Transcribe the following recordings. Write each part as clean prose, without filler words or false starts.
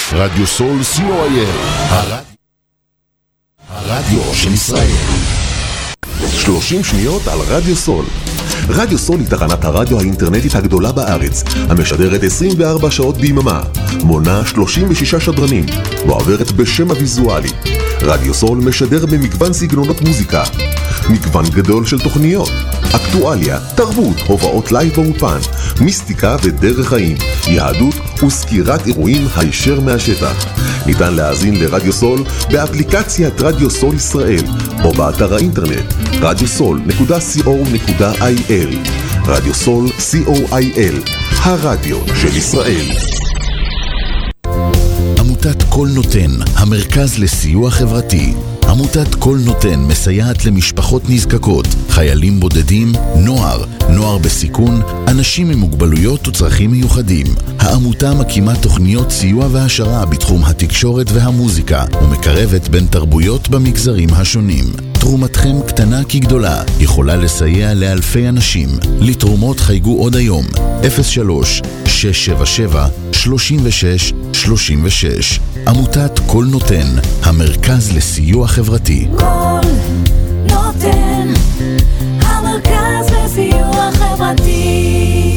רדיו סול co.il, הרדיו של ישראל. 30 שניות על רדיו סול. רדיו סול היא תחנת הרדיו האינטרנטית הגדולה בארץ, המשדרת 24 שעות ביממה, מונה 36 שדרנים, ועוברת בשם הוויזואלי. רדיו סול משדר במגוון סגנונות מוזיקה, מגוון גדול של תוכניות, אקטואליה, תרבות, הופעות לייב ואופן, מיסטיקה ודרך חיים, יהדות וסקירת אירועים הישר מהשטח. ניתן להאזין לרדיו סול באפליקציית רדיו סול ישראל או באתר האינטרנט radiosol.co.il. רדיו סול co.il, הרדיו של ישראל. עמותת כל נותן, המרכז לסיוע חברתי. עמותת כל נותן מסייעת למשפחות נזקקות, חיילים בודדים, נוער בסיכון, אנשים עם מוגבלויות וצרכים מיוחדים. העמותה מקימה תוכניות סיוע והשרה בתחום התקשורת והמוזיקה, ומקרבת בין תרבויות במגזרים השונים. תרומתכם קטנה כגדולה, יכולה לסייע לאלפי אנשים. לתרומות חייגו עוד היום, 03-677-3636. עמותת כל נותן, המרכז לסיוע חברתי. כל נותן, המרכז לסיוע חברתי.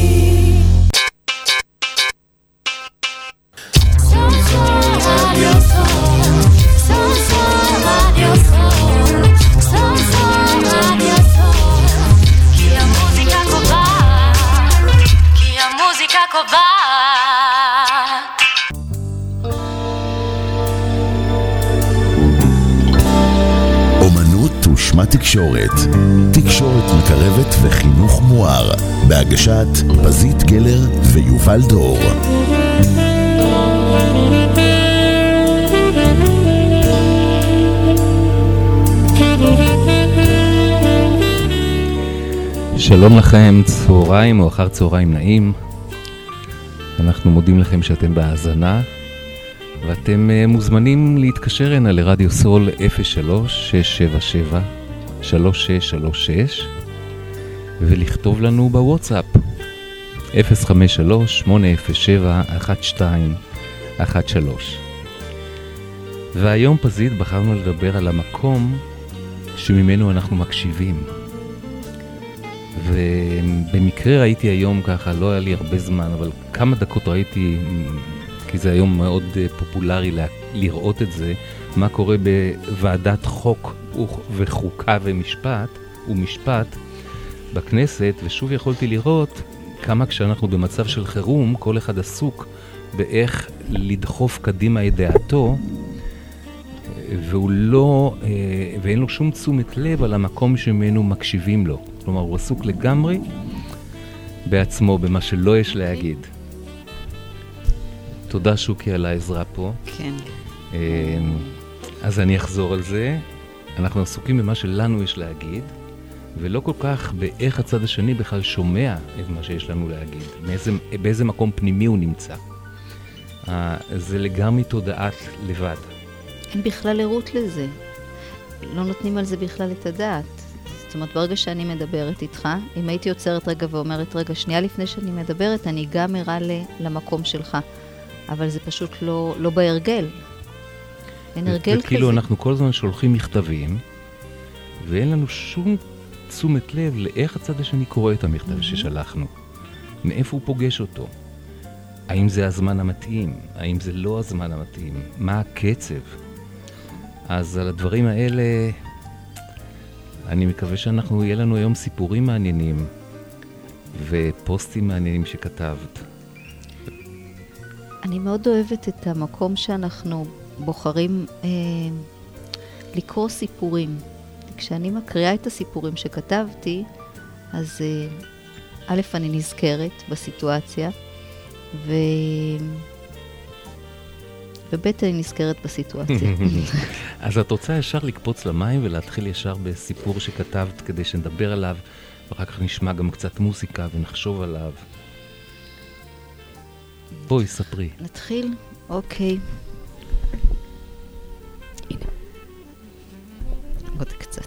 אומנות ושמה תקשורת. תקשורת מקרבת וחינוך מואר. בהגשת פזית גלר ויובל דור. שלום לכם, צהריים או אחר צהריים נעים. אנחנו מודים לכם שאתם בהאזנה, ואתם מוזמנים להתקשר הנה לרדיו סול 03-677-3636 ולכתוב לנו בוואטסאפ 053-807-1213. והיום פזית בחרנו לדבר על המקום שממנו אנחנו מקשיבים. ובמקרה ראיתי היום ככה, לא היה לי הרבה זמן, אבל כמה דקות ראיתי, כי זה היום מאוד פופולרי לראות את זה, מה קורה בוועדת חוק וחוקה ומשפט בכנסת, ושוב יכולתי לראות כמה כשאנחנו במצב של חירום, כל אחד עסוק באיך לדחוף קדימה את דעתו, ואין לו שום תשומת לב על המקום שממנו מקשיבים לו. כלומר, הוא עסוק לגמרי בעצמו, במה שלא יש להגיד. תודה שוקי על העזרה פה. כן. אז אני אחזור על זה. אנחנו עסוקים במה שלנו יש להגיד, ולא כל כך באיך הצד השני בכלל שומע את מה שיש לנו להגיד. באיזה מקום פנימי הוא נמצא. זה לגמרי תודעת לבד. אין בכלל ערות לזה. לא נותנים על זה בכלל את הדעת. זאת אומרת, ברגע שאני מדברת איתך, אם הייתי יוצרת רגע ואומרת, רגע, שנייה לפני שאני מדברת, אני גם אראה למקום שלך. אבל זה פשוט לא בהרגל. אין הרגל כזה. וכאילו אנחנו כל הזמן שולחים מכתבים, ואין לנו שום תשומת לב לאיך הצד השני קורא את המכתב ששלחנו. מאיפה הוא פוגש אותו? האם זה הזמן המתאים? האם זה לא הזמן המתאים? מה הקצב? אז על הדברים האלה, אני מקווה יהיה לנו היום סיפורים מעניינים, ופוסטים מעניינים שכתבת. אני מאוד אוהבת את המקום שאנחנו בוחרים לקרוא סיפורים. כשאני מקריאה את הסיפורים שכתבתי, אז א', אני נזכרת בסיטואציה, וב' אני נזכרת בסיטואציה. אז את רוצה ישר לקפוץ למים ולהתחיל ישר בסיפור שכתבת כדי שנדבר עליו, ואחר כך נשמע גם קצת מוזיקה ונחשוב עליו. בואי, ספרי. נתחיל? אוקיי. הנה. עוד קצת.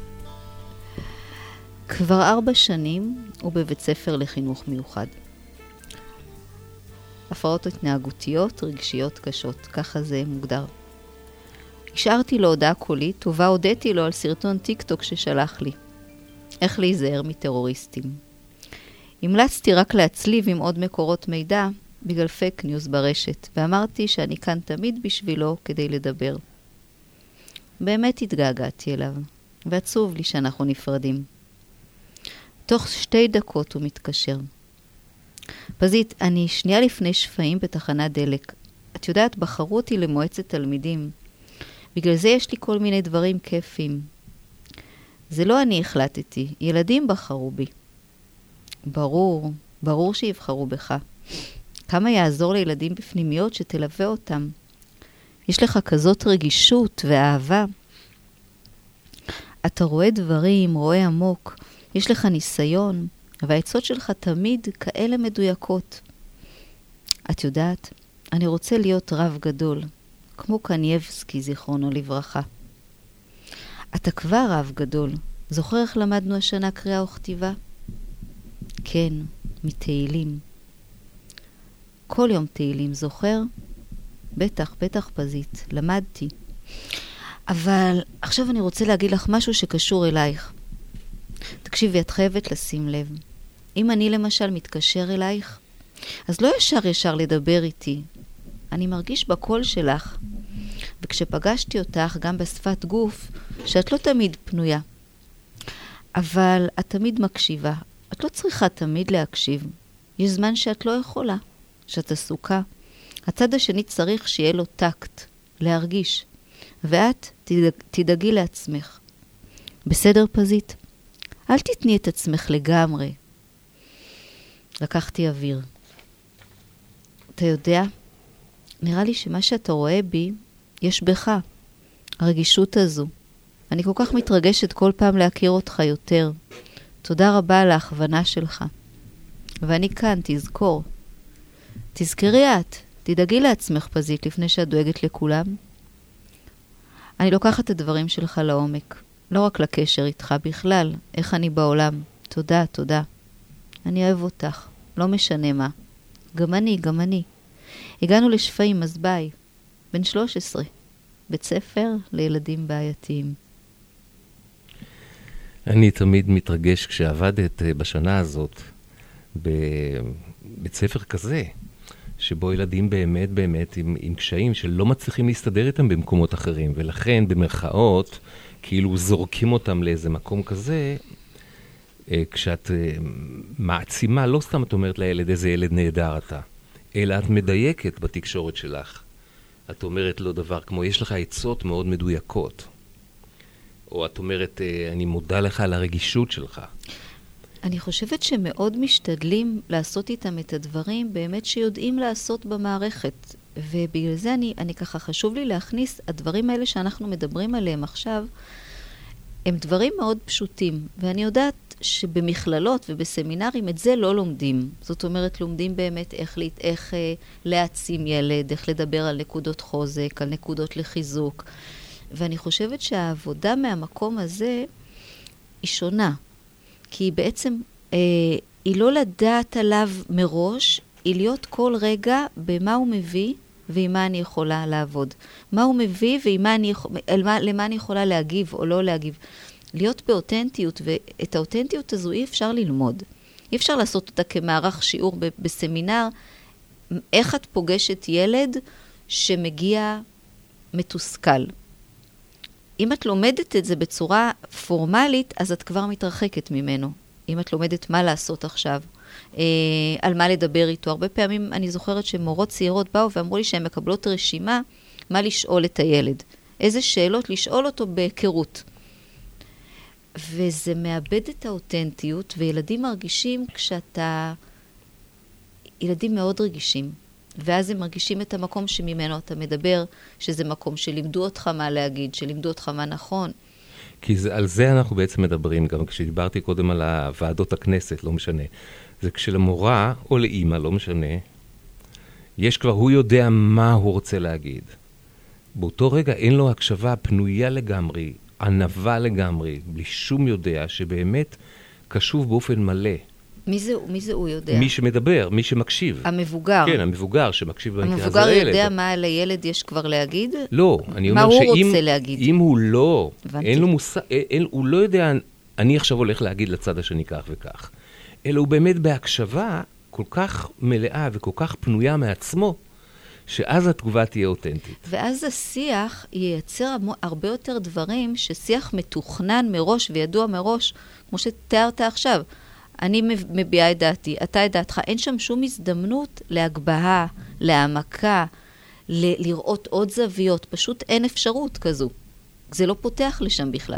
כבר 4 שנים הוא בבית ספר לחינוך מיוחד. הפרעות התנהגותיות, רגשיות קשות. ככה זה מוגדר. השארתי לו הודעה קולית, ובה הודיתי לו על סרטון טיקטוק ששלח לי. איך להיזהר מטרוריסטים. המלצתי רק להצליב עם עוד מקורות מידע בגלל פייק ניוז ברשת, ואמרתי שאני כאן תמיד בשבילו כדי לדבר. באמת התגעגעתי אליו, ועצוב לי שאנחנו נפרדים. תוך 2 דקות הוא מתקשר. פזית, אני שנייה לפני שפעים בתחנת דלק. את יודעת, בחרו אותי למועצת תלמידים. בגלל זה יש לי כל מיני דברים כיפים. זה לא אני החלטתי, ילדים בחרו בי. ברור שיבחרו בך. כמה יעזור לילדים בפנימיות שתלווה אותם. יש לך כזאת רגישות ואהבה. אתה רואה דברים, רואה עמוק. יש לך ניסיון, והעצות שלך תמיד כאלה מדויקות. את יודעת, אני רוצה להיות רב גדול, כמו קנייבסקי, זיכרונו לברכה. אתה כבר רב גדול. זוכר איך למדנו השנה קריאה וכתיבה? כן, מתהילים. כל יום תהילים, זוכר? בטח פזית, למדתי. אבל עכשיו אני רוצה להגיד לך משהו שקשור אלייך. תקשיבי, את חייבת לשים לב. אם אני למשל מתקשר אלייך, אז לא ישר לדבר איתי. אני מרגיש בקול שלך. וכשפגשתי אותך, גם בשפת גוף, שאת לא תמיד פנויה. אבל את תמיד מקשיבה. את לא צריכה תמיד להקשיב. יש זמן שאת לא יכולה, שאת עסוקה. הצד השני צריך שיהיה לו טקט, להרגיש. ואת תדאגי לעצמך. בסדר, פזית? אל תתני את עצמך לגמרי. לקחתי אוויר. אתה יודע, נראה לי שמה שאתה רואה בי, יש בך. הרגישות הזו. אני כל כך מתרגשת כל פעם להכיר אותך יותר. תודה רבה על ההכוונה שלך. ואני כאן, תזכור. תזכרי את, תדאגי לעצמך פזית לפני שאת דואגת לכולם. אני לוקחת את הדברים שלך לעומק. לא רק לקשר איתך בכלל, איך אני בעולם. תודה. אני אוהב אותך, לא משנה מה. גם אני. הגענו לשפעים, אז ביי. בן 13. בית ספר לילדים בעייתיים. אני תמיד מתרגש כשעבדת בשנה הזאת בבית ספר כזה, שבו ילדים באמת עם קשיים שלא מצליחים להסתדר איתם במקומות אחרים, ולכן במרכאות כאילו זורקים אותם לאיזה מקום כזה, כשאת מעצימה, לא סתם את אומרת לילד איזה ילד נהדר אתה, אלא את מדייקת בתקשורת שלך. את אומרת לו דבר כמו, יש לך עצות מאוד מדויקות. או את אומרת, אני מודה לך על הרגישות שלך. אני חושבת שמאוד משתדלים לעשות איתם את הדברים באמת שיודעים לעשות במערכת. ובגלל זה אני ככה חשוב לי להכניס, הדברים האלה שאנחנו מדברים עליהם עכשיו, הם דברים מאוד פשוטים. ואני יודעת שבמכללות ובסמינרים את זה לא לומדים. זאת אומרת, לומדים באמת איך להעצים ילד, איך לדבר על נקודות חוזק, על נקודות לחיזוק. ואני חושבת שהעבודה מהמקום הזה היא שונה. כי בעצם היא לא לדעת עליו מראש, היא להיות כל רגע במה הוא מביא ועם מה אני יכולה לעבוד. מה הוא מביא ולמה אני יכולה להגיב או לא להגיב. להיות באותנטיות, ואת האותנטיות הזו אי אפשר ללמוד. אי אפשר לעשות אותה כמערך שיעור בסמינר. איך את פוגשת ילד שמגיע מתוסכל? אם את לומדת את זה בצורה פורמלית, אז את כבר מתרחקת ממנו. אם את לומדת מה לעשות עכשיו, על מה לדבר איתו. הרבה פעמים אני זוכרת שמורות צעירות באו ואמרו לי שהן מקבלות רשימה מה לשאול את הילד. איזה שאלות לשאול אותו בהיכרות. וזה מאבד את האותנטיות, וילדים מרגישים ילדים מאוד רגישים. ואז הם מרגישים את המקום שממנו אתה מדבר, שזה מקום שלימדו אותך מה להגיד, שלימדו אותך מה נכון. כי על זה אנחנו בעצם מדברים, גם כשדיברתי קודם על ועדות הכנסת, לא משנה. זה כשלמורה או לאמא, לא משנה, יש כבר, הוא יודע מה הוא רוצה להגיד. באותו רגע אין לו הקשבה פנויה לגמרי, ענבה לגמרי, בלי שום יודע שבאמת קשוב באופן מלא מי זה הוא יודע? מי שמדבר, מי שמקשיב. המבוגר. כן, המבוגר שמקשיב במקרה הזה המבוגר לילד. יודע מה לילד יש כבר להגיד? לא, אני אומר מה הוא רוצה להגיד? אם הוא לא, הבנתי. אין לו מושג, הוא לא יודע, אני עכשיו הולך להגיד לצד השני כך וכך, אלא הוא באמת בהקשבה כל כך מלאה וכל כך פנויה מעצמו, שאז התגובה תהיה אותנטית. ואז השיח ייצר הרבה יותר דברים ששיח מתוכנן מראש וידוע מראש, כמו שתיארת עכשיו. אני מביעה את דעתי, אתה את דעתך. אין שם שום הזדמנות להגבהה, להעמקה, לראות עוד זוויות. פשוט אין אפשרות כזו. זה לא פותח לשם בכלל.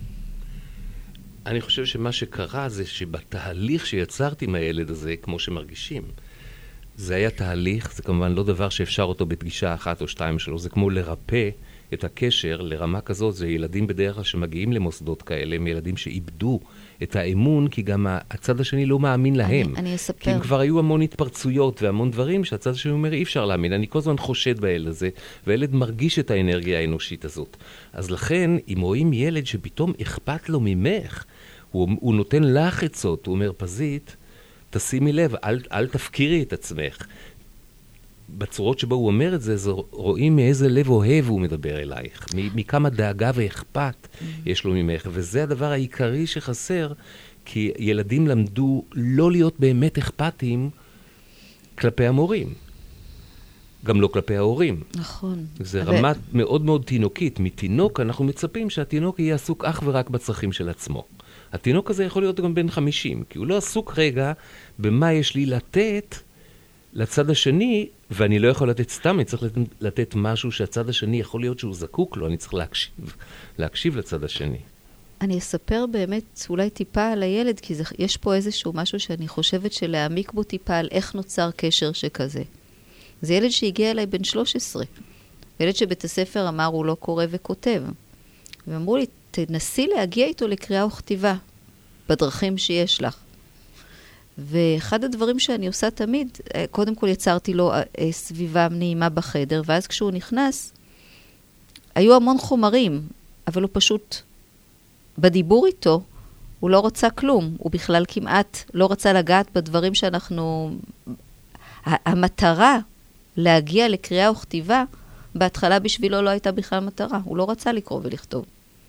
אני חושב שמה שקרה זה שבתהליך שיצרתי מהילד הזה, כמו שמרגישים, זה היה תהליך, זה כמובן לא דבר שאפשר אותו בפגישה אחת או שתיים שלו, זה כמו לרפא את הקשר לרמה כזאת. זה ילדים בדרך כלל שמגיעים למוסדות כאלה, הם ילדים שאיבדו את האמון, כי גם הצד השני לא מאמין להם. אני אספר. כי הם כבר היו המון התפרצויות והמון דברים שהצד השני אומר, אי אפשר להאמין. אני כל הזמן חושד בילד הזה, והילד מרגיש את האנרגיה האנושית הזאת. אז לכן, אם רואים ילד שפתאום אכפת לו ממך, הוא נותן לך עצות, הוא אומר, פזית, תשימי לב, אל תפקירי את עצמך. בצורות שבו הוא אומר את זה, רואים מאיזה לב אוהב הוא מדבר אלייך, מכמה דאגה ואכפת יש לו ממך, וזה הדבר העיקרי שחסר, כי ילדים למדו לא להיות באמת אכפתיים כלפי המורים, גם לא כלפי ההורים. נכון. זה רמה מאוד מאוד תינוקית. מתינוק אנחנו מצפים שהתינוק יהיה עסוק אך ורק בצרכים של עצמו. התינוק הזה יכול להיות גם בן 50, כי הוא לא עסוק רגע במה יש לי לתת לצד השני, ואני לא יכול לתת סתם, אני צריך לתת משהו שהצד השני יכול להיות שהוא זקוק לו, אני צריך להקשיב לצד השני. אני אספר באמת אולי טיפה על הילד, כי יש פה איזשהו משהו שאני חושבת שלהעמיק בו טיפה על איך נוצר קשר שכזה. זה ילד שהגיע אליי בן 13. ילד שבית הספר אמר הוא לא קורא וכותב. ואמרו לי, תנסי להגיע איתו לקריאה וכתיבה, בדרכים שיש לך. ואחד הדברים שאני עושה תמיד, קודם כל יצרתי לו סביבה נעימה בחדר, ואז כשהוא נכנס, היו המון חומרים, אבל הוא פשוט, בדיבור איתו, הוא לא רצה כלום. הוא בכלל כמעט לא רצה לגעת בדברים שאנחנו... המטרה להגיע לקריאה וכתיבה, בהתחלה בשבילו לא הייתה בכלל מטרה. הוא לא רצה לקרוא ולכתוב.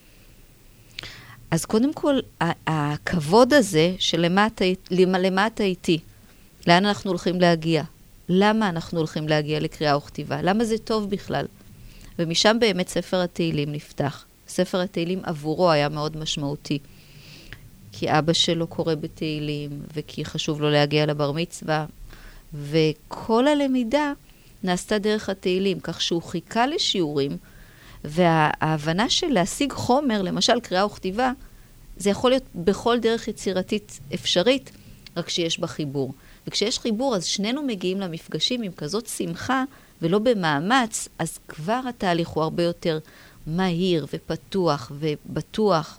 אז קודם כל, הכבוד הזה של למה אתה איתי, לאן אנחנו הולכים להגיע? למה אנחנו הולכים להגיע לקריאה וכתיבה? למה זה טוב בכלל? ומשם באמת ספר התהילים נפתח. ספר התהילים עבורו היה מאוד משמעותי. כי אבא שלו קורא בתהילים, וכי חשוב לו להגיע לבר מצווה, וכל הלמידה נעשתה דרך התהילים, כך שהוא חיכה לשיעורים, וההבנה של להשיג חומר, למשל קריאה וכתיבה, זה יכול להיות בכל דרך יצירתית אפשרית, רק שיש בה חיבור. וכשיש חיבור, אז שנינו מגיעים למפגשים עם כזאת שמחה, ולא במאמץ, אז כבר התהליך הוא הרבה יותר מהיר ופתוח ובטוח.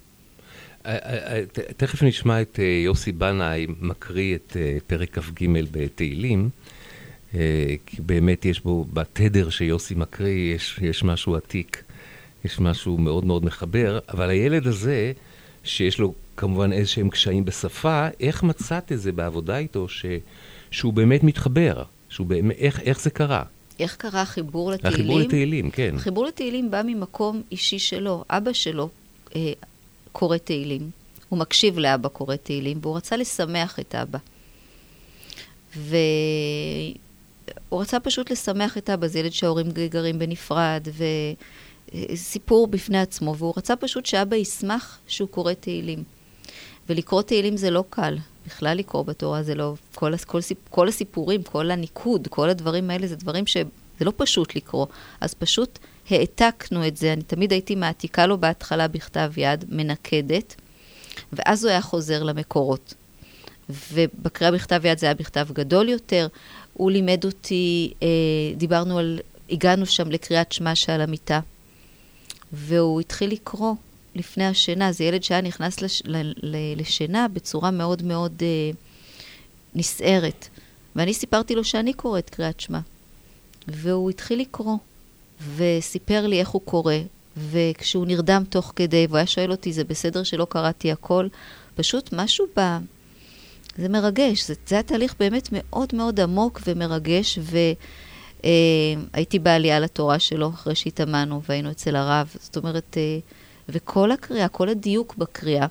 תכף נשמע את יוסי בנאי מקריא את פרק כ"ג בתהילים, כי באמת יש בו, בתדר שיוסי מקריא, יש משהו עתיק, יש משהו מאוד מאוד מחבר, אבל הילד הזה, שיש לו כמובן איזשהם קשיים בשפה, איך מצאת את זה בעבודה איתו, שהוא באמת מתחבר? איך זה קרה? איך קרה החיבור לתהילים? החיבור לתהילים, כן. החיבור לתהילים בא ממקום אישי שלו. אבא שלו קורא תהילים. הוא מקשיב לאבא קורא תהילים, והוא רצה לשמח את אבא. והוא רצה פשוט לשמח את אבא. זה ילד שההורים גרים בנפרד, וסיפור בפני עצמו. והוא רצה פשוט שאבא ישמח שהוא קורא תהילים. ולקרוא תהילים זה לא קל. בכלל לקרוא בתורה זה לא... כל הסיפורים, כל הניקוד, כל הדברים האלה זה דברים שזה לא פשוט לקרוא. אז פשוט העתקנו את זה. אני תמיד הייתי מעתיקה לו בהתחלה בכתב יד, מנקדת, ואז הוא היה חוזר למקורות. ובקריאה בכתב יד זה היה בכתב גדול יותר. הוא לימד אותי, הגענו שם לקריאת שמע שעל המיטה, והוא התחיל לקרוא לפני השינה. זה ילד שהיה נכנס לשינה בצורה מאוד מאוד נסערת. ואני סיפרתי לו שאני קוראת קריאת שמע. והוא התחיל לקרוא, וסיפר לי איך הוא קורא, וכשהוא נרדם תוך כדי, והוא היה שואל אותי, זה בסדר שלא קראתי הכל? פשוט משהו זה מרגש, זה היה תהליך באמת מאוד מאוד עמוק ומרגש, והייתי בעלייה לתורה שלו אחרי שהתאמנו והיינו אצל הרב, זאת אומרת, וכל הקריאה, כל הדיוק בקריאה,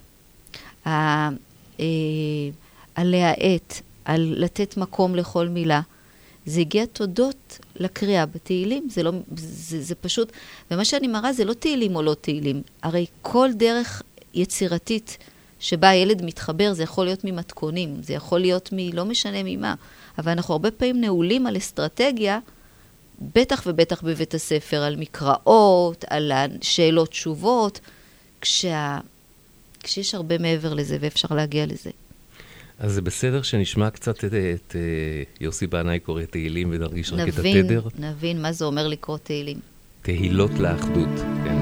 על להעט, על לתת מקום לכל מילה, זה הגיע תודות לקריאה בתהילים, זה פשוט, ומה שאני מראה זה לא תהילים או לא תהילים, הרי כל דרך יצירתית שבה הילד מתחבר, זה יכול להיות ממתכונים, זה יכול להיות לא משנה ממה, אבל אנחנו הרבה פעמים נעולים על אסטרטגיה, בטח ובטח בבית הספר, על מקראות, על שאלות תשובות, כשיש הרבה מעבר לזה ואפשר להגיע לזה. אז זה בסדר שנשמע קצת את יוסי בנאי קורא תהילים ונרגיש רק את התדר? נבין מה זה אומר לקרוא תהילים. תהילות לאחדות, כן.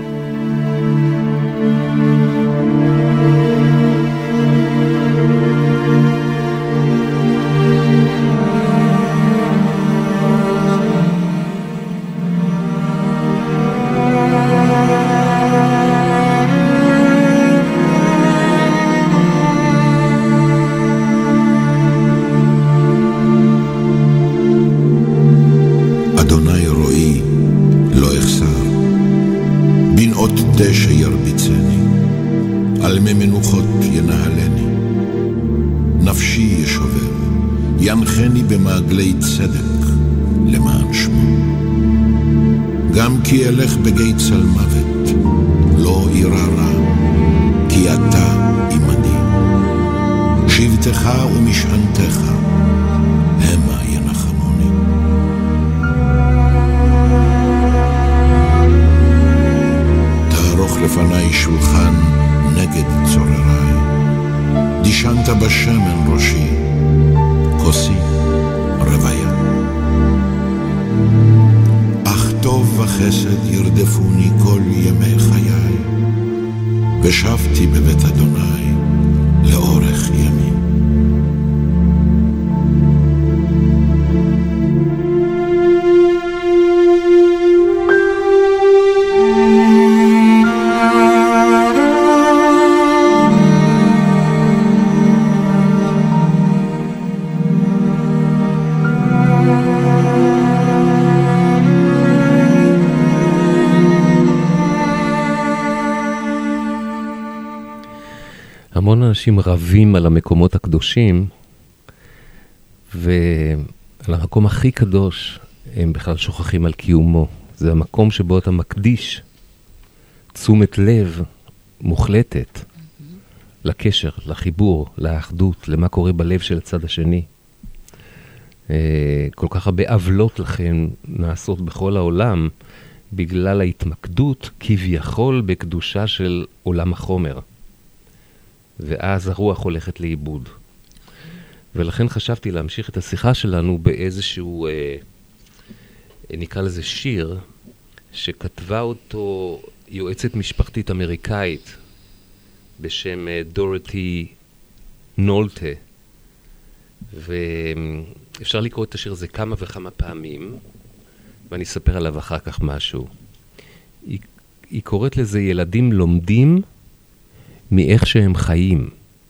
דשא ירביצני, על מי מנוחות ינהלני. נפשי ישובב, ינחני במעגלי צדק, למען שמו. גם כי אלך בגיא צל מוות, לא אירא רע, כי אתה עמדי. שבטך ומשענתך, המה ינחמוני. תערוך לפני שולחן נגד צורריי. דישנת בשמן ראשי, כוסי רוויה. אך טוב וחסד ירדפוני כל ימי חיי, ושבתי בבית אדוני לאורך ימים. המון אנשים רבים על המקומות הקדושים, ועל המקום הכי קדוש הם בכלל שוכחים על קיומו. זה המקום שבו אתה מקדיש תשומת לב מוחלטת לקשר, לחיבור, לאחדות, למה קורה בלב של הצד השני. כל כך הרבה עוולות לכן נעשות בכל העולם, בגלל ההתמקדות כביכול בקדושה של עולם החומר. ואז הרוח הולכת לאיבוד. ולכן חשבתי להמשיך את השיחה שלנו באיזשהו, נקרא לזה שיר, שכתבה אותו יועצת משפחתית אמריקאית, בשם דורותי נולטה. ואפשר לקרוא את השיר הזה כמה וכמה פעמים, ואני אספר עליו אחר כך משהו. היא קוראת לזה ילדים לומדים, מאיך שהם חיים.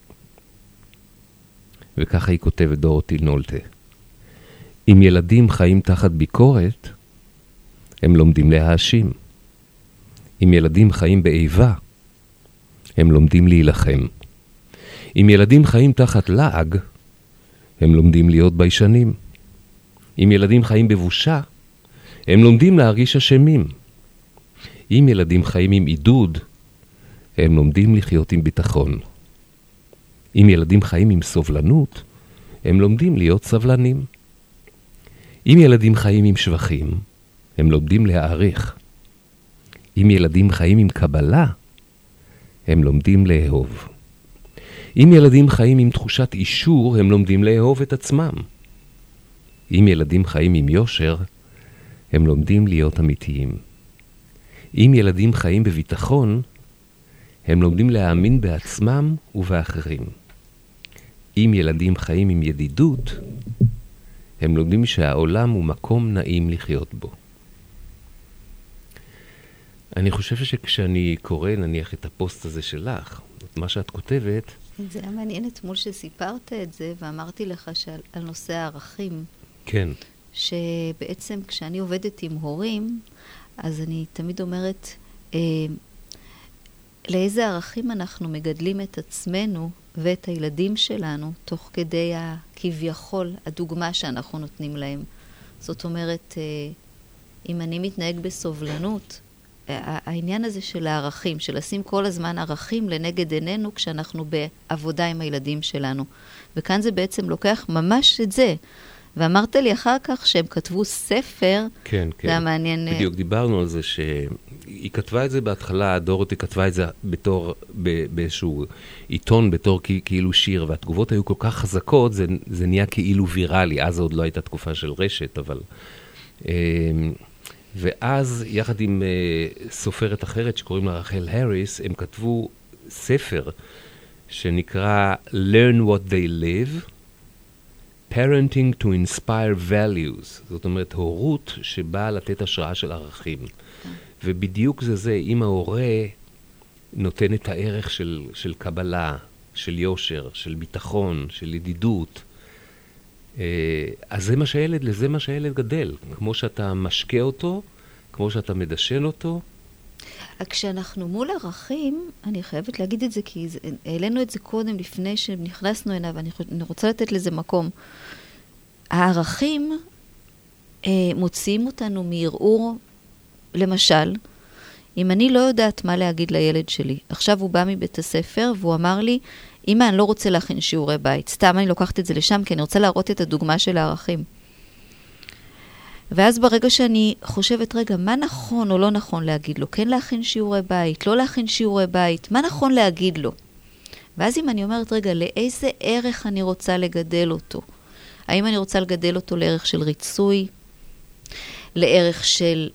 וככה היא כותבת דורותי נולטה. אם ילדים חיים תחת ביקורת, הם לומדים להאשים. אם ילדים חיים באיבה, הם לומדים להילחם. אם ילדים חיים תחת לעג, הם לומדים להיות ביישנים. אם ילדים חיים בבושה, הם לומדים להרגיש אשמים. אם ילדים חיים עם עידוד, הם לומדים לחיות עם ביטחון. אם ילדים חיים עם סובלנות, הם לומדים להיות סבלנים. אם ילדים חיים עם שבחים, הם לומדים להעריך. אם ילדים חיים עם קבלה, הם לומדים לאהוב. אם ילדים חיים עם תחושת אישור, הם לומדים לאהוב את עצמם. אם ילדים חיים עם יושר, הם לומדים להיות אמיתיים. אם ילדים חיים בביטחון, הם לומדים להאמין בעצמם ובאחרים. אם ילדים חיים עם ידידות, הם לומדים שהעולם הוא מקום נעים לחיות בו. אני חושב שכשאני קורא, נניח, את הפוסט הזה שלך, את מה שאת כותבת, זה היה מעניין אתמול שסיפרת את זה, ואמרתי לך על נושא הערכים. כן. שבעצם כשאני עובדת עם הורים, אז אני תמיד אומרת, לאיזה ערכים אנחנו מגדלים את עצמנו ואת הילדים שלנו, תוך כדי כביכול הדוגמה שאנחנו נותנים להם. זאת אומרת, אם אני מתנהג בסובלנות, העניין הזה של הערכים, של לשים כל הזמן ערכים לנגד עינינו כשאנחנו בעבודה עם הילדים שלנו. וכאן זה בעצם לוקח ממש את זה. ואמרת לי אחר כך שהם כתבו ספר, כן, כן. זה היה מעניין. בדיוק, דיברנו על זה שהיא כתבה את זה בהתחלה, דורותי כתבה את זה באיזשהו עיתון, בתור כאילו שיר, והתגובות היו כל כך חזקות, זה נהיה כאילו ויראלי, אז עוד לא הייתה תקופה של רשת, אבל... ואז יחד עם סופרת אחרת שקוראים לה רחל הריס, הם כתבו ספר שנקרא Learn What They Live, Parenting to Inspire Values. זאת אומרת, הורות שבאה לתת השראה של ערכים. ובדיוק זה, אם ההורה נותן את הערך של קבלה, של יושר, של ביטחון, של ידידות, אז לזה מה שהילד גדל. כמו שאתה משקה אותו, כמו שאתה מדשן אותו. כשאנחנו מול ערכים, אני חייבת להגיד את זה, כי העלינו את זה קודם, לפני שנכנסנו אליו, ואני רוצה לתת לזה מקום. הערכים מוציאים אותנו מערעור, למשל, אם אני לא יודעת מה להגיד לילד שלי, עכשיו הוא בא מבית הספר, והוא אמר לי, אמא, אני לא רוצה להכין שיעורי בית. סתם אני לוקחת את זה לשם, כי אני רוצה להראות את הדוגמה של הערכים. ואז ברגע שאני חושבת, רגע, מה נכון או לא נכון להגיד לו? כן להכין שיעורי בית, לא להכין שיעורי בית, מה נכון להגיד לו? ואז אם אני אומרת, רגע, לאיזה ערך אני רוצה לגדל אותו? האם אני רוצה לגדל אותו לערך של ריצוי? לערך של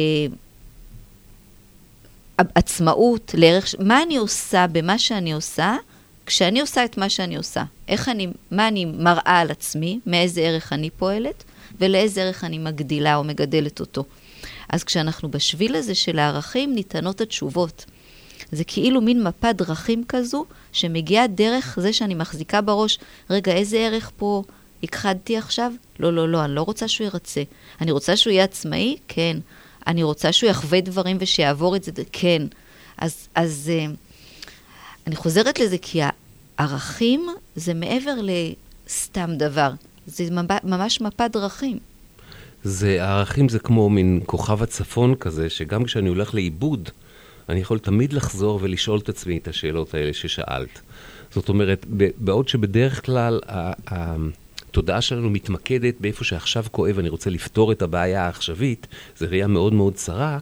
עצמאות? לערך מה אני עושה במה שאני עושה? כשאני עושה את מה שאני עושה, מה אני מראה על עצמי, מאיזה ערך אני פועלת, ולאיזה ערך אני מגדילה או מגדלת אותו. אז כשאנחנו בשביל הזה של הערכים, ניתנות התשובות. זה כאילו מין מפה דרכים כזו, שמגיעה דרך זה שאני מחזיקה בראש, רגע, איזה ערך פה הכחדתי עכשיו? לא, אני לא רוצה שהוא ירצה. אני רוצה שהוא יהיה עצמאי? כן. אני רוצה שהוא יחווה דברים ושיעבור את זה? כן. אז אני חוזרת לזה, כי הערכים זה מעבר לסתם דבר. זה ממש מפת דרכים. הערכים זה כמו מין כוכב הצפון כזה, שגם כשאני הולך לאיבוד, אני יכול תמיד לחזור ולשאול את עצמי את השאלות האלה ששאלת. זאת אומרת, בעוד שבדרך כלל התודעה שלנו מתמקדת באיפה שעכשיו כואב, אני רוצה לפתור את הבעיה העכשווית, זה ראייה מאוד מאוד צרה,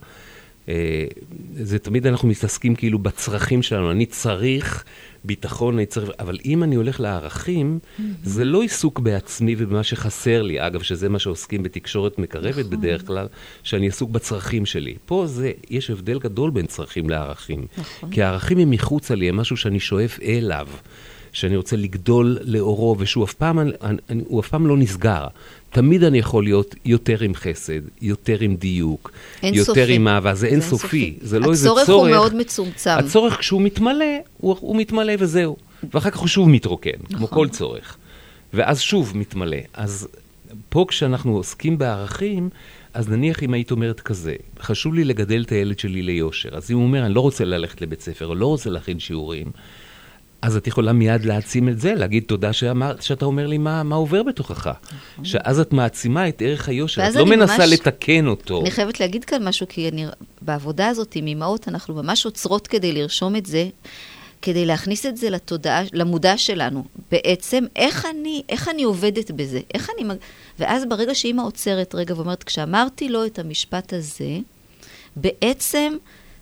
זה תמיד אנחנו מתעסקים כאילו בצרכים שלנו, אני צריך ביטחון, אבל אם אני הולך לערכים, זה לא עיסוק בעצמי ובמה שחסר לי, אגב, שזה מה שעוסקים בתקשורת מקרבת בדרך כלל, שאני עיסוק בצרכים שלי. פה יש הבדל גדול בין צרכים לערכים. כי הערכים הם מחוץ עלי, הם משהו שאני שואף אליו, שאני רוצה לגדול לאורו, ושהוא אף פעם לא נסגר. תמיד אני יכול להיות יותר עם חסד, יותר עם דיוק, יותר עם אהבה, זה אינסופי. זה לא איזה צורך. הצורך הוא מאוד מצומצם. הצורך כשהוא מתמלא, הוא מתמלא וזהו. ואחר כך הוא שוב מתרוקן, כמו כל צורך. ואז שוב מתמלא. אז פה כשאנחנו עוסקים בערכים, אז נניח אם היית אומרת כזה, חשוב לי לגדל את הילד שלי ליושר. אז אם הוא אומר, אני לא רוצה ללכת לבית ספר, או לא רוצה להכין שיעורים, אז את יכולה מיד להעצים את זה, להגיד תודה שאתה אומר לי מה עובר בתוכך. שאז את מעצימה את ערך היושר, את לא מנסה לתקן אותו. אני חייבת להגיד כאן משהו, כי בעבודה הזאת עם אמהות, אנחנו ממש עוצרות כדי לרשום את זה, כדי להכניס את זה לתודעה, למודע שלנו. בעצם, איך אני עובדת בזה? ואז ברגע שאמא עוצרת רגע ואומרת, כשאמרתי לו את המשפט הזה, בעצם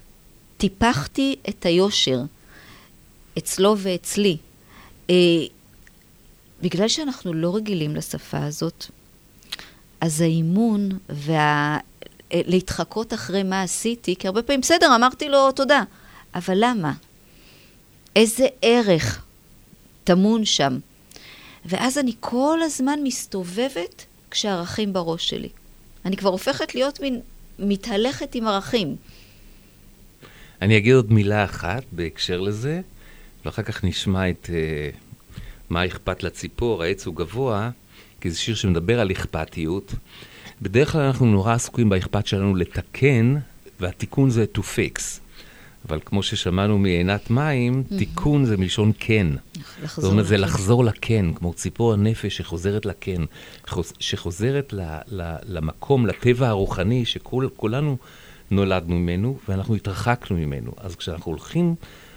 טיפחתי את היושר. אצלו ואצלי. בגלל שאנחנו לא רגילים לשפה הזאת, אז האימון להתחקות אחרי מה עשיתי, כי הרבה פעמים, בסדר, אמרתי לו תודה. אבל למה? איזה ערך תמון שם? ואז אני כל הזמן מסתובבת כשערכים בראש שלי. אני כבר הופכת להיות מתהלכת עם ערכים. אני אגיד עוד מילה אחת בהקשר לזה, ואחר כך נשמע את מה אכפת לציפור, העץ הוא גבוה, כי זה שיר שמדבר על אכפתיות. בדרך כלל אנחנו נורא עסוקים באכפת שלנו לתקן, והתיקון זה to fix. אבל כמו ששמענו מעינת מים, תיקון זה מלשון כן. זאת אומרת, זה לחזור לכן, כמו ציפור הנפש שחוזרת לכן, שחוזרת למקום, לטבע הרוחני, שכולנו נולדנו ממנו, ואנחנו התרחקנו ממנו. אז כשאנחנו הולכים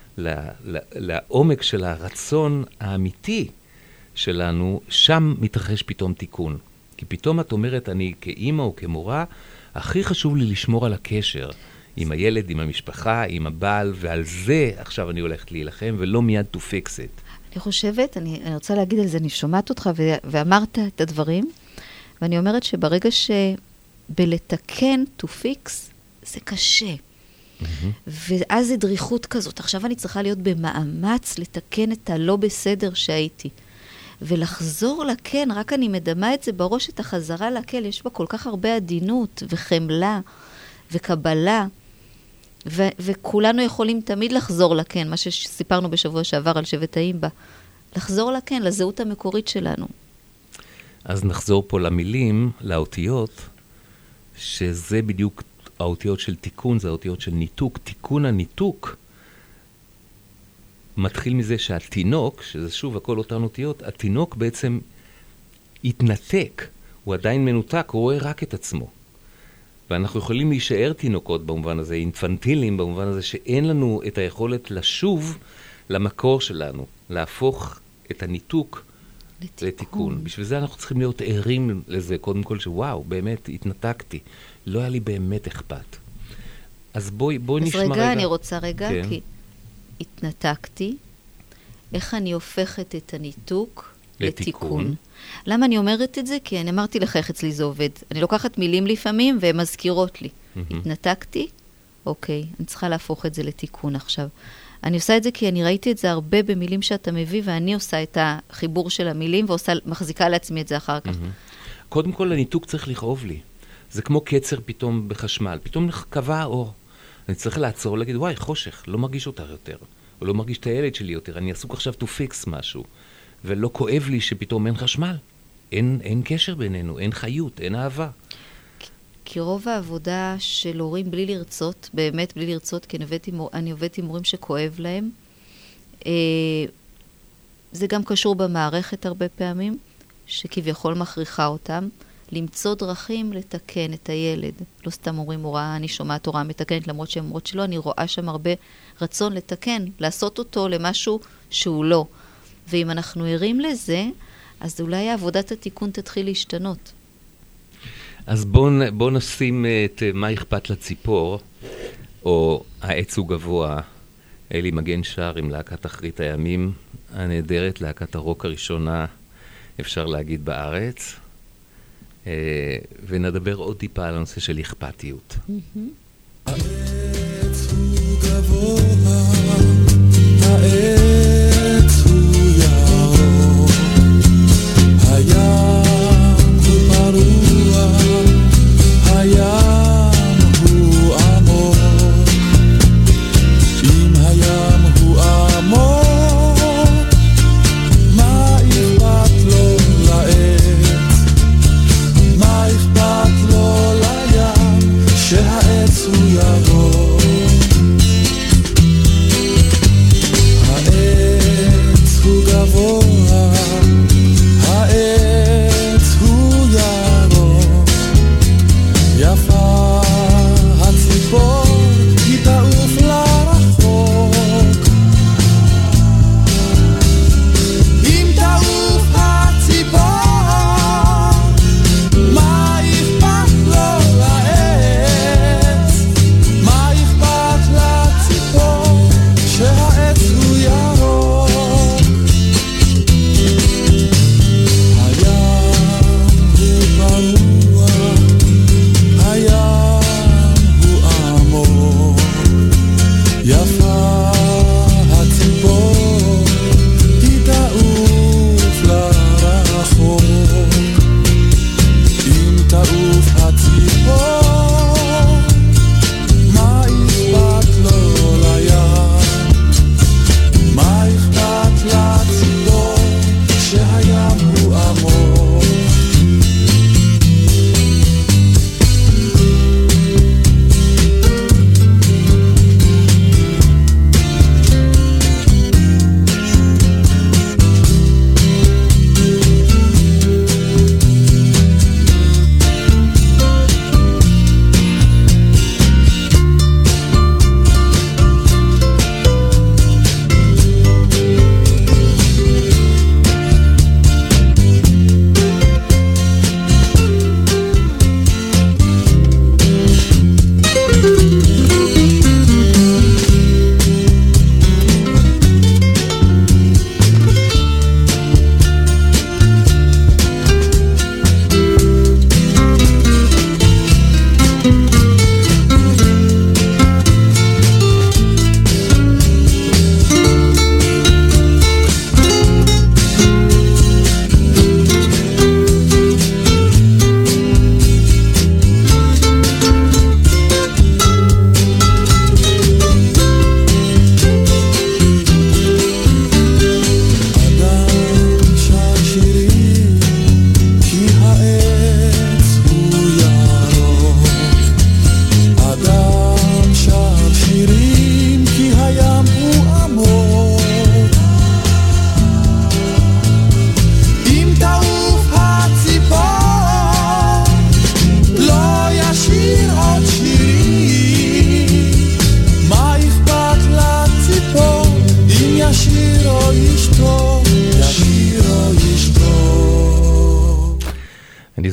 לעומק של הרצון האמיתי שלנו, שם מתרחש פתאום תיקון. כי פתאום את אומרת, אני כאימא או כמורה, הכי חשוב לי לשמור על הקשר עם הילד, עם המשפחה, עם הבעל, ועל זה עכשיו אני הולכת להילחם, ולא מיד to fix it. אני חושבת, אני רוצה להגיד על זה, אני שומעת אותך ואמרת את הדברים, ואני אומרת שברגע שבלתקן to fix, זה קשה. ואז זה דריכות כזאת. עכשיו אני צריכה להיות במאמץ לתקן את הלא בסדר שהייתי. ולחזור לכן, רק אני מדמה את זה בראש, את החזרה לכן, יש בה כל כך הרבה עדינות וחמלה וקבלה, וכולנו יכולים תמיד לחזור לכן, מה שסיפרנו בשבוע שעבר על שבט האימבה, לחזור לכן, לזהות המקורית שלנו. אז נחזור פה למילים, לאותיות, שזה בדיוק האותיות של תיקון, זה האותיות של ניתוק. תיקון הניתוק מתחיל מזה שהתינוק, שזה שוב הכל אותן אותיות, התינוק בעצם התנתק, הוא עדיין מנותק, הוא רואה רק את עצמו. ואנחנו יכולים להישאר תינוקות במובן הזה, אינפנטילים במובן הזה, שאין לנו את היכולת לשוב למקור שלנו, להפוך את הניתוק לתיקון. בשביל זה אנחנו צריכים להיות ערים לזה, קודם כל שוואו, באמת התנתקתי, לא היה לי באמת אכפת. אז בואי נשמע רגע. אז רגע, אני רוצה רגע, כן. כי התנתקתי, איך אני הופכת את הניתוק לתיקון. למה אני אומרת את זה? כי אני אמרתי לך איך אצלי זה עובד. אני לוקחת מילים לפעמים והן מזכירות לי. התנתקתי? אוקיי, אני צריכה להפוך את זה לתיקון עכשיו. אני עושה את זה כי אני ראיתי את זה הרבה במילים שאתה מביא, ואני עושה את החיבור של המילים, ומחזיקה לעצמי את זה אחר כך. קודם כל, הניתוק צריך לכאוב לי. זה כמו קצר פתאום בחשמל. פתאום קבע האור. אני צריך לעצור, להגיד, וואי, חושך, לא מרגיש אותה יותר. או לא מרגיש את הילד שלי יותר. אני עסוק עכשיו to fix משהו. ולא כואב לי שפתאום אין חשמל. אין קשר בינינו, אין חיות, אין אהבה. כי רוב העבודה של הורים בלי לרצות, באמת בלי לרצות, כי אני עובדת עם הורים שכואב להם, זה גם קשור במערכת הרבה פעמים, שכביכול מכריחה אותם, למצוא דרכים לתקן את הילד. לא סתם אומרים הוראה, אני שומעת הוראה מתקנת, למרות שהן אומרות שלא, אני רואה שם הרבה רצון לתקן, לעשות אותו למשהו שהוא לא. ואם אנחנו ערים לזה, אז אולי עבודת התיקון תתחיל להשתנות. אז בוא נשים את מה אכפת לציפור, או העץ הוא גבוה, אלי מגן שר עם להקת אחרית הימים, הנהדרת, להקת הרוק הראשונה, אפשר להגיד בארץ, ונדבר עוד טיפה על הנושא של אכפתיות. העץ הוא גבוה, העץ הוא ירוק, הים הוא פרוע, הים הוא עמוק, אם הים הוא עמוק, מה אכפת לו לעץ? מה אכפת לו לים שהעץ הוא ירוק? העץ הוא גבוה, העץ הוא ירוק, יפה הציפור היא תעוף לרחוק, אם תעוף הציפור מה אכפת לו לעץ? מה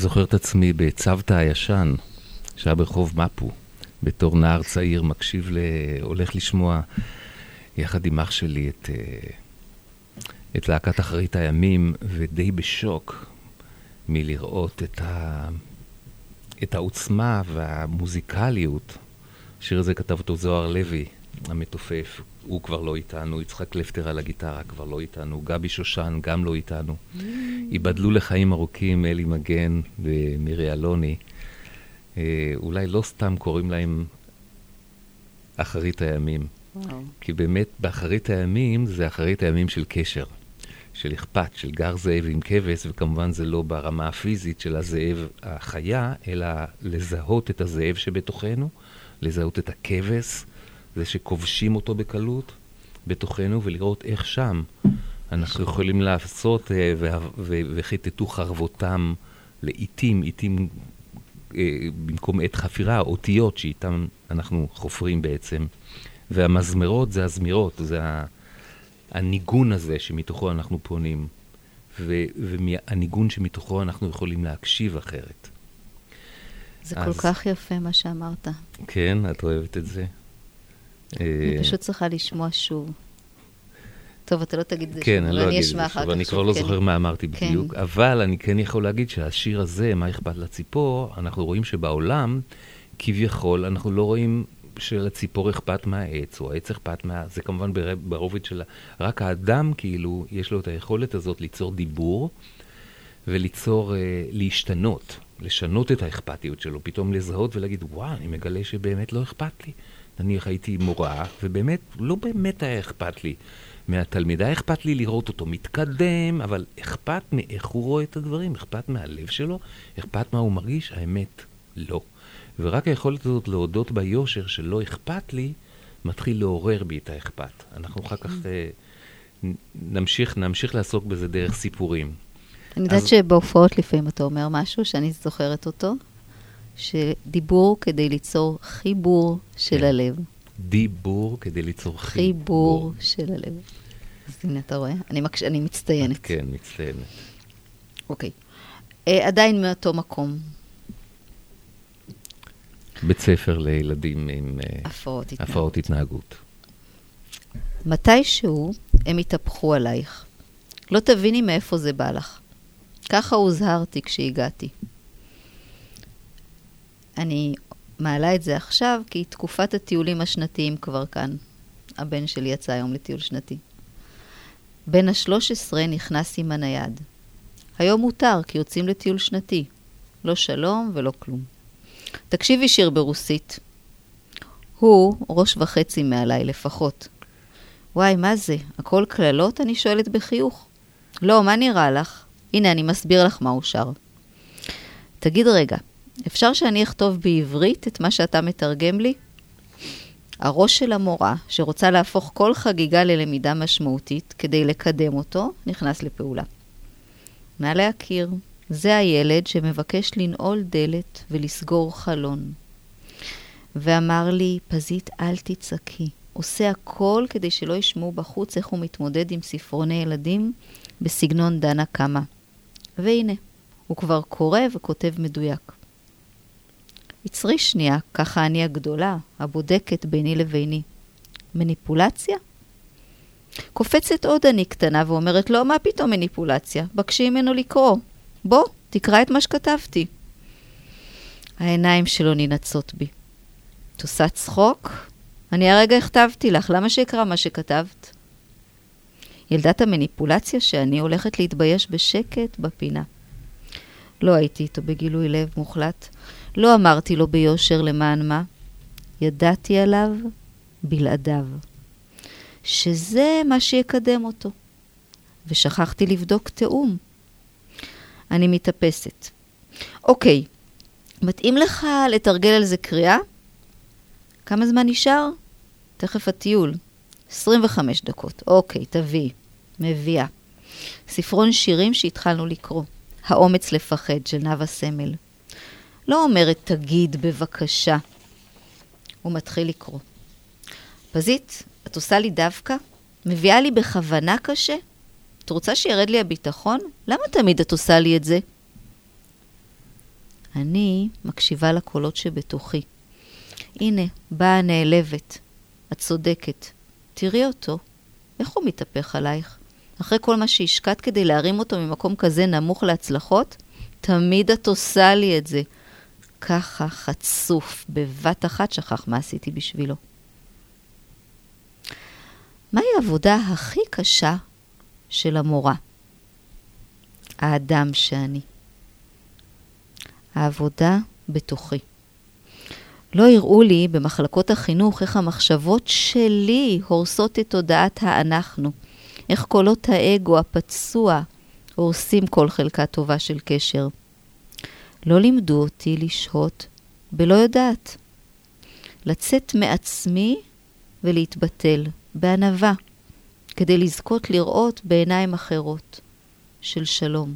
זוכר את עצמי בצוותא הישן, שהיה ברחוב מפו, בתור נער צעיר, מקשיב, הולך לשמוע יחד עם אח שלי את להקת אחרית הימים, ודי בשוק מלראות את העוצמה והמוזיקליות. השיר הזה כתב אותו זוהר לוי, המתופף, הוא כבר לא איתנו, יצחק לפטר על הגיטרה כבר לא איתנו, גבי שושן גם לא איתנו. ייבדלו לחיים ארוכים אלי מגן ומירי אלוני. אולי לא סתם קוראים להם אחרית הימים. וואו. כי באמת באחרית הימים זה אחרית הימים של קשר, של אכפת, של גר זאב עם כבש, וכמובן זה לא ברמה הפיזית של הזאב החיה, אלא לזהות את הזאב שבתוכנו, לזהות את הכבש, זה שכובשים אותו בקלות בתוכנו, ולראות איך שם אנחנו יכולים לעשות וחיטטו חרבותם לעיתים, עיתים במקום עת חפירה, אותיות שאיתם אנחנו חופרים בעצם. והמזמרות זה הזמירות, זה הניגון הזה שמתוכו אנחנו פונים, והניגון שמתוכו אנחנו יכולים להקשיב אחרת. זה כל כך יפה מה שאמרת. כן, את אוהבת את זה? אני פשוט צריכה לשמוע שוב. טוב, אתה לא תגיד את זה כן, שוב, אני לא אגיד את זה שוב, אני כבר לא זוכר מה אמרתי בדיוק, אבל אני כן יכול להגיד שהשיר הזה, מה אכפת לציפור, אנחנו רואים שבעולם, כביכול, אנחנו לא רואים שלציפור אכפת מהעץ, או העץ אכפת זה כמובן ברובד של רק האדם, כאילו, יש לו את היכולת הזאת ליצור דיבור, וליצור, להשתנות, לשנות את האכפתיות שלו, פתאום לזהות ולהגיד, וואו, אני מגלה שבאמת לא אכפת לי. נניח הייתי מורה, ובאמת, לא באמת היה אכפת לי מהתלמיד. היה אכפת לי לראות אותו מתקדם, אבל אכפת מאיך הוא רואה את הדברים, אכפת מהלב שלו, אכפת מה הוא מרגיש, האמת, לא. ורק היכולת הזאת להודות ביושר שלא אכפת לי, מתחיל לעורר בי את האכפת. אנחנו אחר כך נמשיך לעסוק בזה דרך סיפורים. אני יודעת שבהופעות לפעמים אתה אומר משהו שאני זוכרת אותו, שדיבור כדי ליצור חיבור של הלב. דיבור כדי ליצור חיבור של הלב. אז הנה אתה רואה, אני מצטיינת. כן, מצטיינת. אוקיי. עדיין מאותו מקום. בית ספר לילדים עם הפרעות התנהגות. מתישהו הם התהפכו עלייך. לא תביני מאיפה זה בא לך. ככה הוזהרתי כשהגעתי. אני מעלה את זה עכשיו, כי תקופת הטיולים השנתיים כבר כאן. הבן שלי יצא היום לטיול שנתי. בן ה-13 נכנס עם הנייד. היום מותר, כי יוצאים לטיול שנתי. לא שלום ולא כלום. תקשיבי שיר ברוסית. הוא 1.5 מעליי לפחות. וואי, מה זה? הכל כללות? אני שואלת בחיוך. לא, מה נראה לך? הנה, אני מסביר לך מה הוא שר. תגיד רגע, אפשר שאני אכתוב בעברית את מה שאתה מתרגם לי? הראש של המורה, שרוצה להפוך כל חגיגה ללמידה משמעותית כדי לקדם אותו, נכנס לפעולה. נא להכיר, זה הילד שמבקש לנעול דלת ולסגור חלון. ואמר לי, פזית, אל תצעקי. עושה הכל כדי שלא ישמעו בחוץ איך הוא מתמודד עם ספרוני ילדים בסגנון דנה קמה. והנה, הוא כבר קורא וכותב מדויק. יצרי שנייה, ככה אני הגדולה, הבודקת ביני לביני. מניפולציה? קופצת עוד אני קטנה ואומרת לו, מה פתאום מניפולציה? בקשי ממנו לקרוא. בוא, תקרא את מה שכתבתי. העיניים שלו ננצות בי. תעושה צחוק? אני הרגע הכתבתי לך, למה שיקרא מה שכתבת? ילדת המניפולציה שאני הולכת להתבייש בשקט בפינה. לא הייתי איתו בגילוי לב מוחלט. לא אמרתי לו ביושר למען מה. ידעתי עליו בלעדיו. שזה מה שיקדם אותו. ושכחתי לבדוק תאום. אני מתאפסת. אוקיי, מתאים לך לתרגל על זה קריאה? כמה זמן נשאר? תכף הטיול. 25 דקות. אוקיי, תביא. מביאה. ספרון שירים שהתחלנו לקרוא. האומץ לפחד של נאוה סמל. לא אומרת תגיד בבקשה. הוא מתחיל לקרוא. פזית, את עושה לי דווקא? מביאה לי בכוונה קשה? את רוצה שירד לי הביטחון? למה תמיד את עושה לי את זה? אני מקשיבה לקולות שבתוכי. הנה, באה הנעלבת. את צודקת. תראי אותו. איך הוא מתהפך עלייך? אחרי כל מה שהשקעת כדי להרים אותו ממקום כזה נמוך להצלחות, תמיד את עושה לי את זה. ככה חצוף, בבת אחת שכח מה עשיתי בשבילו. מהי העבודה הכי קשה של המורה? האדם שאני. העבודה בתוכי. לא יראו לי במחלקות החינוך איך המחשבות שלי הורסות את תודעת האנחנו. איך קולות האגו הפצוע הורסים כל חלקה טובה של קשר. לא לימדו אותי לשהות בלא יודעת. לצאת מעצמי ולהתבטל בענווה, כדי לזכות לראות בעיניים אחרות של שלום.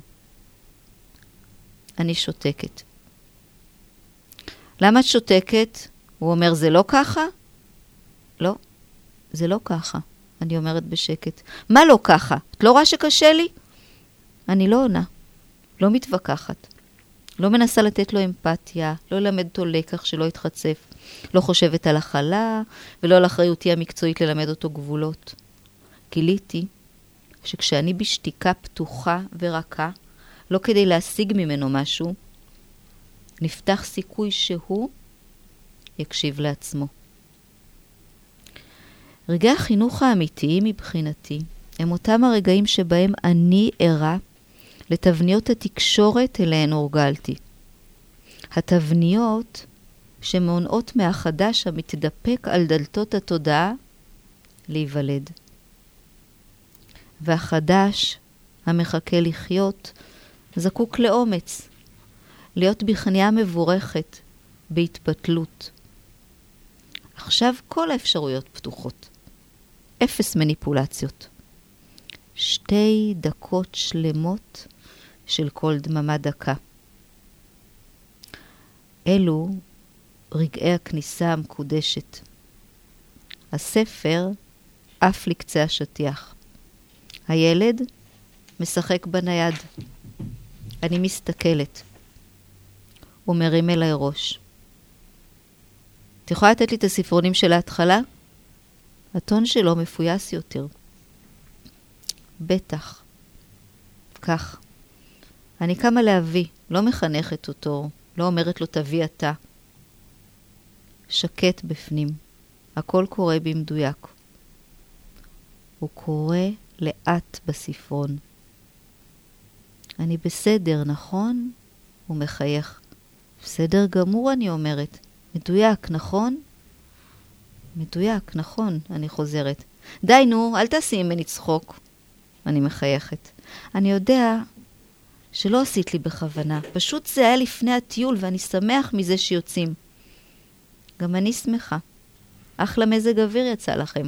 אני שותקת. למה את שותקת? הוא אומר, זה לא ככה? לא, זה לא ככה. אני אומרת בשקט. מה לא ככה? את לא רואה שקשה לי? אני לא עונה, לא מתווכחת. לא מנסה לתת לו אמפתיה, לא ללמד אותו לקח שלא יתחצף. לא חושבת על החלה, ולא על אחריותי המקצועית ללמד אותו גבולות. גיליתי שכשאני בשתיקה פתוחה ורכה, לא כדי להשיג ממנו משהו, נפתח סיכוי שהוא יקשיב לעצמו. רגעי החינוך האמיתיים מבחינתי הם אותם הרגעים שבהם אני ערה לתבניות התקשורת אליהן הורגלתי. התבניות שמונעות מהחדש המתדפק על דלתות התודעה להיוולד. והחדש המחכה לחיות זקוק לאומץ, להיות בכניעה מבורכת, בהתבטלות. עכשיו כל האפשרויות פתוחות. אפס מניפולציות. 2 דקות שלמות של כל דממה דקה. אלו רגעי הכניסה המקודשת. הספר אף לקצה השטיח. הילד משחק בנייד. אני מסתכלת. הוא מרים אליי ראש. את יכולה לתת לי את הספרונים של ההתחלה? הטון שלו מפויס יותר. בטח. כך. אני קמה להביא, לא מחנכת אותו, לא אומרת לו תביא אתה. שקט בפנים. הכל קורה במדויק. הוא קורא לאט בספרון. אני בסדר, נכון? הוא מחייך. בסדר גמור, אני אומרת. מדויק, נכון? מדויק, נכון, אני חוזרת. די נו, אל תעשי ממני צחוק. אני מחייכת. אני יודע שלא עשית לי בכוונה. פשוט זה היה לפני הטיול ואני שמח מזה שיוצאים. גם אני שמחה. אחלה מזג אוויר יצא לכם.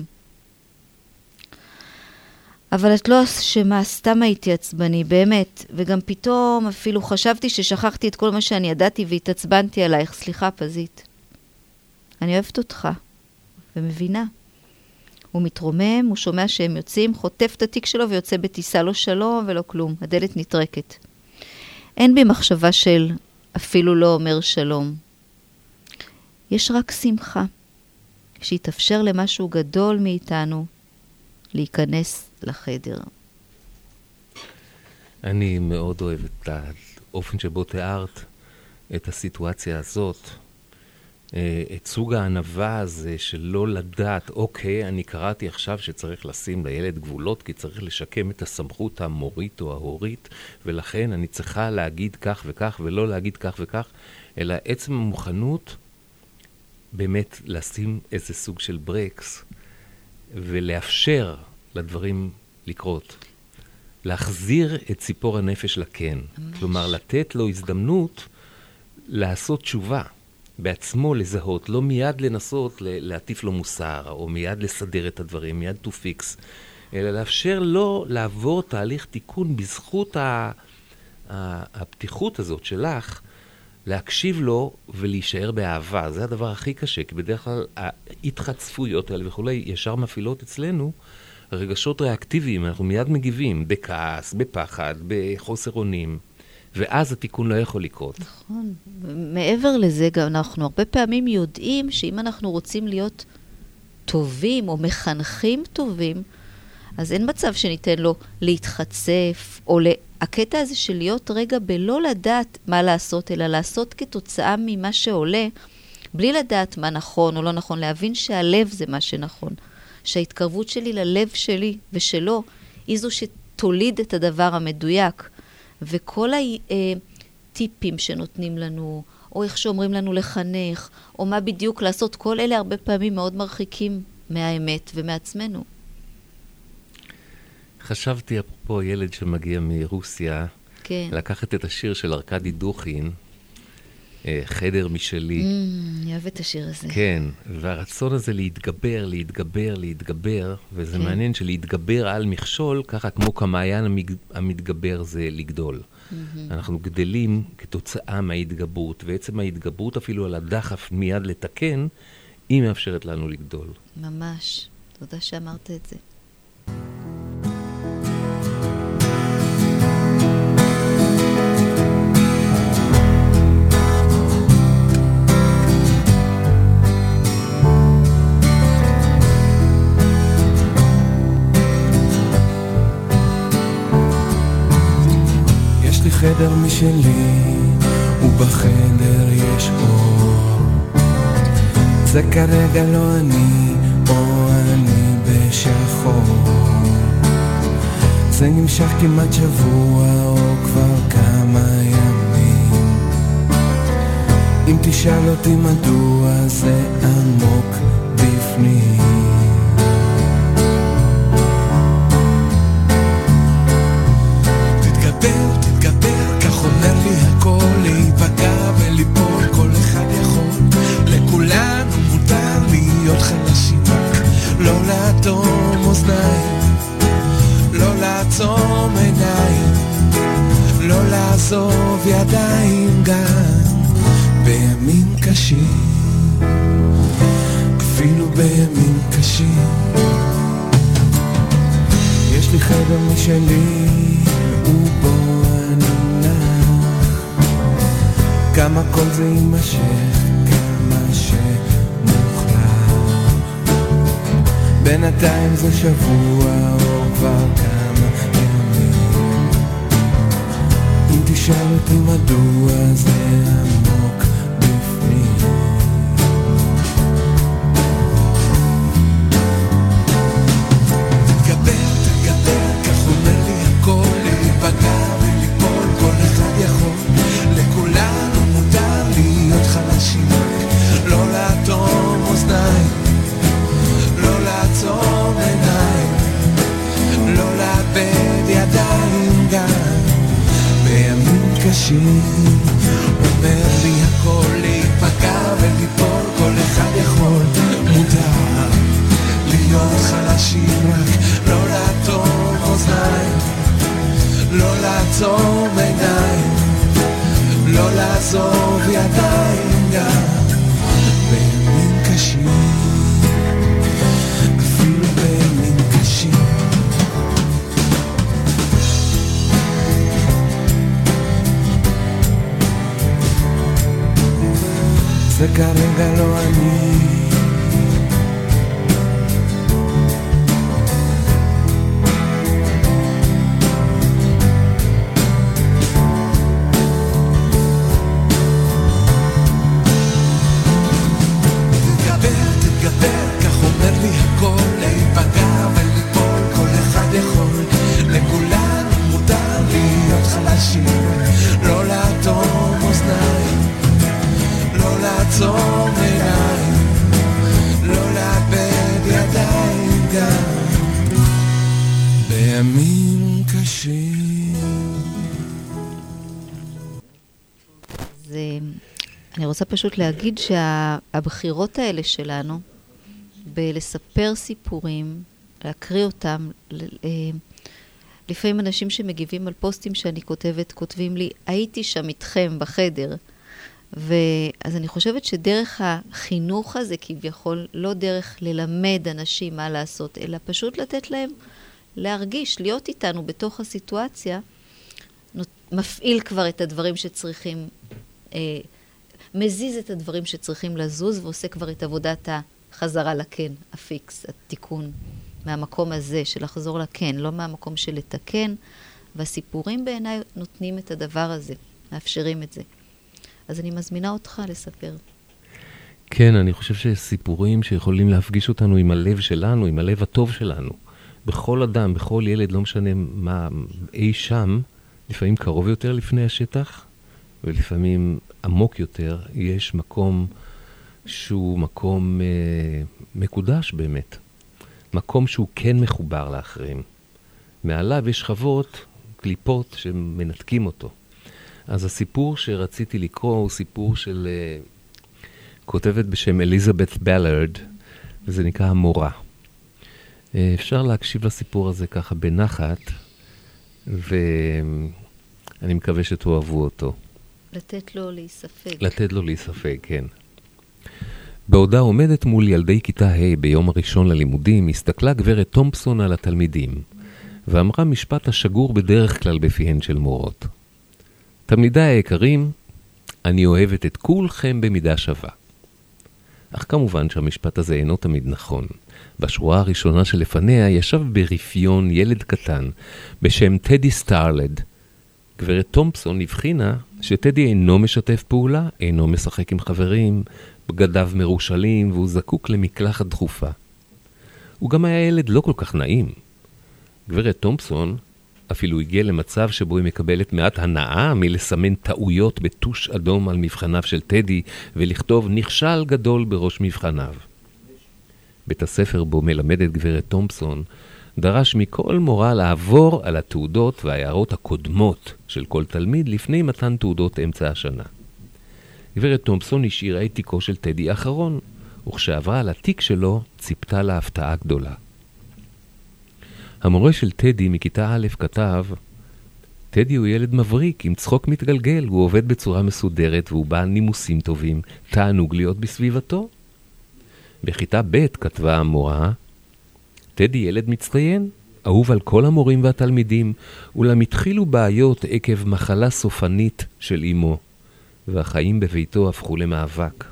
אבל את לא אשמה, סתם הייתי עצבני, באמת. וגם פתאום אפילו חשבתי ששכחתי את כל מה שאני ידעתי והתעצבנתי עלייך. סליחה, פזית. אני אוהבת אותך ומבינה. הוא מתרומם, הוא שומע שהם יוצאים, חוטף את התיק שלו ויוצא בטיסה, לא שלום ולא כלום. הדלת נטרקת. אין בי מחשבה של אפילו לא אומר שלום. יש רק שמחה שיתאפשר למשהו גדול מאיתנו להיכנס לחדר. אני מאוד אוהב את האופן שבו תיארת את הסיטואציה הזאת, את סוג הענווה הזה של לא לדעת, אוקיי, אני קראתי עכשיו שצריך לשים לילד גבולות, כי צריך לשקם את הסמכות המורית או ההורית, ולכן אני צריכה להגיד כך וכך, ולא להגיד כך וכך, אלא עצם המוכנות באמת לשים איזה סוג של ברקס, ולאפשר לדברים לקרות. להחזיר את ציפור הנפש לכן. כלומר, לתת לו הזדמנות לעשות תשובה. בעצמו לזהות, לא מיד לנסות להטיף לו מוסר, או מיד לסדר את הדברים, מיד to fix, אלא לאפשר לו לעבור תהליך תיקון בזכות הפתיחות הזאת שלך, להקשיב לו ולהישאר באהבה. זה הדבר הכי קשה, כי בדרך כלל ההתחצפויות האלה וכולי ישר מפעילות אצלנו רגשות ריאקטיביים, אנחנו מיד מגיבים בכעס, בפחד, בחוסר אונים, ואז התיקון לא יכול לקרות. נכון. מעבר לזה, גם אנחנו הרבה פעמים יודעים שאם אנחנו רוצים להיות טובים או מחנכים טובים, אז אין מצב שניתן לו להתחצף, או הקטע הזה של להיות רגע בלא לדעת מה לעשות, אלא לעשות כתוצאה ממה שעולה, בלי לדעת מה נכון או לא נכון, להבין שהלב זה מה שנכון. שההתקרבות שלי ללב שלי ושלו, היא זו שתוליד את הדבר המדויק. וכל הטיפים שנותנים לנו, או איך שאומרים לנו לחנך, או מה בדיוק לעשות, כל אלה הרבה פעמים מאוד מרחיקים מהאמת ומעצמנו. חשבתי, אפרופו ילד שמגיע מרוסיה, כן. לקחת את השיר של ארקדי דוכין, חדר משלי. אני אוהב את השיר הזה. כן, והרצון הזה להתגבר, וזה מעניין שלהתגבר על מכשול, ככה כמו כמעיין המתגבר זה לגדול. אנחנו גדלים כתוצאה מההתגברות, ועצם ההתגברות אפילו על הדחף מיד לתקן, היא מאפשרת לנו לגדול. ממש. תודה שאמרת את זה. חדר משלי, ובחדר יש אור. זה כרגע לא אני, או אני בשחור. זה נמשך כמעט שבוע, או כבר כמה ימים. אם תשאל אותי מדוע, זה עמוק בפנים. אומר לי הכל, להיפגע וליפול, כל אחד יכול. לכולנו מותר להיות חלשים, לא לאטום אוזניים, לא לעצום עיניים, לא לעזוב ידיים, גם בימים קשים, אפילו בימים קשים. יש לי חדר משלי, ובו כמה כל זה יימשך, כמה שמוחלט. בינתיים זה שבוע או כבר כמה ימים. אם תשאל אותי מדוע, זה עמוק בפנים. תתגבר, כך אומר לי הכל, להיפגע וליפול, כל אחד יכול. לכולנו מותר להיות חלשים, לא לאטום אוזניים, לא לעצום עיניים, לא לאבד ידיים, גם בימים קשים. אומר לי הכל, להיפגע וליפול, כל אחד יכול. מותר להיות חלשים, רק לא לאטום אוזניים, לא לעצום עיניים, לא לעזוב ידיים, גם בימים קשים, אפילו בימים קשים. זה כרגע לא אני, לא לאטום אוזניים, לא לעצום עיניים, לא לאבד ידיים, גם בימים קשים. אני רוצה פשוט להגיד שהבחירות האלה שלנו, בלספר סיפורים, להקריא אותם, לפעמים אנשים שמגיבים על פוסטים שאני כותבת, כותבים לי, הייתי שם איתכם בחדר. אז אני חושבת שדרך החינוך הזה כביכול, לא דרך ללמד אנשים מה לעשות, אלא פשוט לתת להם להרגיש, להיות איתנו בתוך הסיטואציה, מפעיל כבר את הדברים שצריכים, מזיז את הדברים שצריכים לזוז, ועושה כבר את עבודת החזרה לכן, הפיקס, התיקון, מהמקום הזה של לחזור לכן, לא מהמקום של לתקן, והסיפורים בעיניי נותנים את הדבר הזה, מאפשרים את זה. אז אני מזמינה אותך לספר. כן, אני חושב שיש סיפורים שיכולים להפגיש אותנו עם הלב שלנו, עם הלב הטוב שלנו. בכל אדם, בכל ילד, לא משנה מה, אי שם, לפעמים קרוב יותר לפני השטח, ולפעמים עמוק יותר, יש מקום שהוא מקום מקודש באמת. מקום שהוא כן מחובר לאחרים. מעליו יש שכבות, קליפות שמנתקים אותו. אז הסיפור שרציתי לקרוא הוא סיפור של כותבת בשם אליזבת בלארד, וזה נקרא המורה. אפשר להקשיב לסיפור הזה ככה בנחת, ואני מקווה שתאהבו אותו. לתת לו להיספג. לתת לו להיספג, כן. בעודה עומדת מול ילדי כיתה ה' ביום הראשון ללימודים, הסתכלה גברת תומפסון על התלמידים, ואמרה משפט השגור בדרך כלל בפיהן של מורות. תלמידיי היקרים, אני אוהבת את כולכם במידה שווה. אך כמובן שהמשפט הזה אינו תמיד נכון. בשורה הראשונה שלפניה ישב ברפיון ילד קטן בשם טדי סטארלד. גברת תומפסון הבחינה שטדי אינו משתף פעולה, אינו משחק עם חברים, בגדיו מרושלים והוא זקוק למקלחת דחופה. הוא גם היה ילד לא כל כך נעים. גברת תומפסון אפילו הגיע למצב שבו היא מקבלת מעט הנאה מלסמן טעויות בטוש אדום על מבחניו של טדי ולכתוב נכשל גדול בראש מבחניו. בית הספר בו מלמדת גברת תומפסון דרש מכל מורה לעבור על התעודות וההערות הקודמות של כל תלמיד לפני מתן תעודות אמצע השנה. גברת תומפסון השאירה את תיקו של טדי האחרון, וכשעברה על התיק שלו ציפתה להפתעה גדולה. המורה של טדי מכיתה א' כתב, טדי הוא ילד מבריק עם צחוק מתגלגל, הוא עובד בצורה מסודרת והוא בעל נימוסים טובים, תענוג להיות בסביבתו. בכיתה ב' כתבה המורה, טדי ילד מצטיין, אהוב על כל המורים והתלמידים, אולם התחילו בעיות עקב מחלה סופנית של אמו, והחיים בביתו הפכו למאבק.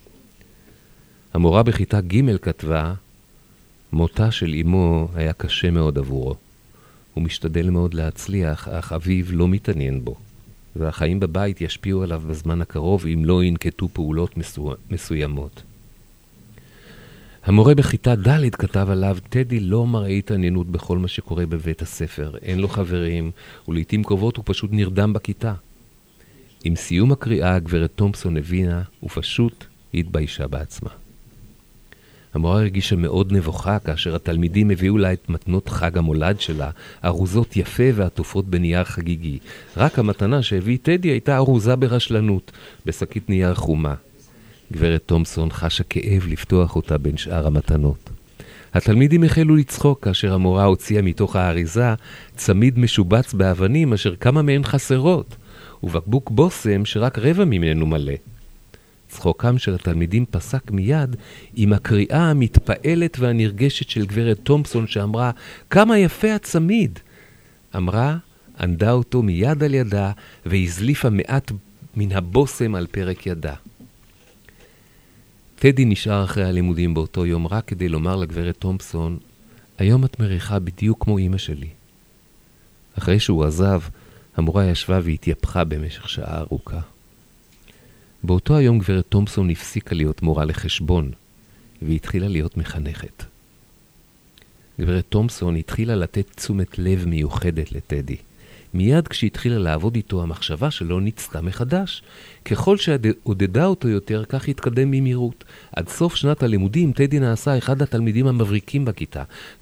המורה בכיתה ג' כתבה, מותה של אמו היה קשה מאוד עבורו. הוא משתדל מאוד להצליח, אך אביו לא מתעניין בו, והחיים בבית ישפיעו עליו בזמן הקרוב אם לא ינקטו פעולות מסוימות. המורה בכיתה ד' כתב עליו, טדי לא מראה התעניינות בכל מה שקורה בבית הספר, אין לו חברים, ולעיתים קרובות הוא פשוט נרדם בכיתה. עם סיום הקריאה, גברת תומפסון הבינה, ופשוט התביישה בעצמה. המורה הרגישה מאוד נבוכה כאשר התלמידים הביאו לה את מתנות חג המולד שלה, ארוזות יפה ועטופות בנייר חגיגי. רק המתנה שהביא טדי הייתה ארוזה ברשלנות, בשקית נייר חומה. גברת תומפסון חשה כאב לפתוח אותה בין שאר המתנות. התלמידים החלו לצחוק כאשר המורה הוציאה מתוך האריזה צמיד משובץ באבנים אשר כמה מהן חסרות, ובקבוק בוסם שרק רבע ממנו מלא. צחוקם של התלמידים פסק מיד עם הקריאה המתפעלת והנרגשת של גברת תומפסון שאמרה, כמה יפה הצמיד! אמרה, ענדה אותו מיד על ידה והזליפה מעט מן הבוסם על פרק ידה. טדי נשאר אחרי הלימודים באותו יום רק כדי לומר לגברת תומפסון, היום את מריחה בדיוק כמו אמא שלי. אחרי שהוא עזב, המורה ישבה והתייפחה במשך שעה ארוכה. באותו היום גברת תומפסון הפסיקה להיות מורה לחשבון, והתחילה להיות מחנכת. גברת תומפסון התחילה לתת תשומת לב מיוחדת לטדי. מיד כשהתחילה לעבוד איתו, המחשבה שלו ניצתה מחדש. ככל שעודדה אותו יותר, כך התקדם במהירות. עד סוף שנת הלימודים, טדי נעשה אחד התלמידים המבריקים בכיתה.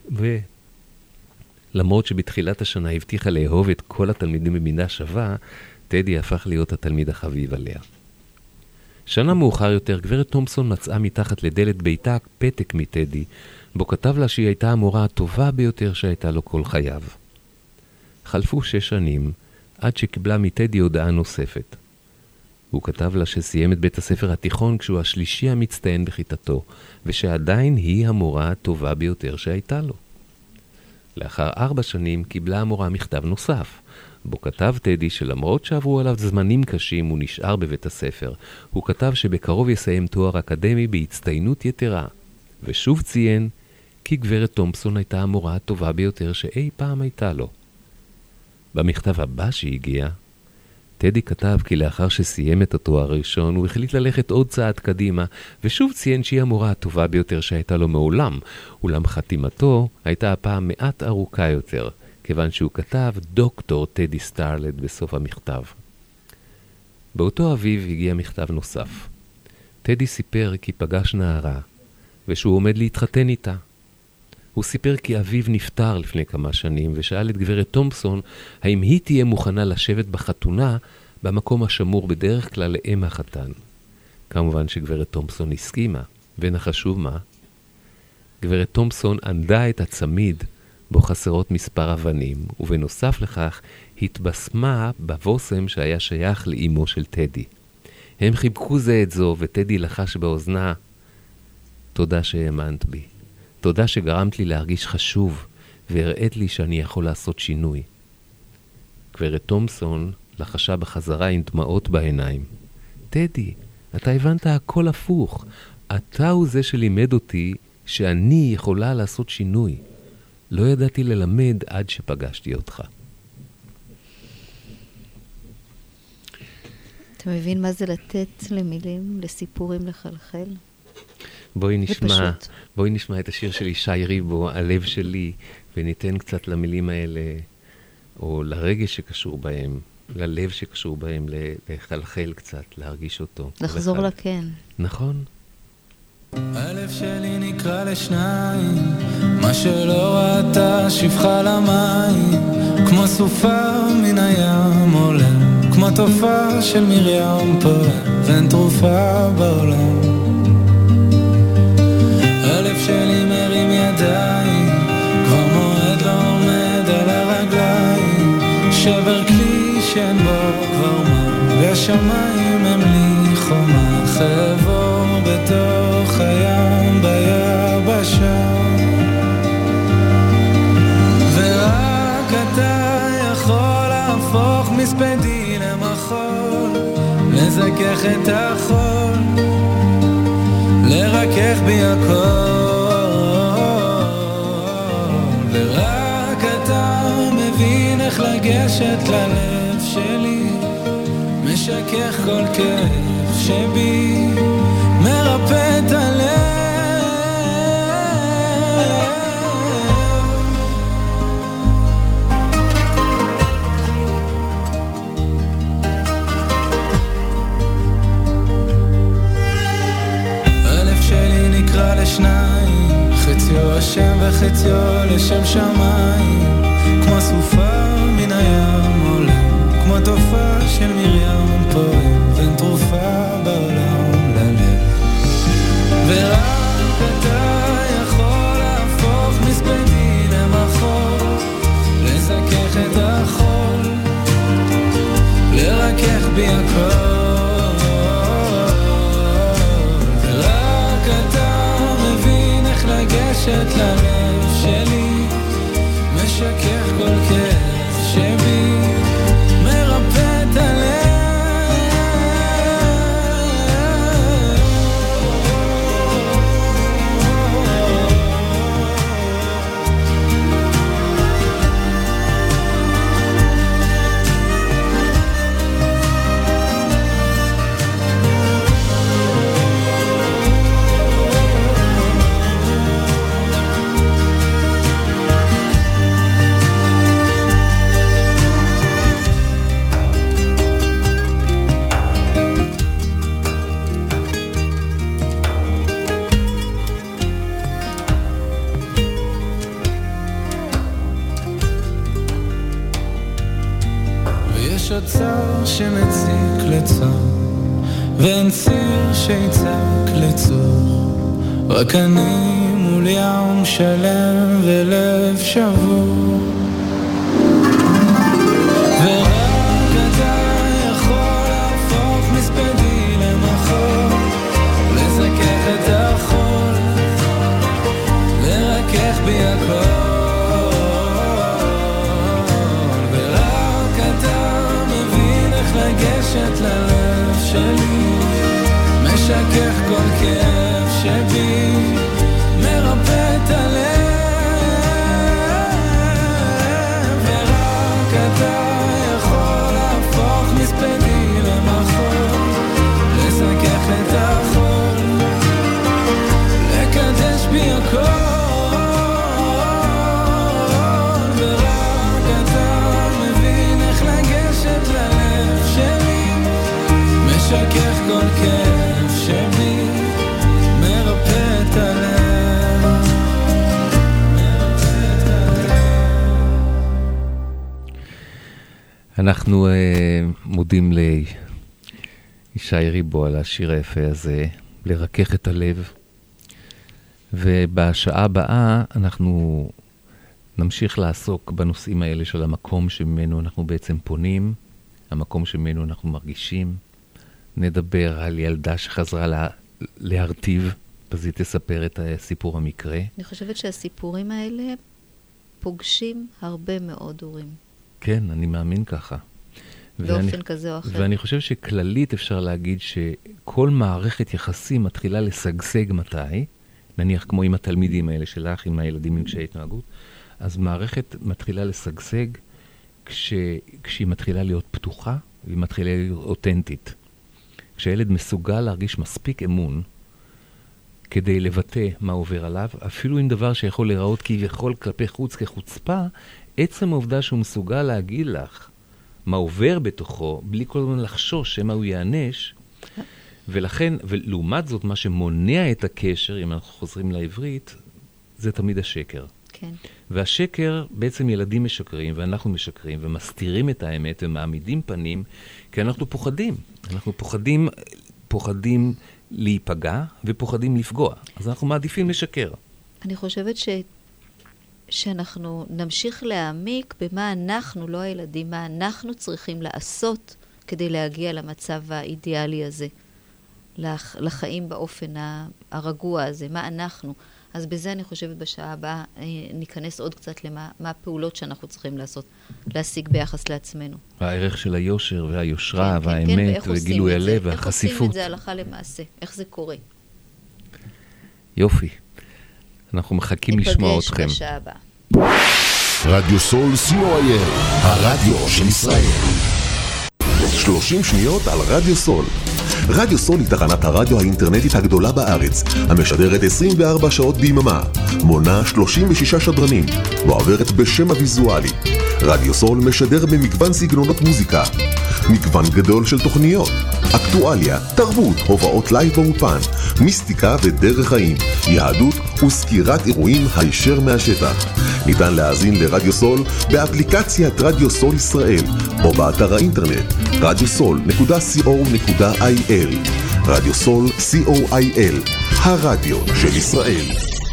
ולמרות שבתחילת השנה הבטיחה לאהוב את כל התלמידים במידה שווה, טדי הפך להיות התלמיד החביב עליה. שנה מאוחר יותר, גברת תומפסון מצאה מתחת לדלת ביתה פתק מטדי, בו כתב לה שהיא הייתה המורה הטובה ביותר שהייתה לו כל חייו. חלפו 6 שנים, עד שקיבלה מטדי הודעה נוספת. הוא כתב לה שסיים את בית הספר התיכון כשהוא השלישי המצטיין בכיתתו, ושעדיין היא המורה הטובה ביותר שהייתה לו. לאחר 4 שנים קיבלה המורה מכתב נוסף, בו כתב טדי שלמרות שעברו עליו זמנים קשים הוא נשאר בבית הספר. הוא כתב שבקרוב יסיים תואר אקדמי בהצטיינות יתרה, ושוב ציין כי גברת תומפסון הייתה המורה הטובה ביותר שאי פעם הייתה לו. במכתב הבא שהגיע, טדי כתב כי לאחר שסיים את התואר הראשון הוא החליט ללכת עוד צעד קדימה, ושוב ציין שהיא המורה הטובה ביותר שהייתה לו מעולם, אולם חתימתו הייתה הפעם מעט ארוכה יותר, כיוון שהוא כתב דוקטור טדי סטארלט בסוף המכתב. באותו אביב הגיע מכתב נוסף. טדי סיפר כי פגש נערה, ושהוא עומד להתחתן איתה. הוא סיפר כי אביו נפטר לפני כמה שנים, ושאל את גברת תומפסון האם היא תהיה מוכנה לשבת בחתונה במקום השמור בדרך כלל לאם החתן. כמובן שגברת תומפסון הסכימה, ונחשוב מה? גברת תומפסון ענדה את הצמיד בו חסרות מספר אבנים, ובנוסף לכך התבשמה בבוסם שהיה שייך לאמו של טדי. הם חיבקו זה את זו, וטדי לחש באוזנה, תודה שהאמנת בי. תודה שגרמת לי להרגיש חשוב, והראית לי שאני יכול לעשות שינוי. גברת תומפסון לחשה בחזרה עם דמעות בעיניים. טדי, אתה הבנת הכל הפוך. אתה הוא זה שלימד אותי שאני יכולה לעשות שינוי. לא ידעתי ללמד עד שפגשתי אותך. אתה מבין מה זה לתת למילים, לסיפורים לחלחל? בואי נשמע את השיר של ישי ריבו, הלב שלי, וניתן קצת למילים האלה, או לרגש שקשור בהם, ללב שקשור בהם, לחלחל קצת, להרגיש אותו. לחזור לכן. נכון. הלב שלי נקרא לשניים, מה שלא ראתה שפחה למים, כמו סופה מן הים עולה, כמו תופעה של מרים פועם, ואין תרופה בעולם. הלב שלי מרים ידיים, כבר מועד לא עומד על הרגליים, שבר כלי שאין בו כבר מה, והשמיים הם לי חומה, חבור בתוך הים ביבשה, ורק אתה יכול להפוך מספדי למחול, לזכך את החול, לרכך בי הכל, ורק אתה מבין איך לגשת ללב שלי, משכך כל כאב שבי, מרפא את הלב. הלב שלי נקרא לשניים, חציו השם וחציו לשם שמיים, כמו סופה מן הים עולה, כמו תופעה של מרים פועם, ואין תרופה בעולם ללב, ורק אתה יכול להפוך מספדי למחול, לזכך את החול, לרכך בי הכל, ורק אתה מבין איך לגשת ללב שלי, משכך כל כאב שבי, מרפא את הלב. צר שמציק לצר, ואין ציר שיצק לצור, רק אני מול ים שלם ולב שבור, ורק אתה יכול להפוך מספדי למחול, לזכך את החול, לרכך בי הכל, אנחנו מודים לישי ריבו על השיר היפה הזה, לרכך את הלב. ובשעה הבאה אנחנו נמשיך לעסוק בנושאים האלה של המקום שממנו אנחנו בעצם פונים, המקום שממנו אנחנו מרגישים. נדבר על ילדה שחזרה להרטיב, אז היא תספר את סיפור המקרה. אני חושבת שהסיפורים האלה פוגשים הרבה מאוד הורים. כן, אני מאמין ככה. באופן כזה או אחר. ואני חושב שכללית אפשר להגיד שכל מערכת יחסים מתחילה לשגשג מתי, נניח כמו עם התלמידים האלה שלך, עם הילדים עם קשיי התנהגות, אז מערכת מתחילה לשגשג כשהיא מתחילה להיות פתוחה, והיא מתחילה להיות אותנטית. כשהילד מסוגל להרגיש מספיק אמון, כדי לבטא מה עובר עליו, אפילו עם דבר שיכול להיראות כביכול כלפי חוץ כחוצפה, עצם העובדה שהוא מסוגל להגיד לך מה עובר בתוכו, בלי כל הזמן לחשוש שמה הוא יענש, ולכן, ולעומת זאת, מה שמונע את הקשר, אם אנחנו חוזרים לעברית, זה תמיד השקר. כן. והשקר, בעצם ילדים משקרים, ואנחנו משקרים, ומסתירים את האמת, ומעמידים פנים, כי אנחנו פוחדים. אנחנו פוחדים להיפגע, ופוחדים לפגוע. אז אנחנו מעדיפים לשקר. אני חושבת שאנחנו נמשיך להעמיק במה אנחנו, לא הילדים, מה אנחנו צריכים לעשות כדי להגיע למצב האידיאלי הזה, לחיים באופן הרגוע הזה, מה אנחנו. אז בזה אני חושבת בשעה הבאה ניכנס עוד קצת למה הפעולות שאנחנו צריכים לעשות, להשיג ביחס לעצמנו. הערך של היושר והיושרה והאמת וגילוי הלב והחשיפות. איך עושים את זה הלכה למעשה, איך זה קורה. יופי. אנחנו מחכים לשמוע אתכם. ניפגש בשעה הבאה. רדיו סול co.il, הרדיו של ישראל. 30 שניות על רדיו סול. רדיו סול היא תחנת הרדיו האינטרנטית הגדולה בארץ, המשדרת 24 שעות ביממה, מונה 36 שדרנים, ועוברת בשם הוויזואלי. רדיו סול משדר במגוון סגנונות מוזיקה, מגוון גדול של תוכניות, אקטואליה, תרבות, הובאות לייב באופן, מיסטיקה ודרך חיים, יהדות וסקירת אירועים הישר מהשטח. ניתן להאזין לרדיו סול באפליקציית רדיו סול ישראל, או באתר האינטרנט radiosol.co.il. רדיו סול co.il, הרדיו של ישראל.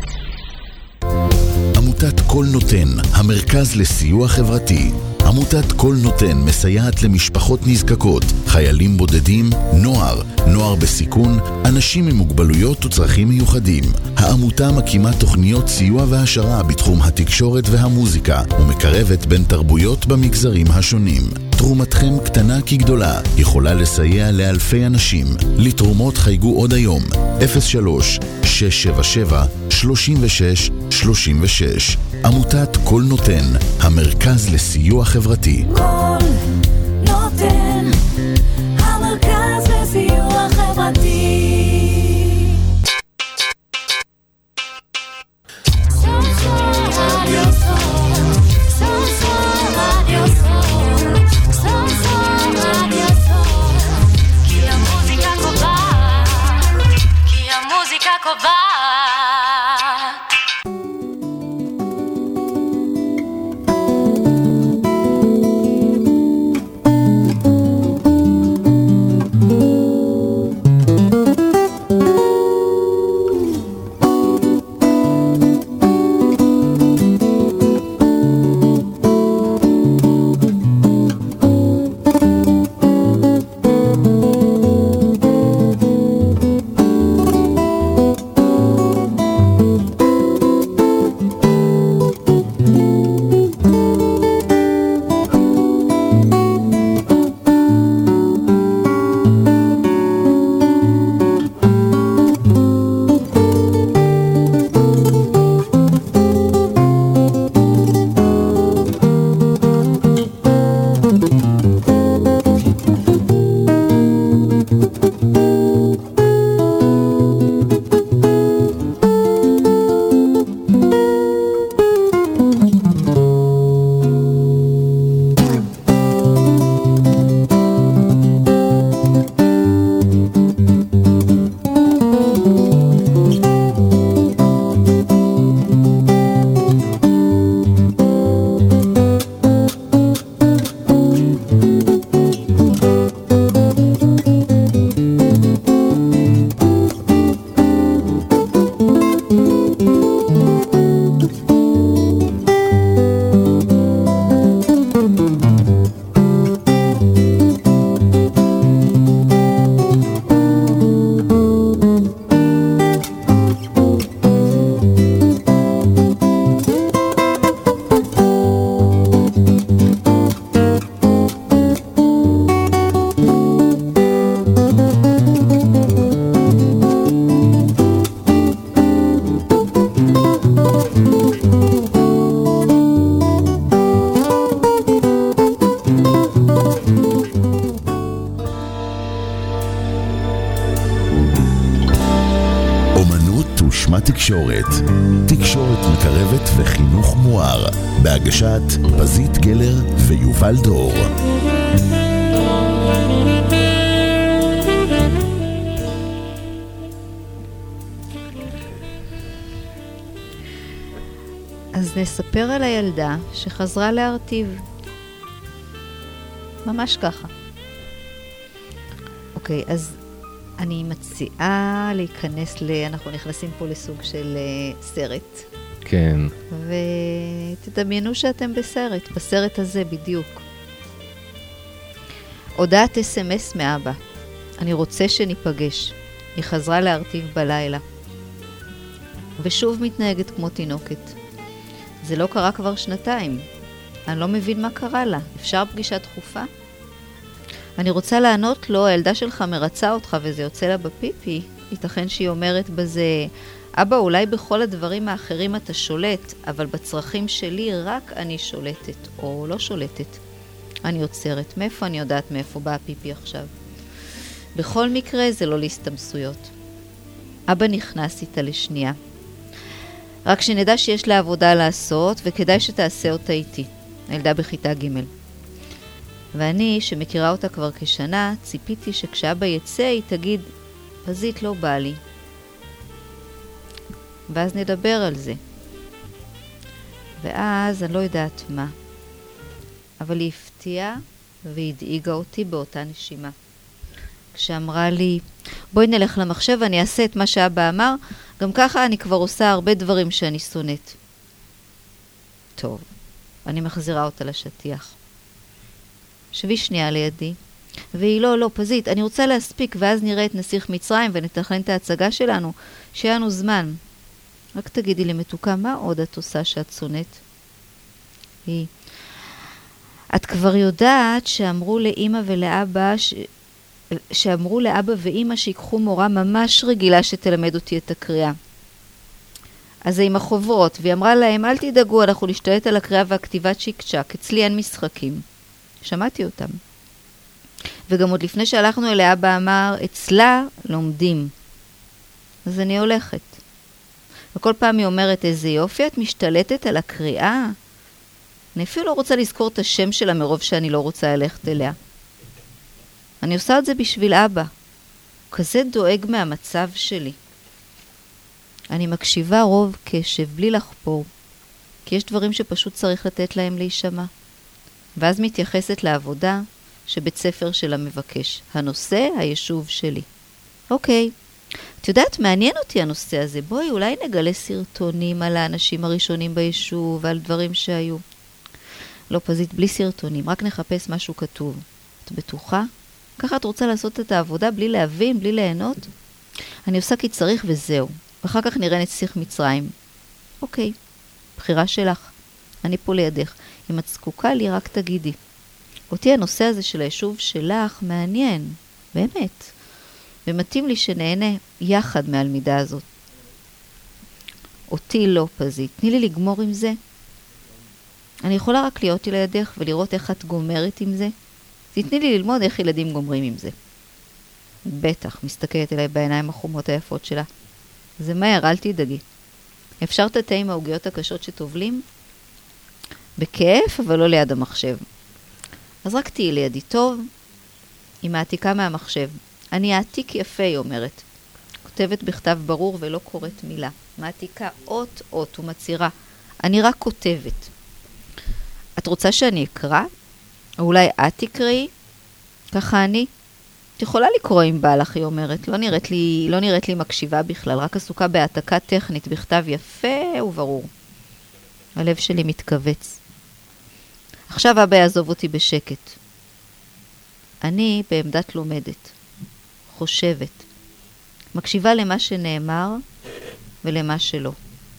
עמותת כל נותן, המרכז לסיוע חברתי. עמותת כל נותן מסייעת למשפחות נזקקות, חיילים בודדים, נוער בסיכון, אנשים עם מוגבלויות וצרכים מיוחדים. העמותה מקימה תוכניות סיוע והשרה בתחום התקשורת והמוזיקה, ומקרבת בין תרבויות במגזרים השונים. תרומתכם קטנה כגדולה, יכולה לסייע לאלפי אנשים. לתרומות חייגו עוד היום, 03-677-3636. עמותת כל נותן, המרכז לסיוע חברתי. כל נותן, המרכז לסיוע חברתי. נשמע תקשורת. תקשורת מקרבת וחינוך מואר. בהגשת פזית גלר ויובל דור. אז נספר על הילדה שחזרה להרטיב. ממש ככה. אוקיי, אז אני מציעה להיכנס אנחנו נכנסים פה לסוג של סרט. כן. ותדמיינו שאתם בסרט הזה בדיוק. הודעת SMS מאבא. אני רוצה שניפגש. היא חזרה להרטיב בלילה. ושוב מתנהגת כמו תינוקת. זה לא קרה כבר 2 אני לא מבין מה קרה לה. אפשר פגישה דחופה? אני רוצה לענות לו, הילדה שלך מרצה אותך וזה יוצא לה בפיפי. ייתכן שהיא אומרת בזה, אבא, אולי בכל הדברים האחרים אתה שולט, אבל בצרכים שלי רק אני שולטת, או לא שולטת. אני עוצרת. מאיפה אני יודעת מאיפה בא הפיפי עכשיו? בכל מקרה זה לא להסתמסויות. אבא נכנס איתה לשנייה. רק שנדע שיש לה עבודה לעשות, וכדאי שתעשה אותה איתי. הילדה בכיתה ג'. ואני, שמכירה אותה כבר כשנה, ציפיתי שכשאבא יצא היא תגיד, פזית לא בא לי. ואז נדבר על זה. ואז אני לא יודעת מה. אבל היא הפתיעה והדאיגה אותי באותה נשימה. כשאמרה לי, בואי נלך למחשב ואני אעשה את מה שאבא אמר, גם ככה אני כבר עושה הרבה דברים שאני שונאת. טוב, אני מחזירה אותה לשטיח. שבי שנייה לידי, והיא לא, פזית, אני רוצה להספיק, ואז נראה את נסיך מצרים ונתכנן את ההצגה שלנו, שיהיה לנו זמן. רק תגידי לי מתוקה, מה עוד את עושה שאת שונאת? היא, את כבר יודעת שאמרו לאמא ולאבא, שאמרו לאבא ואמא שיקחו מורה ממש רגילה שתלמד אותי את הקריאה. אז זה עם החוברות, והיא אמרה להם, אל תדאגו, אנחנו נשתלט על הקריאה והכתיבת צ'יק צ'ק, אצלי אין משחקים. שמעתי אותם. וגם עוד לפני שהלכנו אליה, אבא אמר, אצלה לומדים. אז אני הולכת. וכל פעם היא אומרת, איזה יופי, את משתלטת על הקריאה? אני אפילו לא רוצה לזכור את השם שלה מרוב שאני לא רוצה ללכת אליה. אני עושה את זה בשביל אבא. הוא כזה דואג מהמצב שלי. אני מקשיבה רוב קשב, בלי לחפור. כי יש דברים שפשוט צריך לתת להם להישמע. ואז מתייחסת לעבודה שבית ספר שלה מבקש. הנושא, היישוב שלי. אוקיי. את יודעת, מעניין אותי הנושא הזה. בואי, אולי נגלה סרטונים על האנשים הראשונים ביישוב ועל דברים שהיו. לא פזית, בלי סרטונים. רק נחפש משהו כתוב. את בטוחה? ככה את רוצה לעשות את העבודה בלי להבין, בלי ליהנות? אני עושה כי צריך וזהו. ואחר כך נראה נסיך מצרים. אוקיי. בחירה שלך. אני פה לידך. אם את זקוקה לי, רק תגידי. אותי הנושא הזה של היישוב שלך מעניין. באמת. ומתאים לי שנהנה יחד מהלמידה הזאת. אותי לא פזית. תני לי לגמור עם זה. אני יכולה רק להיות לידך ולראות איך את גומרת עם זה. תתני לי ללמוד איך ילדים גומרים עם זה. בטח, מסתכלת אליי בעיניים החומות היפות שלה. זה מהר, אל תדאגי. אפשר תתה עם העוגיות הקשות שטובלים? בכיף, אבל לא ליד המחשב. אז רק תהי לידי טוב. היא מעתיקה מהמחשב. אני העתיק יפה, היא אומרת. כותבת בכתב ברור ולא קוראת מילה. מעתיקה אות ומצהירה. אני רק כותבת. את רוצה שאני אקרא? או אולי את תקראי? ככה אני. את יכולה לקרוא אם בא לך, היא אומרת. לא נראית לי מקשיבה בכלל, רק עסוקה בהעתקה טכנית בכתב יפה וברור. הלב שלי מתכווץ. עכשיו אבא יעזוב אותי בשקט. אני בעמדת לומדת. חושבת. מקשיבה למה שנאמר ולמה שלא.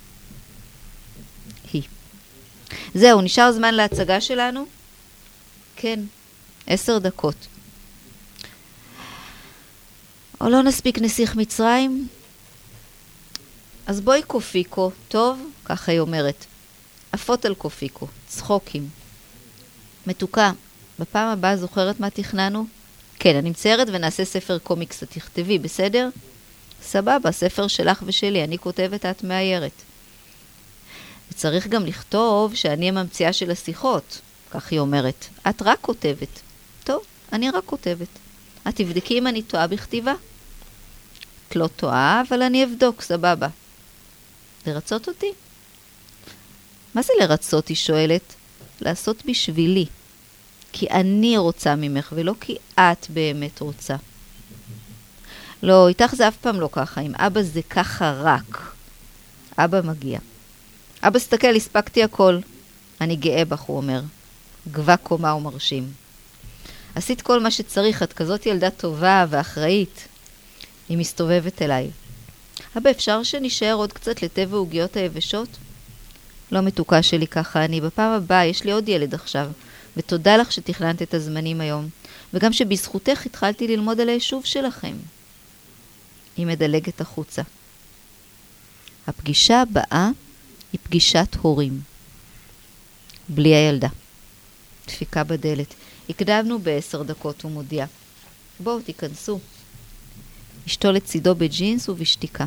היא. זהו, נשאר זמן להצגה שלנו? כן, 10 דקות. או לא נספיק נסיך מצרים? אז בואי קופיקו, טוב? ככה היא אומרת. עפות על קופיקו, צחוקים. מתוקה, בפעם הבאה זוכרת מה תכננו? כן, אני מציירת ונעשה ספר קומיקס, תכתבי, בסדר? סבבה, ספר שלך ושלי, אני כותבת, את מאיירת. וצריך גם לכתוב שאני הממציאה של השיחות, כך היא אומרת. את רק כותבת. טוב, אני רק כותבת. את תבדקי אם אני טועה בכתיבה. את לא טועה, אבל אני אבדוק, סבבה. לרצות אותי? מה זה לרצות, היא שואלת? לעשות בשבילי. כי אני רוצה ממך, ולא כי את באמת רוצה. לא, איתך זה אף פעם לא ככה. עם אבא זה ככה רק. אבא מגיע. אבא, סתכל, הספקתי הכל. אני גאה בך, הוא אומר. גבה קומה ומרשים. עשית כל מה שצריך, את כזאת ילדה טובה ואחראית. היא מסתובבת אליי. אבא, אפשר שנשאר עוד קצת לתה ועוגיות היבשות? לא מתוקה שלי ככה, אני בפעם הבאה, יש לי עוד ילד עכשיו. ותודה לך שתכננת את הזמנים היום. וגם שבזכותך התחלתי ללמוד על היישוב שלכם. היא מדלגת החוצה. הפגישה הבאה היא פגישת הורים. בלי הילדה. דפיקה בדלת. הקדמנו ב10 דקות, הוא מודיע. בואו, תיכנסו. אשתו לצידו בג'ינס ובשתיקה.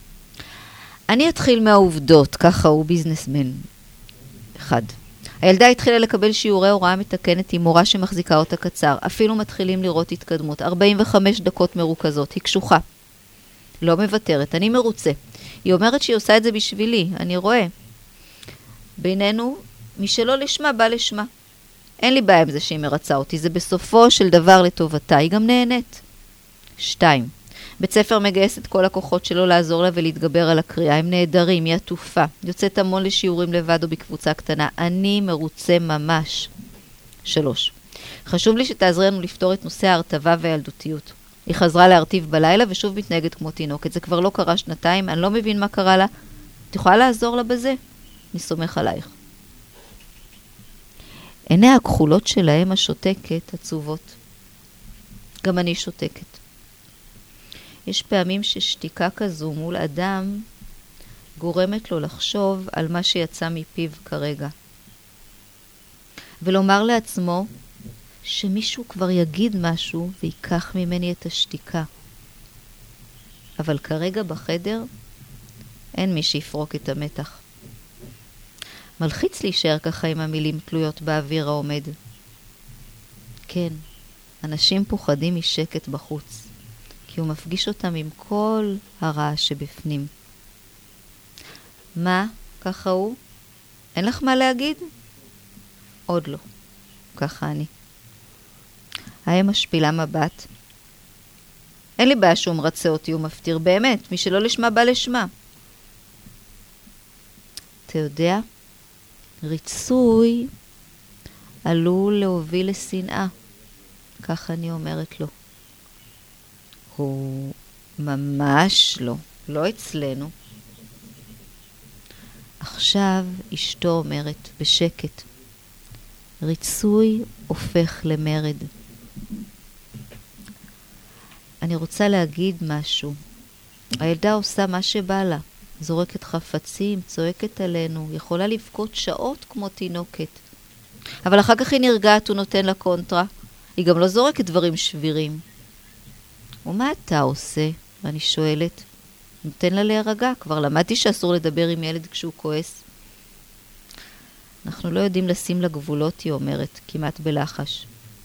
אני אתחיל מהעובדות, ככה הוא ביזנסמן. 1. הילדה התחילה לקבל שיעורי הוראה מתקנת עם מורה שמחזיקה אותה קצר. אפילו מתחילים לראות התקדמות. 45 דקות מרוכזות. היא קשוחה. לא מוותרת. אני מרוצה. היא אומרת שהיא עושה את זה בשבילי. אני רואה. בינינו, מי שלא לשמה בא לשמה. אין לי בעיה עם זה שהיא מרצה אותי. זה בסופו של דבר לטובתה. היא גם נהנית. 2. בית ספר מגייס את כל הכוחות שלו לעזור לה ולהתגבר על הקריאה. הם נהדרים, היא עטופה. יוצאת המון לשיעורים לבד או בקבוצה קטנה. אני מרוצה ממש. 3. חשוב לי שתעזרי לנו לפתור את נושא ההרטבה והילדותיות. היא חזרה להרטיב בלילה ושוב מתנהגת כמו תינוקת. זה כבר לא קרה 2 אני לא מבין מה קרה לה. את יכולה לעזור לה בזה? אני סומך עלייך. עיני הכחולות שלהם השותקת עצובות. גם אני שותקת. יש פעמים ששתיקה כזו מול אדם גורמת לו לחשוב על מה שיצא מפיו כרגע. ולומר לעצמו שמישהו כבר יגיד משהו ויקח ממני את השתיקה. אבל כרגע בחדר אין מי שיפרוק את המתח. מלחיץ להישאר ככה עם המילים תלויות באוויר העומד. כן, אנשים פוחדים משקט בחוץ. כי הוא מפגיש אותם עם כל הרעש שבפנים. מה? ככה הוא? אין לך מה להגיד? עוד לא. ככה אני. האם משפילה מבט? אין לי בעיה שהוא מרצה אותי, הוא מפתיר באמת. מי שלא לשמה בא לשמה. אתה יודע? ריצוי עלול להוביל לשנאה. ככה אני אומרת לו. הוא ממש לא, לא אצלנו. עכשיו אשתו אומרת בשקט, ריצוי הופך למרד. אני רוצה להגיד משהו. הילדה עושה מה שבא לה, זורקת חפצים, צועקת עלינו, יכולה לבכות שעות כמו תינוקת. אבל אחר כך היא נרגעת, הוא נותן לה קונטרה. היא גם לא זורקת דברים שבירים. ומה אתה עושה? אני שואלת. נותן לה להירגע, כבר למדתי שאסור לדבר עם ילד כשהוא כועס. אנחנו לא יודעים לשים לה גבולות, היא אומרת, כמעט בלחש.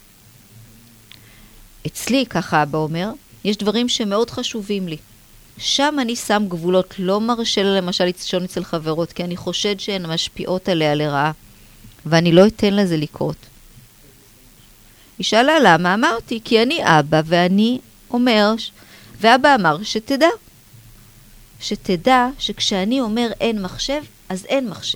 אצלי, ככה אבא אומר, יש דברים שמאוד חשובים לי. שם אני שם גבולות, לא מרשה לה למשל לצשון אצל חברות, כי אני חושד שהן משפיעות עליה לרעה, ואני לא אתן לזה לקרות. היא שאלה למה, אמרתי, כי אני אבא ואני אומר, ואבא אמר שתדע. שתדע שכשאני אומר אין מחשב, אז אין מחשב.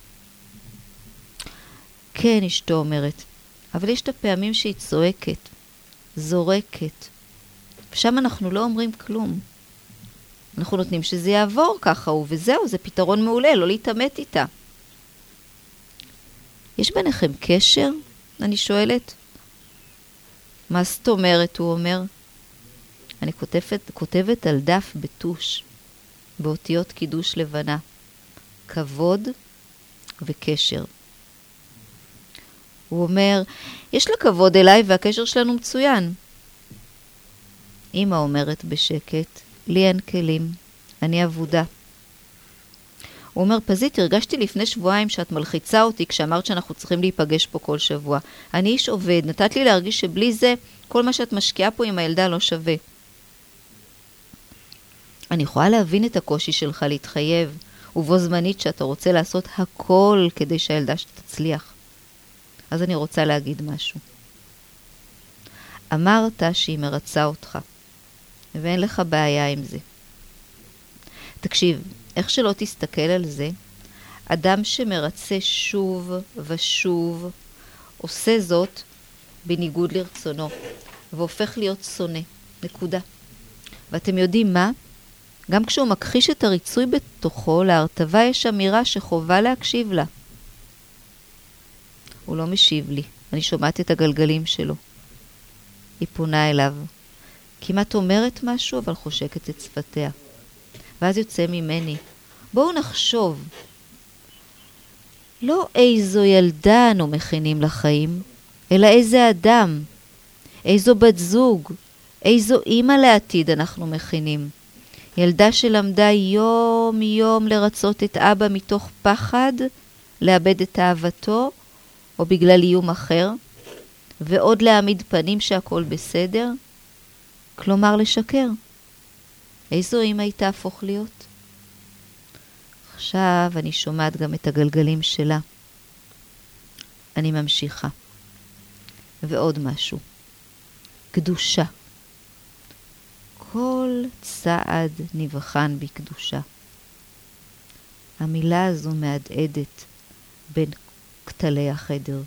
כן, אשתו אומרת, אבל יש את הפעמים שהיא צועקת, זורקת. ושם אנחנו לא אומרים כלום. אנחנו נותנים שזה יעבור ככה, וזהו, זה פתרון מעולה, לא להתאמת איתה. יש ביניכם קשר? אני שואלת. מה זאת אומרת, הוא אומר? אני כותבת על דף בטוש, באותיות קידוש לבנה. כבוד וקשר. הוא אומר, יש לה כבוד אליי והקשר שלנו מצוין. אמא אומרת בשקט, לי אין כלים. אני עבודה. הוא אומר, פזית, הרגשתי לפני שבועיים שאת מלחיצה אותי כשאמרת שאנחנו צריכים להיפגש פה כל שבוע. אני איש עובד, נתת לי להרגיש שבלי זה, כל מה שאת משקיעה פה עם הילדה לא שווה. אני יכולה להבין את הקושי שלך להתחייב, ובו זמנית שאתה רוצה לעשות הכל כדי שהילדה שתצליח. אז אני רוצה להגיד משהו. אמרת שהיא מרצה אותך, ואין לך בעיה עם זה. תקשיב, איך שלא תסתכל על זה, אדם שמרצה שוב ושוב, עושה זאת בניגוד לרצונו, והופך להיות שונא. נקודה. ואתם יודעים מה? גם כשהוא מכחיש את הריצוי בתוכו, להרטבה יש אמירה שחובה להקשיב לה. הוא לא משיב לי. אני שומעת את הגלגלים שלו. היא פונה אליו. כמעט אומרת משהו, אבל חושקת את שפתיה. ואז יוצא ממני. בואו נחשוב. לא איזו ילדה אנו מכינים לחיים, אלא איזה אדם, איזו בת זוג, איזו אמא לעתיד אנחנו מכינים. ילדה שלמדה יום יום לרצות את אבא מתוך פחד, לאבד את אהבתו, או בגלל איום אחר, ועוד להעמיד פנים שהכל בסדר, כלומר לשקר. איזו אמא היא תהפוך להיות? עכשיו אני שומעת גם את הגלגלים שלה. אני ממשיכה. ועוד משהו. קדושה. כל צעד נבחן בקדושה. המילה הזו מהדהדת בין כתלי החדר.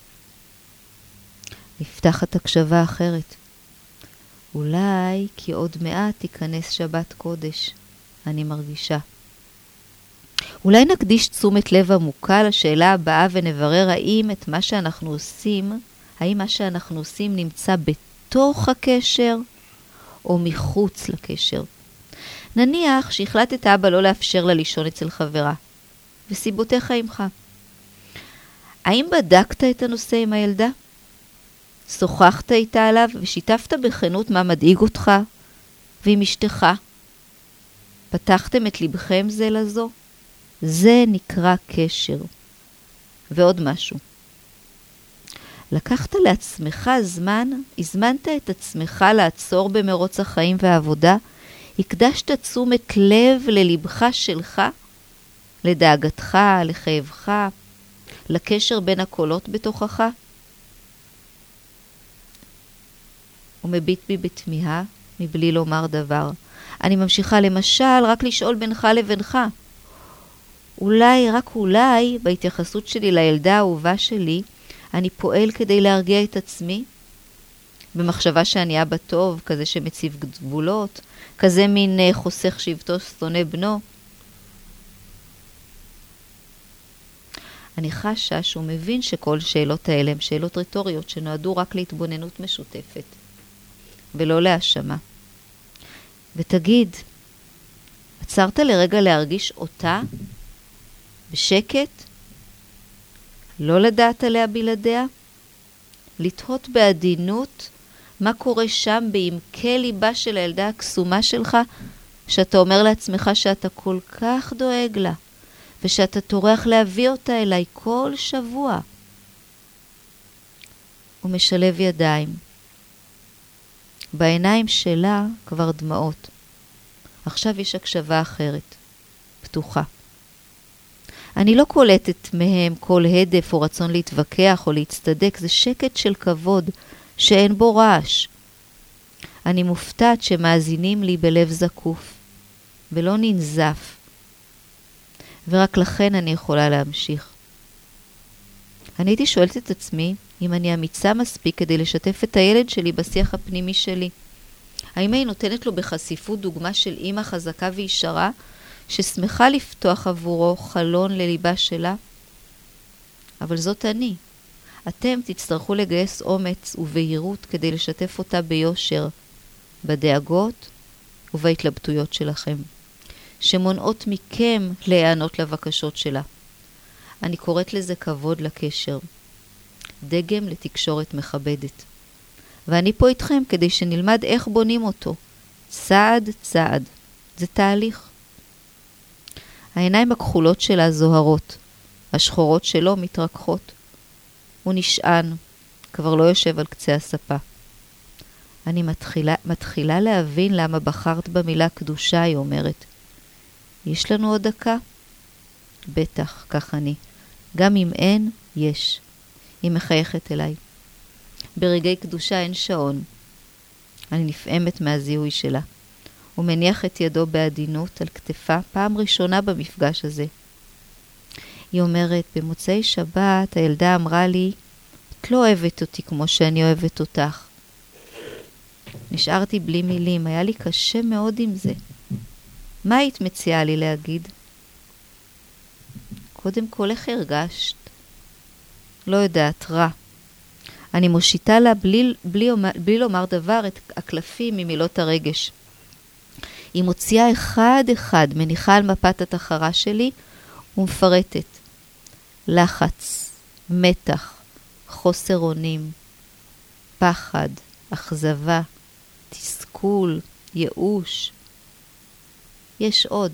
נפתחת הקשבה אחרת. אולי כי עוד מעט תיכנס שבת קודש. אני מרגישה. אולי נקדיש תשומת לב עמוקה לשאלה הבאה ונברר האם מה שאנחנו עושים נמצא בתוך הקשר או מחוץ לקשר. נניח שהחלטת אבא לא לאפשר לה לישון אצל חברה, וסיבותיך עמך. האם בדקת את הנושא עם הילדה? שוחחת איתה עליו ושיתפת בכנות מה מדאיג אותך ועם אשתך? פתחתם את לבכם זה לזו? זה נקרא קשר. ועוד משהו. לקחת לעצמך זמן, הזמנת את עצמך לעצור במרוץ החיים והעבודה, הקדשת תשומת לב ללבך שלך, לדאגתך, לכאבך, לקשר בין הקולות בתוכך? הוא מביט בי בתמיהה, מבלי לומר דבר. אני ממשיכה למשל רק לשאול בינך לבינך. אולי, רק אולי, בהתייחסות שלי לילדה האהובה שלי, אני פועל כדי להרגיע את עצמי, במחשבה שאני אבא טוב, כזה שמציב גבולות, כזה מין חוסך שבטו שונא בנו. אני חשה שהוא מבין שכל שאלות האלה הן שאלות רטוריות שנועדו רק להתבוננות משותפת, ולא להאשמה. ותגיד, עצרת לרגע להרגיש אותה בשקט? לא לדעת עליה בלעדיה? לתהות בעדינות מה קורה שם בעמקי ליבה של הילדה הקסומה שלך, שאתה אומר לעצמך שאתה כל כך דואג לה, ושאתה תורח להביא אותה אליי כל שבוע. הוא משלב ידיים. בעיניים שלה כבר דמעות. עכשיו יש הקשבה אחרת, פתוחה. אני לא קולטת מהם כל הדף או רצון להתווכח או להצטדק, זה שקט של כבוד שאין בו רעש. אני מופתעת שמאזינים לי בלב זקוף, ולא ננזף. ורק לכן אני יכולה להמשיך. אני הייתי שואלת את עצמי אם אני אמיצה מספיק כדי לשתף את הילד שלי בשיח הפנימי שלי. האם היא נותנת לו בחשיפות דוגמה של אמא חזקה וישרה, ששמחה לפתוח עבורו חלון לליבה שלה? אבל זאת אני. אתם תצטרכו לגייס אומץ ובהירות כדי לשתף אותה ביושר, בדאגות ובהתלבטויות שלכם, שמונעות מכם להיענות לבקשות שלה. אני קוראת לזה כבוד לקשר, דגם לתקשורת מכבדת. ואני פה איתכם כדי שנלמד איך בונים אותו, צעד צעד. זה תהליך. העיניים הכחולות שלה זוהרות, השחורות שלו מתרככות. הוא נשען, כבר לא יושב על קצה הספה. אני מתחילה להבין למה בחרת במילה קדושה, היא אומרת. יש לנו עוד דקה? בטח, כך אני. גם אם אין, יש. היא מחייכת אליי. ברגעי קדושה אין שעון. אני נפעמת מהזיהוי שלה. הוא מניח את ידו בעדינות על כתפה, פעם ראשונה במפגש הזה. היא אומרת, במוצאי שבת הילדה אמרה לי, את לא אוהבת אותי כמו שאני אוהבת אותך. נשארתי בלי מילים, היה לי קשה מאוד עם זה. מה היית מציעה לי להגיד? קודם כל, איך הרגשת? לא יודעת, רע. אני מושיטה לה בלי לומר דבר את הקלפים ממילות הרגש. היא מוציאה אחד אחד, מניחה על מפת התחרה שלי ומפרטת. לחץ, מתח, חוסר אונים, פחד, אכזבה, תסכול, ייאוש. יש עוד,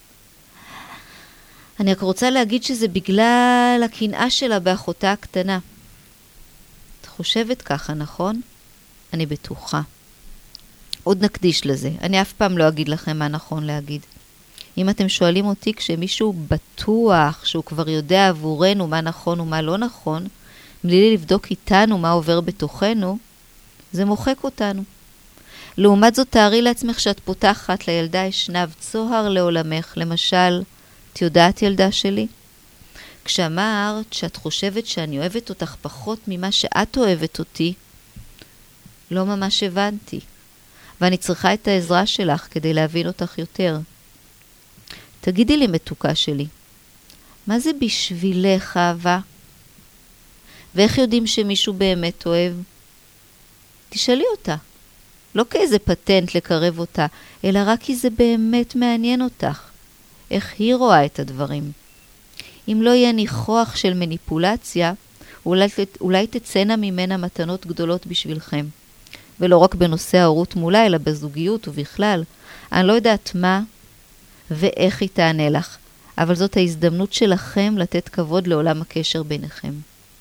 אני רק רוצה להגיד שזה בגלל הקנאה שלה באחותה הקטנה. את חושבת ככה, נכון? אני בטוחה. עוד נקדיש לזה. אני אף פעם לא אגיד לכם מה נכון להגיד. אם אתם שואלים אותי כשמישהו בטוח שהוא כבר יודע עבורנו מה נכון ומה לא נכון, בלי לבדוק איתנו מה עובר בתוכנו, זה מוחק אותנו. לעומת זאת, תארי לעצמך שאת פותחת לילדה אשנב צוהר לעולמך. למשל, את יודעת ילדה שלי? כשאמרת שאת חושבת שאני אוהבת אותך פחות ממה שאת אוהבת אותי, לא ממש הבנתי. ואני צריכה את העזרה שלך כדי להבין אותך יותר. תגידי לי, מתוקה שלי, מה זה בשבילך אהבה? ואיך יודעים שמישהו באמת אוהב? תשאלי אותה. לא כאיזה פטנט לקרב אותה, אלא רק כי זה באמת מעניין אותך. איך היא רואה את הדברים. אם לא יהיה ניחוח של מניפולציה, אולי תצאנה ממנה מתנות גדולות בשבילכם. ולא רק בנושא ההורות מולה, אלא בזוגיות ובכלל. אני לא יודעת מה ואיך היא תענה לך, אבל זאת ההזדמנות שלכם לתת כבוד לעולם הקשר ביניכם.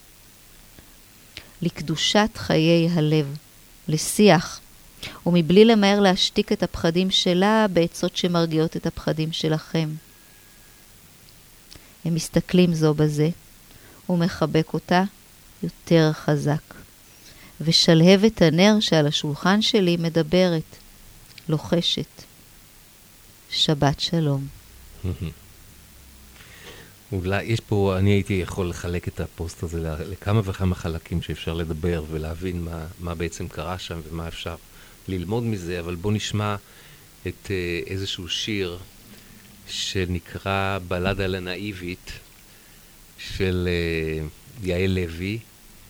לקדושת חיי הלב, לשיח, ומבלי למהר להשתיק את הפחדים שלה בעצות שמרגיעות את הפחדים שלכם. הם מסתכלים זו בזה, ומחבק אותה יותר חזק. ושלהבת הנר שעל השולחן שלי מדברת, לוחשת. שבת שלום. אולי יש פה, אני הייתי יכול לחלק את הפוסט הזה לכמה וכמה חלקים שאפשר לדבר ולהבין מה בעצם קרה שם ומה אפשר ללמוד מזה, אבל בוא נשמע את איזשהו שיר שנקרא בלדה לנאיבית של יעל לוי.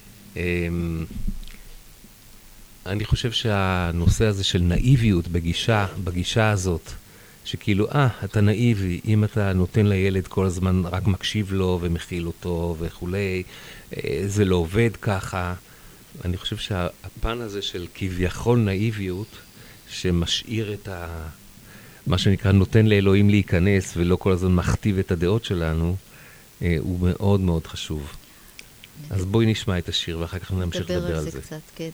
אני חושב שהנושא הזה של נאיביות בגישה הזאת, שכאילו, אתה נאיבי, אם אתה נותן לילד כל הזמן רק מקשיב לו ומכיל אותו וכולי, זה לא עובד ככה. אני חושב שהפן הזה של כביכול נאיביות, שמשאיר את מה שנקרא נותן לאלוהים להיכנס ולא כל הזמן מכתיב את הדעות שלנו, הוא מאוד מאוד חשוב. אז בואי נשמע את השיר ואחר כך נמשיך לדבר על זה. קצת, כן.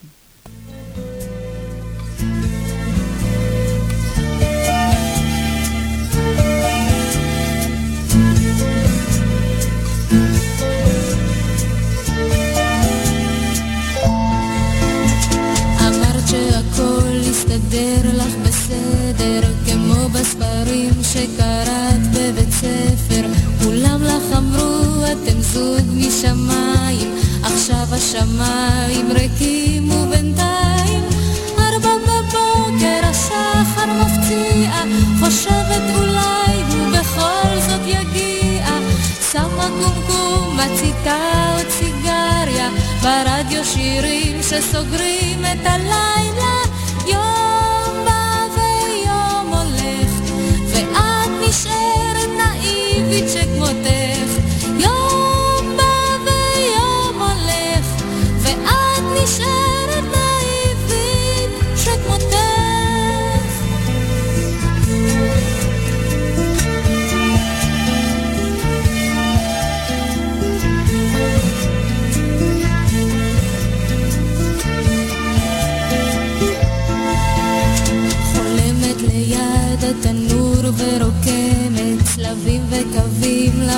מסתדר לך בסדר, כמו בספרים שקראת בבית ספר. כולם לך אמרו אתם זוג משמיים, עכשיו השמיים ריקים ובינתיים 4 בבוקר השחר מפציע, חושבת אולי הוא בכל זאת יגיע. שמה קומקום, מציתה עוד סיגריה, ברדיו שירים שסוגרים את הלילה. יום בא ויום הולך, ואת נשארת נאיבית שכמותך. יום בא ויום הולך, ואת נשארת נאיבית שכמותך.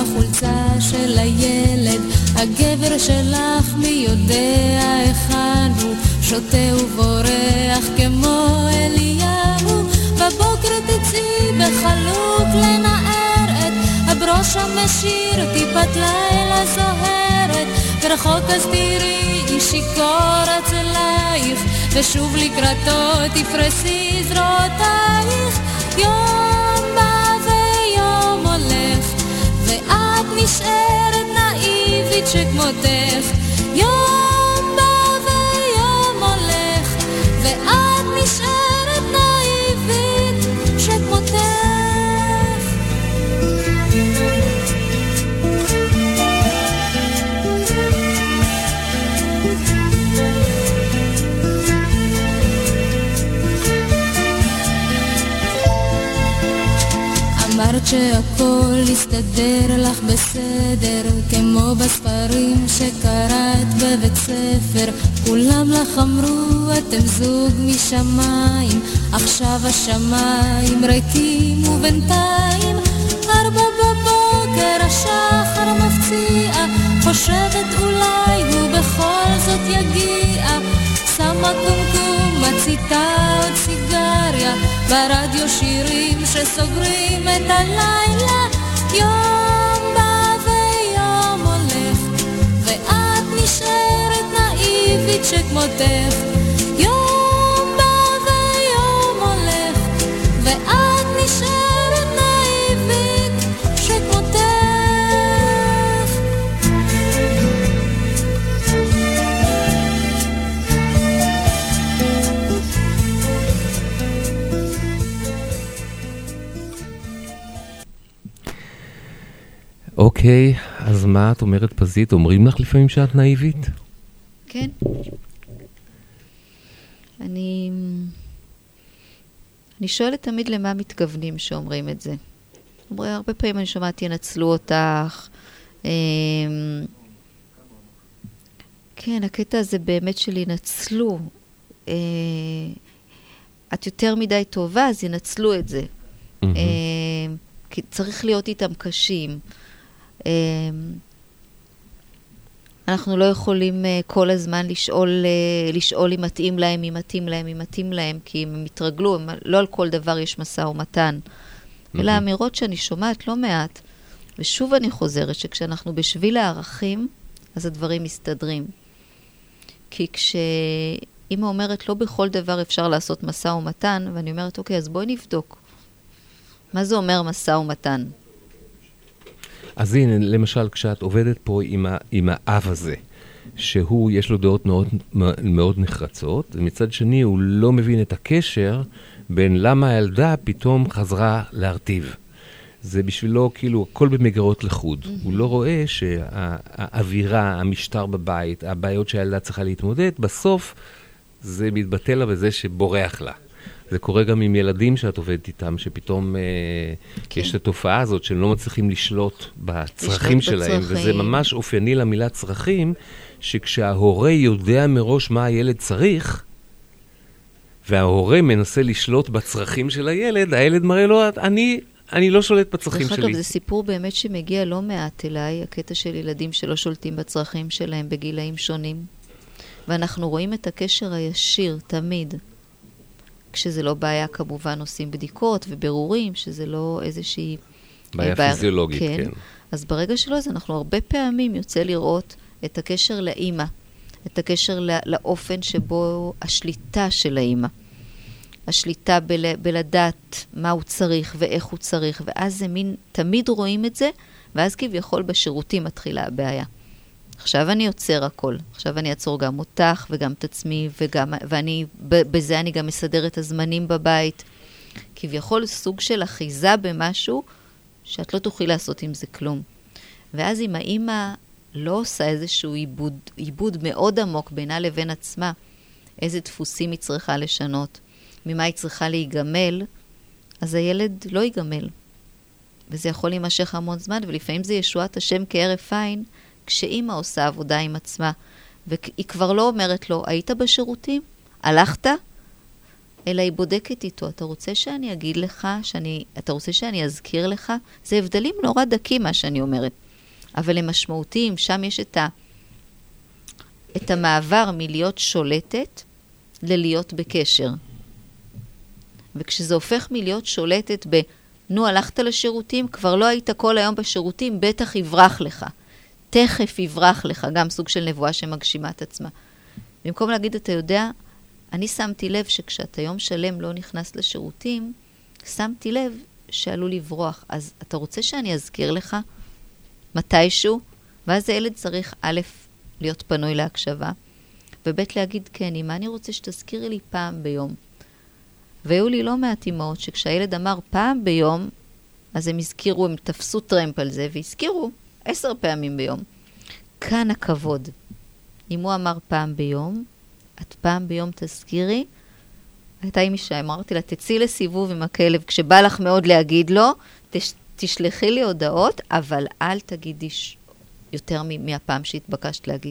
בחולצה של הילד, הגבר שלך מי יודע היכן הוא, שותה ובורח כמו אליהו. בבוקר תצאי בחלוק לנער את הברוש המשיר, טיפת לילה זוהרת, ורחוק אז תראי שיכור אצלייך, ושוב לקראתו תפרסי זרועותייך. יום בא ויום הולך, ואת נשארת נאיבית שכמותך. יום בא ויום הולך, ואת נשארת נאיבית שכמותך. אמרת שהכל יסתדר לך בסדר, כמו בספרים שקראת בבית ספר. כולם לך אמרו אתם זוג משמיים, עכשיו השמיים ריקים ובינתיים 4 בבוקר השחר מפציע, חושבת אולי הוא בכל זאת יגיע. שמה קומקום, מציתה עוד סיגריה, ברדיו שירים שסוגרים את הלילה. יום בא ויום הולך, ואת נשארת נאיבית שכמותך. יום בא ויום הולך, ואת נשארת נאיבית שכמותך. אוקיי, אז מה את אומרת פזית? אומרים לך לפעמים שאת נאיבית? כן. אני שואלת תמיד למה מתכוונים שאומרים את זה. הרבה פעמים אני שומעת ינצלו אותך. כן, הקטע הזה באמת של ינצלו. את יותר מדי טובה, אז ינצלו את זה. כי צריך להיות איתם קשים. אנחנו לא יכולים כל הזמן לשאול אם מתאים להם, אם מתאים להם, כי הם מתרגלו, לא על כל דבר יש משא ומתן. אלא אמירות שאני שומעת לא מעט, ושוב אני חוזרת שכשאנחנו בשביל הערכים, אז הדברים מסתדרים. כי כשאמא אומרת לא בכל דבר אפשר לעשות משא ומתן, ואני אומרת אוקיי, אז בואי נבדוק. מה זה אומר משא ומתן? אז הנה, למשל, כשאת עובדת פה עם האב הזה, שהוא, יש לו דעות מאוד, מאוד נחרצות, ומצד שני הוא לא מבין את הקשר בין למה הילדה פתאום חזרה להרטיב. זה בשבילו כאילו הכל במגרות לחוד. הוא לא רואה שהאווירה, המשטר בבית, הבעיות שהילדה צריכה להתמודד, בסוף זה מתבטא לה בזה שבורח לה. זה קורה גם עם ילדים שאת עובדת איתם, שפתאום יש את התופעה הזאת שהם לא מצליחים לשלוט בצרכים שלהם, וזה ממש אופייני למילה צרכים, שכשההורה יודע מראש מה הילד צריך, וההורה מנסה לשלוט בצרכים של הילד, הילד מראה לו, אני לא שולט בצרכים שלי. דרך אגב, זה סיפור באמת שמגיע לא מעט אליי, הקטע של ילדים שלא שולטים בצרכים שלהם בגילאים שונים, ואנחנו רואים את הקשר הישיר תמיד, כשזה לא בעיה, כמובן עושים בדיקות וברורים, שזה לא איזושהי בעיה פיזיולוגית, כן. אז ברגע שלא, אז אנחנו הרבה פעמים יוצא לראות את הקשר לאמא, את הקשר לאופן שבו השליטה של האמא. השליטה בלדעת מה הוא צריך ואיך הוא צריך, ואז זה מין, תמיד רואים את זה, ואז כביכול בשירותים מתחילה הבעיה. עכשיו אני יוצר הכל. עכשיו אני אעצור גם אותך וגם את עצמי, בזה אני גם מסדר את הזמנים בבית. כביכול סוג של אחיזה במשהו שאת לא תוכלי לעשות עם זה כלום. ואז אם האמא לא עושה איזשהו עיבוד מאוד עמוק בינה לבין עצמה, איזה דפוסים היא צריכה לשנות, ממה היא צריכה להיגמל, אז הילד לא ייגמל. וזה יכול להימשך המון זמן, ולפעמים זה ישועת השם כערף עין, כשאמא עושה עבודה עם עצמה, והיא כבר לא אומרת לו, היית בשירותים? הלכת? אלא היא בודקת איתו. אתה רוצה שאני אגיד לך, אתה רוצה שאני אזכיר לך? זה הבדלים נורא דקים מה שאני אומרת. אבל הם משמעותיים, שם יש את המעבר מלהיות שולטת ללהיות בקשר. וכשזה הופך מלהיות שולטת נו, הלכת לשירותים, כבר לא היית כל היום בשירותים, בטח יברח לך. תכף יברח לך, גם סוג של נבואה שמגשימה את עצמה. במקום להגיד, אתה יודע, אני שמתי לב שכשאתה יום שלם לא נכנס לשירותים, שמתי לב שעלול לברוח. אז אתה רוצה שאני אזכיר לך מתישהו? ואז הילד צריך א', להיות פנוי להקשבה, וב', להגיד, כן, מה אני רוצה שתזכירי לי פעם ביום? והיו לי לא מעט אמהות שכשהילד אמר פעם ביום, אז הם הזכירו, הם תפסו טרמפ על זה, והזכירו 10 פעמים ביום. כאן הכבוד. אם הוא אמר פעם ביום, את פעם ביום תזכירי, הייתה עם אישה, אמרתי לה, תצאי לסיבוב עם הכלב, כשבא לך מאוד להגיד לו, תשלחי לי הודעות, אבל אל תגידי יותר מהפעם שהתבקשת להגיד.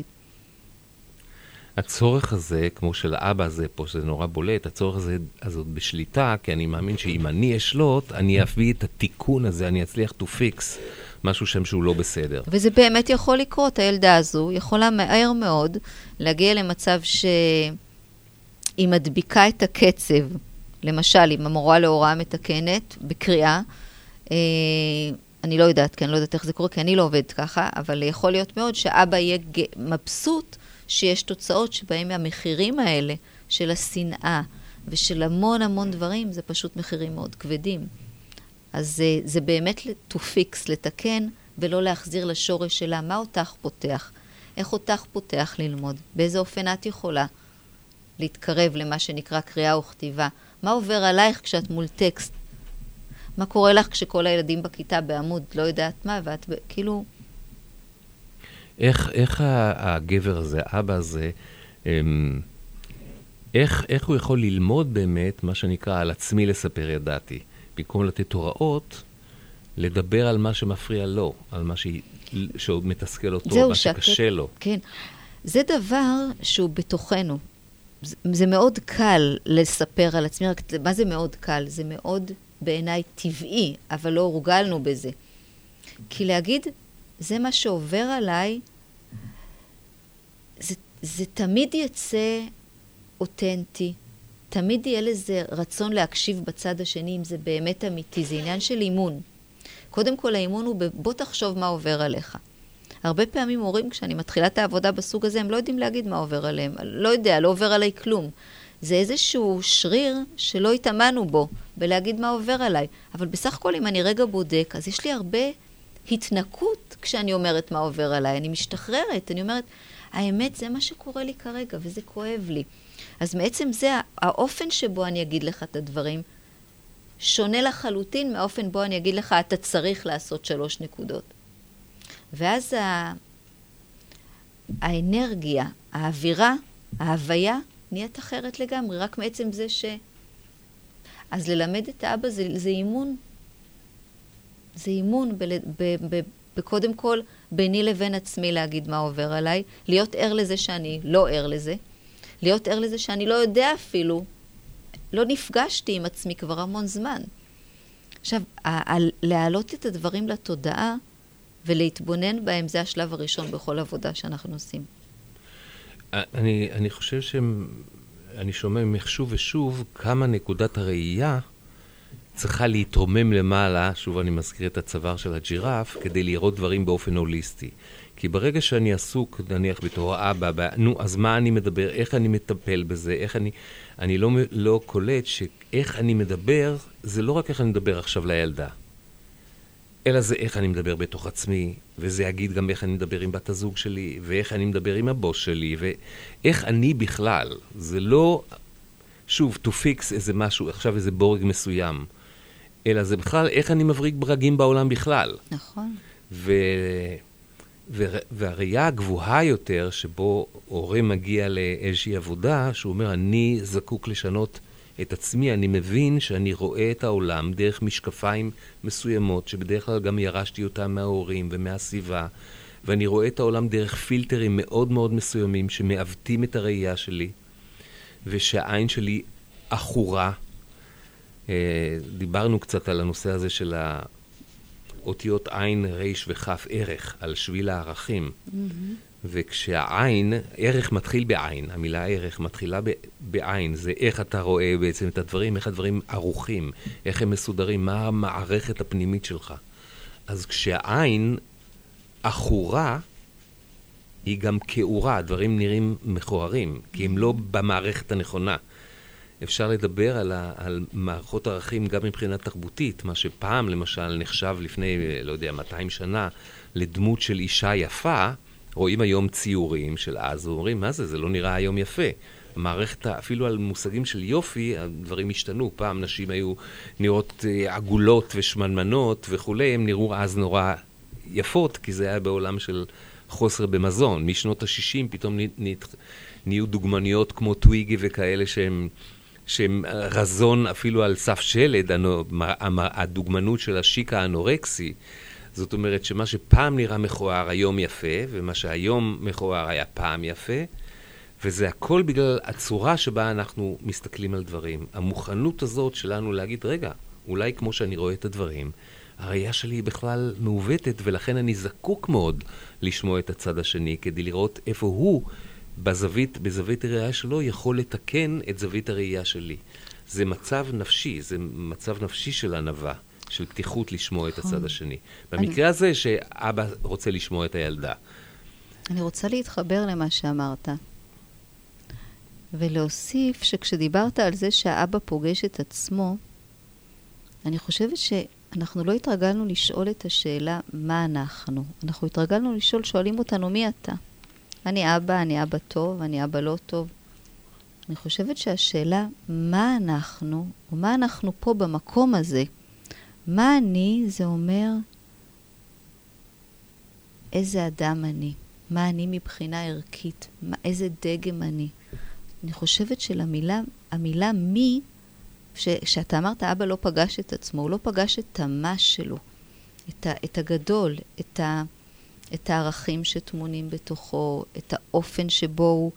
הצורך הזה, כמו של האבא הזה פה, שזה נורא בולט, הצורך הזה הזאת בשליטה, כי אני מאמין שאם אני אשלוט, אני אביא את התיקון הזה, אני אצליח to fix משהו שם שהוא לא בסדר. וזה באמת יכול לקרות, הילדה הזו יכולה מהר מאוד להגיע למצב שהיא מדביקה את הקצב, למשל, אם המורה להוראה מתקנת בקריאה, אני לא יודעת, כי אני לא יודעת איך זה קורה, כי אני לא עובדת ככה, אבל יכול להיות מאוד שאבא יהיה מבסוט, שיש תוצאות שבהם המחירים האלה של השנאה ושל המון המון דברים, זה פשוט מחירים מאוד כבדים. אז זה באמת to fix, לתקן, ולא להחזיר לשורש שלה. מה אותך פותח? איך אותך פותח ללמוד? באיזה אופן את יכולה להתקרב למה שנקרא קריאה וכתיבה? מה עובר עלייך כשאת מול טקסט? מה קורה לך כשכל הילדים בכיתה בעמוד לא יודעת מה, ואת כאילו... איך הגבר הזה, האבא הזה, איך הוא יכול ללמוד באמת, מה שנקרא, על עצמי לספר ידעתי? במקום לתת הוראות, לדבר על מה שמפריע לו, על מה שעוד מתסכל אותו, מה שקשה לו. כן. זה דבר שהוא בתוכנו. זה מאוד קל לספר על עצמי, רק מה זה מאוד קל? זה מאוד בעיניי טבעי, אבל לא הורגלנו בזה. כי להגיד, זה מה שעובר עליי, זה תמיד יצא אותנטי, תמיד יהיה לזה רצון להקשיב בצד השני, אם זה באמת אמיתי, זה עניין של אימון. קודם כל האימון הוא, בוא תחשוב מה עובר עליך. הרבה פעמים הורים, כשאני מתחילה את העבודה בסוג הזה, הם לא יודעים להגיד מה עובר עליהם, לא יודע, לא עובר עליי כלום. זה איזשהו שריר שלא התאמנו בו, בלהגיד מה עובר עליי. אבל בסך הכל, אם אני רגע בודק, אז יש לי הרבה התנקות כשאני אומרת מה עובר עליי. אני משתחררת, אני אומרת, האמת זה מה שקורה לי כרגע, וזה כואב לי. אז בעצם זה האופן שבו אני אגיד לך את הדברים, שונה לחלוטין מהאופן בו אני אגיד לך, אתה צריך לעשות 3 נקודות. ואז האנרגיה, האווירה, ההוויה, נהיית אחרת לגמרי, רק מעצם זה אז ללמד את האבא זה אימון. זה אימון בקודם כל ביני לבין עצמי להגיד מה עובר עליי, להיות ער לזה שאני לא ער לזה, להיות ער לזה שאני לא יודע אפילו, לא נפגשתי עם עצמי כבר המון זמן. עכשיו, להעלות את הדברים לתודעה ולהתבונן בהם, זה השלב הראשון בכל עבודה שאנחנו עושים. אני חושב שאני שומע ממך שוב ושוב כמה נקודת הראייה צריכה להתרומם למעלה, שוב אני מזכיר את הצוואר של הג'ירף, כדי לראות דברים באופן הוליסטי. כי ברגע שאני עסוק, נניח בתור האבא, נו, אז מה אני מדבר, איך אני מטפל בזה, איך אני לא קולט שאיך אני מדבר, זה לא רק איך אני מדבר עכשיו לילדה, אלא זה איך אני מדבר בתוך עצמי, וזה יגיד גם איך אני מדבר עם בת הזוג שלי, ואיך אני מדבר עם הבוס שלי, ואיך אני בכלל. זה לא, שוב, to fix איזה משהו, עכשיו איזה בורג מסוים, אלא זה בכלל איך אני מבריג ברגים בעולם בכלל. נכון. והראייה הגבוהה יותר, שבו הורה מגיע לאיזושהי עבודה, שהוא אומר, אני זקוק לשנות את עצמי, אני מבין שאני רואה את העולם דרך משקפיים מסוימות, שבדרך כלל גם ירשתי אותם מההורים ומהסביבה, ואני רואה את העולם דרך פילטרים מאוד מאוד מסוימים, שמעוותים את הראייה שלי, ושהעין שלי אחורה. דיברנו קצת על הנושא הזה של האותיות עין, ריש וחף ערך, על שביל הערכים. וכשהעין, ערך מתחיל בעין, המילה ערך מתחילה בעין, זה איך אתה רואה בעצם את הדברים, איך הדברים ערוכים, איך הם מסודרים, מה המערכת הפנימית שלך. אז כשהעין אחורה, היא גם כאורה, הדברים נראים מכוערים, כי הם לא במערכת הנכונה. אפשר לדבר על מערכות ערכים גם מבחינה תרבותית, מה שפעם למשל נחשב לפני, לא יודע, 200 שנה, לדמות של אישה יפה, רואים היום ציורים של אז, ואומרים, מה זה? זה לא נראה היום יפה. המערכת, אפילו על מושגים של יופי, הדברים השתנו. פעם נשים היו נראות עגולות ושמנמנות וכולי, הם נראו אז נורא יפות, כי זה היה בעולם של חוסר במזון. משנות ה-60 פתאום נהיו דוגמניות כמו טוויגי וכאלה שהם רזון אפילו על סף שלד, הדוגמנות של השיק האנורקסי. זאת אומרת שמה שפעם נראה מכוער היום יפה, ומה שהיום מכוער היה פעם יפה, וזה הכל בגלל הצורה שבה אנחנו מסתכלים על דברים. המוכנות הזאת שלנו להגיד, רגע, אולי כמו שאני רואה את הדברים, הראייה שלי היא בכלל מעוותת, ולכן אני זקוק מאוד לשמוע את הצד השני, כדי לראות איפה הוא, בזווית הראייה שלו, יכול לתקן את זווית הראייה שלי. זה מצב נפשי, זה מצב נפשי של ענווה. של פתיחות לשמוע את הצד השני. במקרה הזה שאבא רוצה לשמוע את הילדה. אני רוצה להתחבר למה שאמרת. ולהוסיף שכשדיברת על זה שהאבא פוגש את עצמו, אני חושבת שאנחנו לא התרגלנו לשאול את השאלה מה אנחנו. אנחנו התרגלנו לשאול, שואלים אותנו מי אתה. אני אבא טוב, אני אבא לא טוב. אני חושבת שהשאלה מה אנחנו, או מה אנחנו פה במקום הזה, מה אני, זה אומר איזה אדם אני, מה אני מבחינה ערכית, איזה דגם אני. אני חושבת המילה מי, שאתה אמרת, אבא לא פגש את עצמו, הוא לא פגש את המה שלו, את הגדול, את הערכים שתמונים בתוכו, את האופן שבו הוא.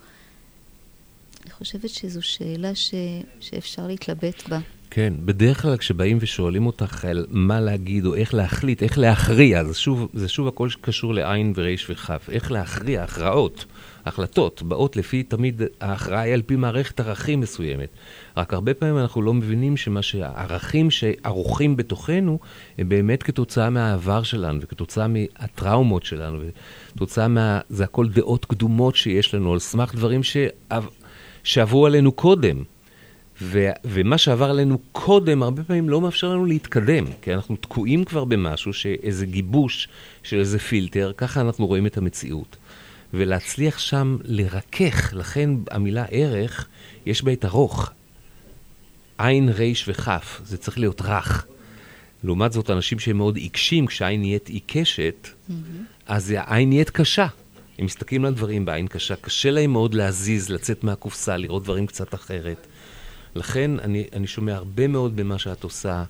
אני חושבת שזו שאלה שאפשר להתלבט בה. כן, בדרך כלל כשבאים ושואלים אותך על מה להגיד או איך להחליט, איך להכריע, זה שוב הכל קשור לעין וריש וחף. איך להכריע, הכרעות, החלטות, באות לפי תמיד ההכרעה היא על פי מערכת ערכים מסוימת. רק הרבה פעמים אנחנו לא מבינים שמה שהערכים שערוכים בתוכנו הם באמת כתוצאה מהעבר שלנו וכתוצאה מהטראומות שלנו וכתוצאה זה הכל דעות קדומות שיש לנו על סמך דברים שעברו עלינו קודם. ומה שעבר עלינו קודם הרבה פעמים לא מאפשר לנו להתקדם, כי אנחנו תקועים כבר במשהו שאיזה גיבוש של איזה פילטר, ככה אנחנו רואים את המציאות. ולהצליח שם לרכך, לכן המילה ערך, יש בה את הרוך. עין, ריש וחף, זה צריך להיות רך. לעומת זאת, אנשים שהם מאוד עיקשים, כשהעין נהיית עיקשת, אז העין נהיית קשה. הם מסתכלים על דברים בעין קשה, קשה להם מאוד להזיז, לצאת מהקופסה, לראות דברים קצת אחרת. לכן אני שומע הרבה מאוד במה שאת עושה,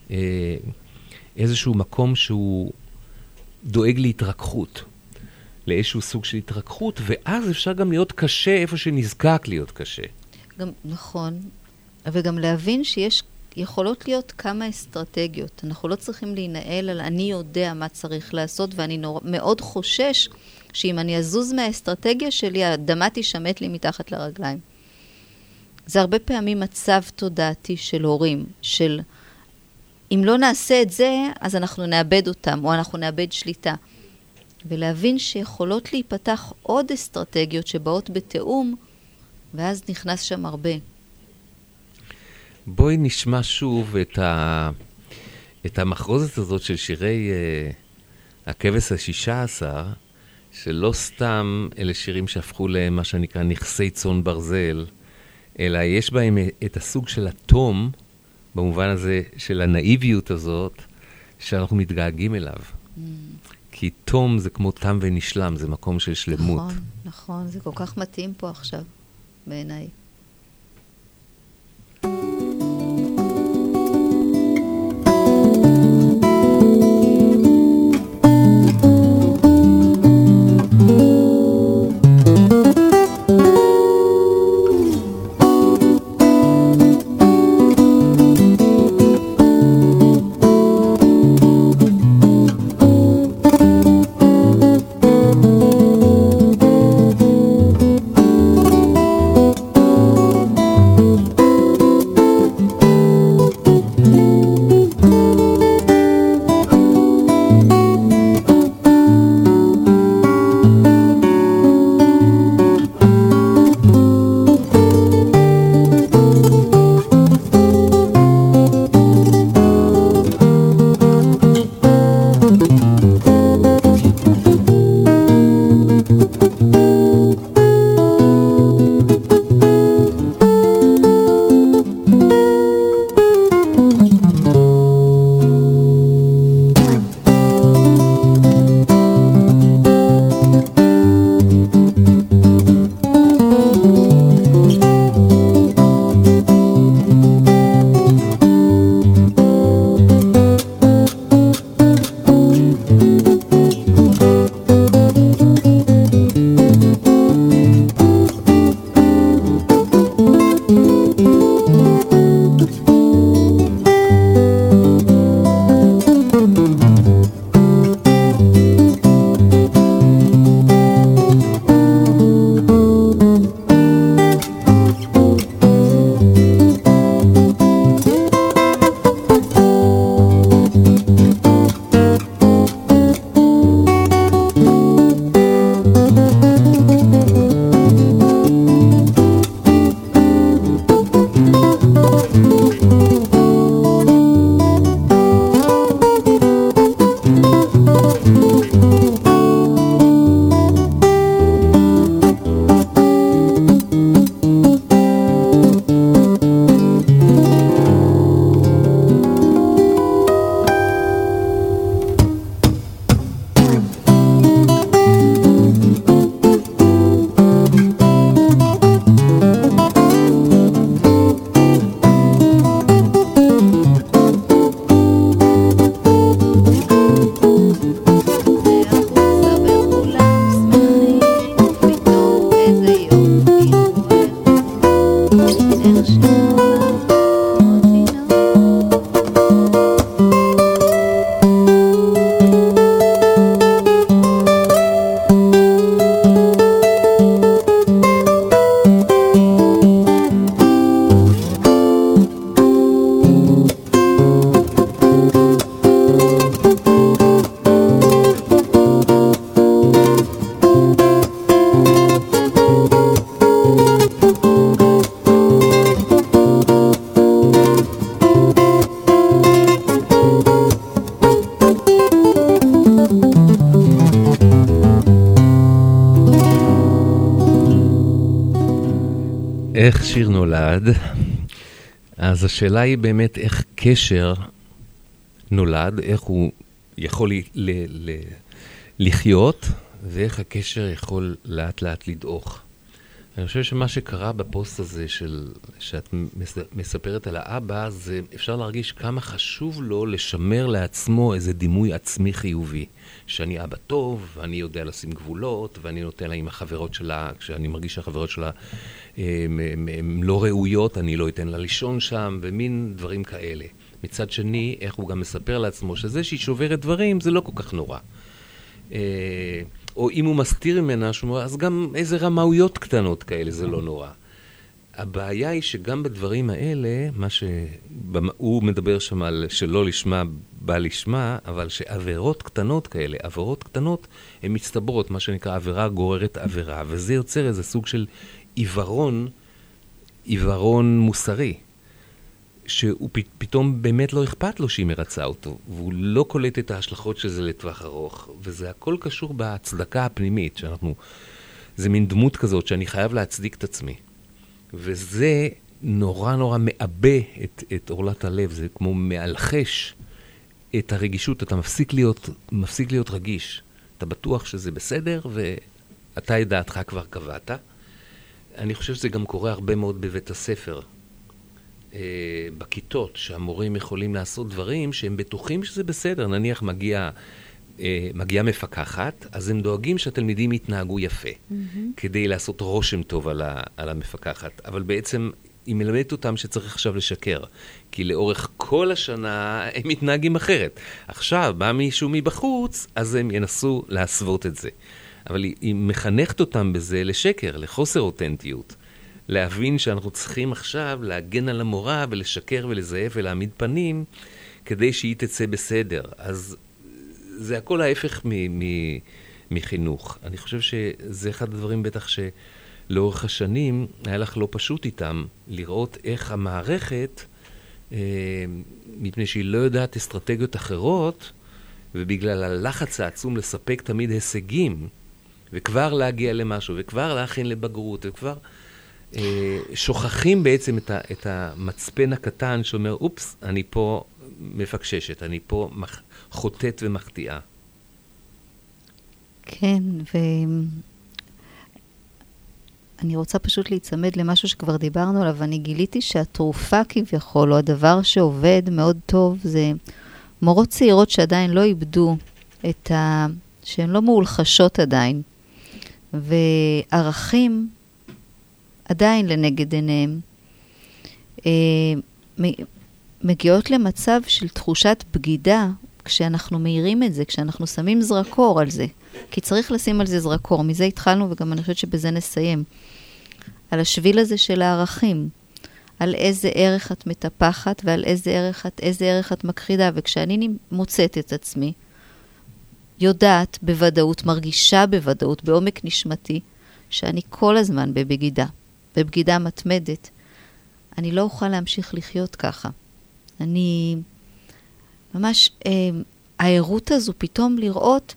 איזשהו מקום שהוא דואג להתרככות, לאיזשהו סוג של התרככות, ואז אפשר גם להיות קשה איפה שנזקק להיות קשה. גם, נכון, וגם להבין שיש יכולות להיות כמה אסטרטגיות. אנחנו לא צריכים להינעל על אני יודע מה צריך לעשות, ואני מאוד חושש שאם אני אזוז מהאסטרטגיה שלי, האדמה תשמט לי מתחת לרגליים. זה הרבה פעמים מצב תודעתי של הורים, של אם לא נעשה את זה, אז אנחנו נאבד אותם, או אנחנו נאבד שליטה. ולהבין שיכולות להיפתח עוד אסטרטגיות שבאות בתאום, ואז נכנס שם הרבה. בואי נשמע שוב את המחרוזת הזאת של שירי הכבש ה-16, שלא סתם אלה שירים שהפכו למה שנקרא נכסי צאן ברזל, אלא יש בהם את הסוג של התום, במובן הזה של הנאיביות הזאת, שאנחנו מתגעגעים אליו. כי תום זה כמו תם ונשלם, זה מקום של שלמות. נכון, נכון, זה כל כך מתאים פה עכשיו, בעיניי. איך שיר נולד? אז השאלה היא באמת איך קשר נולד, איך הוא יכול לחיות, ואיך הקשר יכול לאט לאט לדעוך. אני חושב שמה שקרה בפוסט הזה שאת מספרת על האבא, זה אפשר להרגיש כמה חשוב לו לשמר לעצמו איזה דימוי עצמי חיובי. שאני אבא טוב, ואני יודע לשים גבולות, ואני נותן לה עם החברות שלה, כשאני מרגיש שהחברות שלה הן לא ראויות, אני לא אתן לה לישון שם, ומין דברים כאלה. מצד שני, איך הוא גם מספר לעצמו שזה שהיא שוברת דברים, זה לא כל כך נורא. או אם הוא מסתיר ממנה, אז גם איזה רמאויות קטנות כאלה, זה לא נורא. הבעיה היא שגם בדברים האלה, מה שהוא מדבר שם על שלא לשמה בא לשמה, אבל שעבירות קטנות כאלה, עבירות קטנות, הן מצטברות, מה שנקרא עבירה גוררת עבירה, וזה יוצר איזה סוג של עיוורון מוסרי, שהוא פתאום באמת לא אכפת לו שהיא מרצה אותו, והוא לא קולט את ההשלכות של זה לטווח ארוך, וזה הכל קשור בהצדקה הפנימית, זה מין דמות כזאת שאני חייב להצדיק את עצמי. וזה נורא נורא מאבא את אורלת הלב, זה כמו מאלחש את הרגישות, אתה מפסיק להיות רגיש. אתה בטוח שזה בסדר, ואתה את דעתך כבר קבעת. אני חושב שזה גם קורה הרבה מאוד בבית הספר, בכיתות, שהמורים יכולים לעשות דברים שהם בטוחים שזה בסדר. נניח מגיעה מפקחת, אז הם דואגים שהתלמידים יתנהגו יפה, כדי לעשות רושם טוב על המפקחת. אבל בעצם היא מלמדת אותם שצריך עכשיו לשקר, כי לאורך כל השנה הם מתנהגים אחרת. עכשיו, בא מישהו מבחוץ, אז הם ינסו להסוות את זה. אבל היא מחנכת אותם בזה לשקר, לחוסר אותנטיות. להבין שאנחנו צריכים עכשיו להגן על המורה ולשקר ולזייף ולהעמיד פנים, כדי שהיא תצא בסדר. אז זה הכל ההפך מחינוך. אני חושב שזה אחד הדברים בטח שלאורך השנים היה לך לא פשוט איתם, לראות איך המערכת, מפני שהיא לא יודעת אסטרטגיות אחרות, ובגלל הלחץ העצום לספק תמיד הישגים, וכבר להגיע למשהו, וכבר להכין לבגרות, וכבר שוכחים בעצם את המצפן הקטן שאומר, אופס, אני פה מפקששת, אני פה חוטאת ומחטיאה. כן, ואני רוצה פשוט להיצמד למשהו שכבר דיברנו עליו, ואני גיליתי שהתרופה כביכול, או הדבר שעובד מאוד טוב, זה מורות צעירות שעדיין לא איבדו שהן לא מאולחשות עדיין, וערכים עדיין לנגד עיניהם, מגיעות למצב של תחושת בגידה, כשאנחנו מאירים את זה, כשאנחנו שמים זרקור על זה, כי צריך לשים על זה זרקור, מזה התחלנו וגם אני חושבת שבזה נסיים, על השביל הזה של הערכים, על איזה ערך את מטפחת ועל איזה ערך את מכחידה, וכשאני מוצאת את עצמי, יודעת בוודאות, מרגישה בוודאות, בעומק נשמתי, שאני כל הזמן בבגידה מתמדת, אני לא אוכל להמשיך לחיות ככה. אני ממש, העירות הזו פתאום לראות,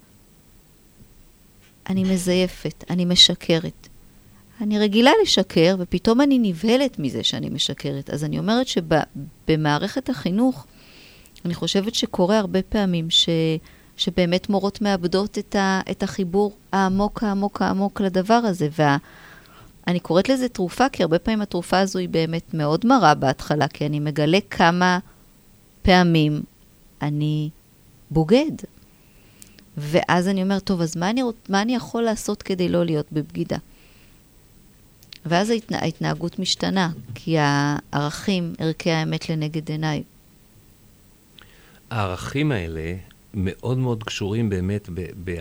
אני מזייפת, אני משקרת. אני רגילה לשקר, ופתאום אני נבהלת מזה שאני משקרת. אז אני אומרת שבמערכת החינוך, אני חושבת שקורה הרבה פעמים שבאמת מורות מאבדות את החיבור העמוק לדבר הזה, אני קוראת לזה תרופה, כי הרבה פעמים התרופה הזו היא באמת מאוד מרה בהתחלה, כי אני מגלה כמה פעמים אני בוגד. ואז אני אומר, טוב, אז מה אני יכול לעשות כדי לא להיות בבגידה? ואז ההתנהגות משתנה, כי הערכים, ערכי האמת לנגד עיניי. הערכים האלה מאוד מאוד קשורים באמת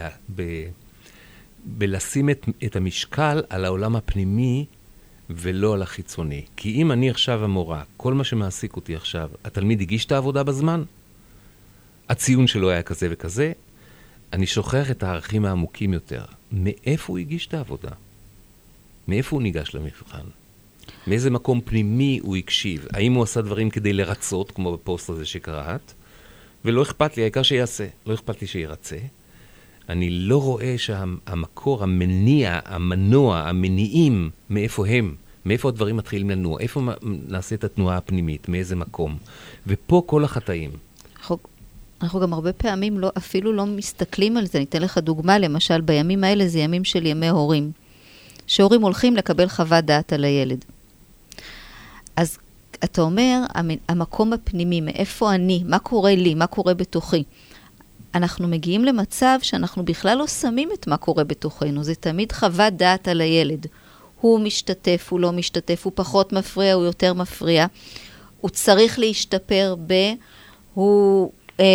בלשים את המשקל על העולם הפנימי ולא על החיצוני. כי אם אני עכשיו המורה, כל מה שמעסיק אותי עכשיו, התלמיד הגיש את העבודה בזמן, הציון שלו היה כזה וכזה, אני שוכח את הערכים העמוקים יותר. מאיפה הוא הגיש את העבודה? מאיפה הוא ניגש למבחן? מאיזה מקום פנימי הוא הקשיב? האם הוא עשה דברים כדי לרצות, כמו בפוסט הזה שקראת? ולא אכפת לי, העיקר שיעשה. לא אכפת לי שירצה. אני לא רואה שהמקור, המניע, המנוע, המניעים, מאיפה הם? מאיפה הדברים מתחילים לנוע, איפה נעשה את התנועה הפנימית, מאיזה מקום. ופה כל החטאים. אנחנו גם הרבה פעמים אפילו לא מסתכלים על זה. ניתן לך דוגמה, למשל, בימים האלה זה ימים של ימי הורים. שהורים הולכים לקבל חוות דעת על הילד. אז אתה אומר, המקום הפנימי, מאיפה אני, מה קורה לי, מה קורה בתוכי. אנחנו מגיעים למצב שאנחנו בכלל לא שמים את מה קורה בתוכנו. זה תמיד חוות דעת על הילד. הוא משתתף, הוא לא משתתף, הוא פחות מפריע, הוא יותר מפריע. הוא צריך להשתפר הוא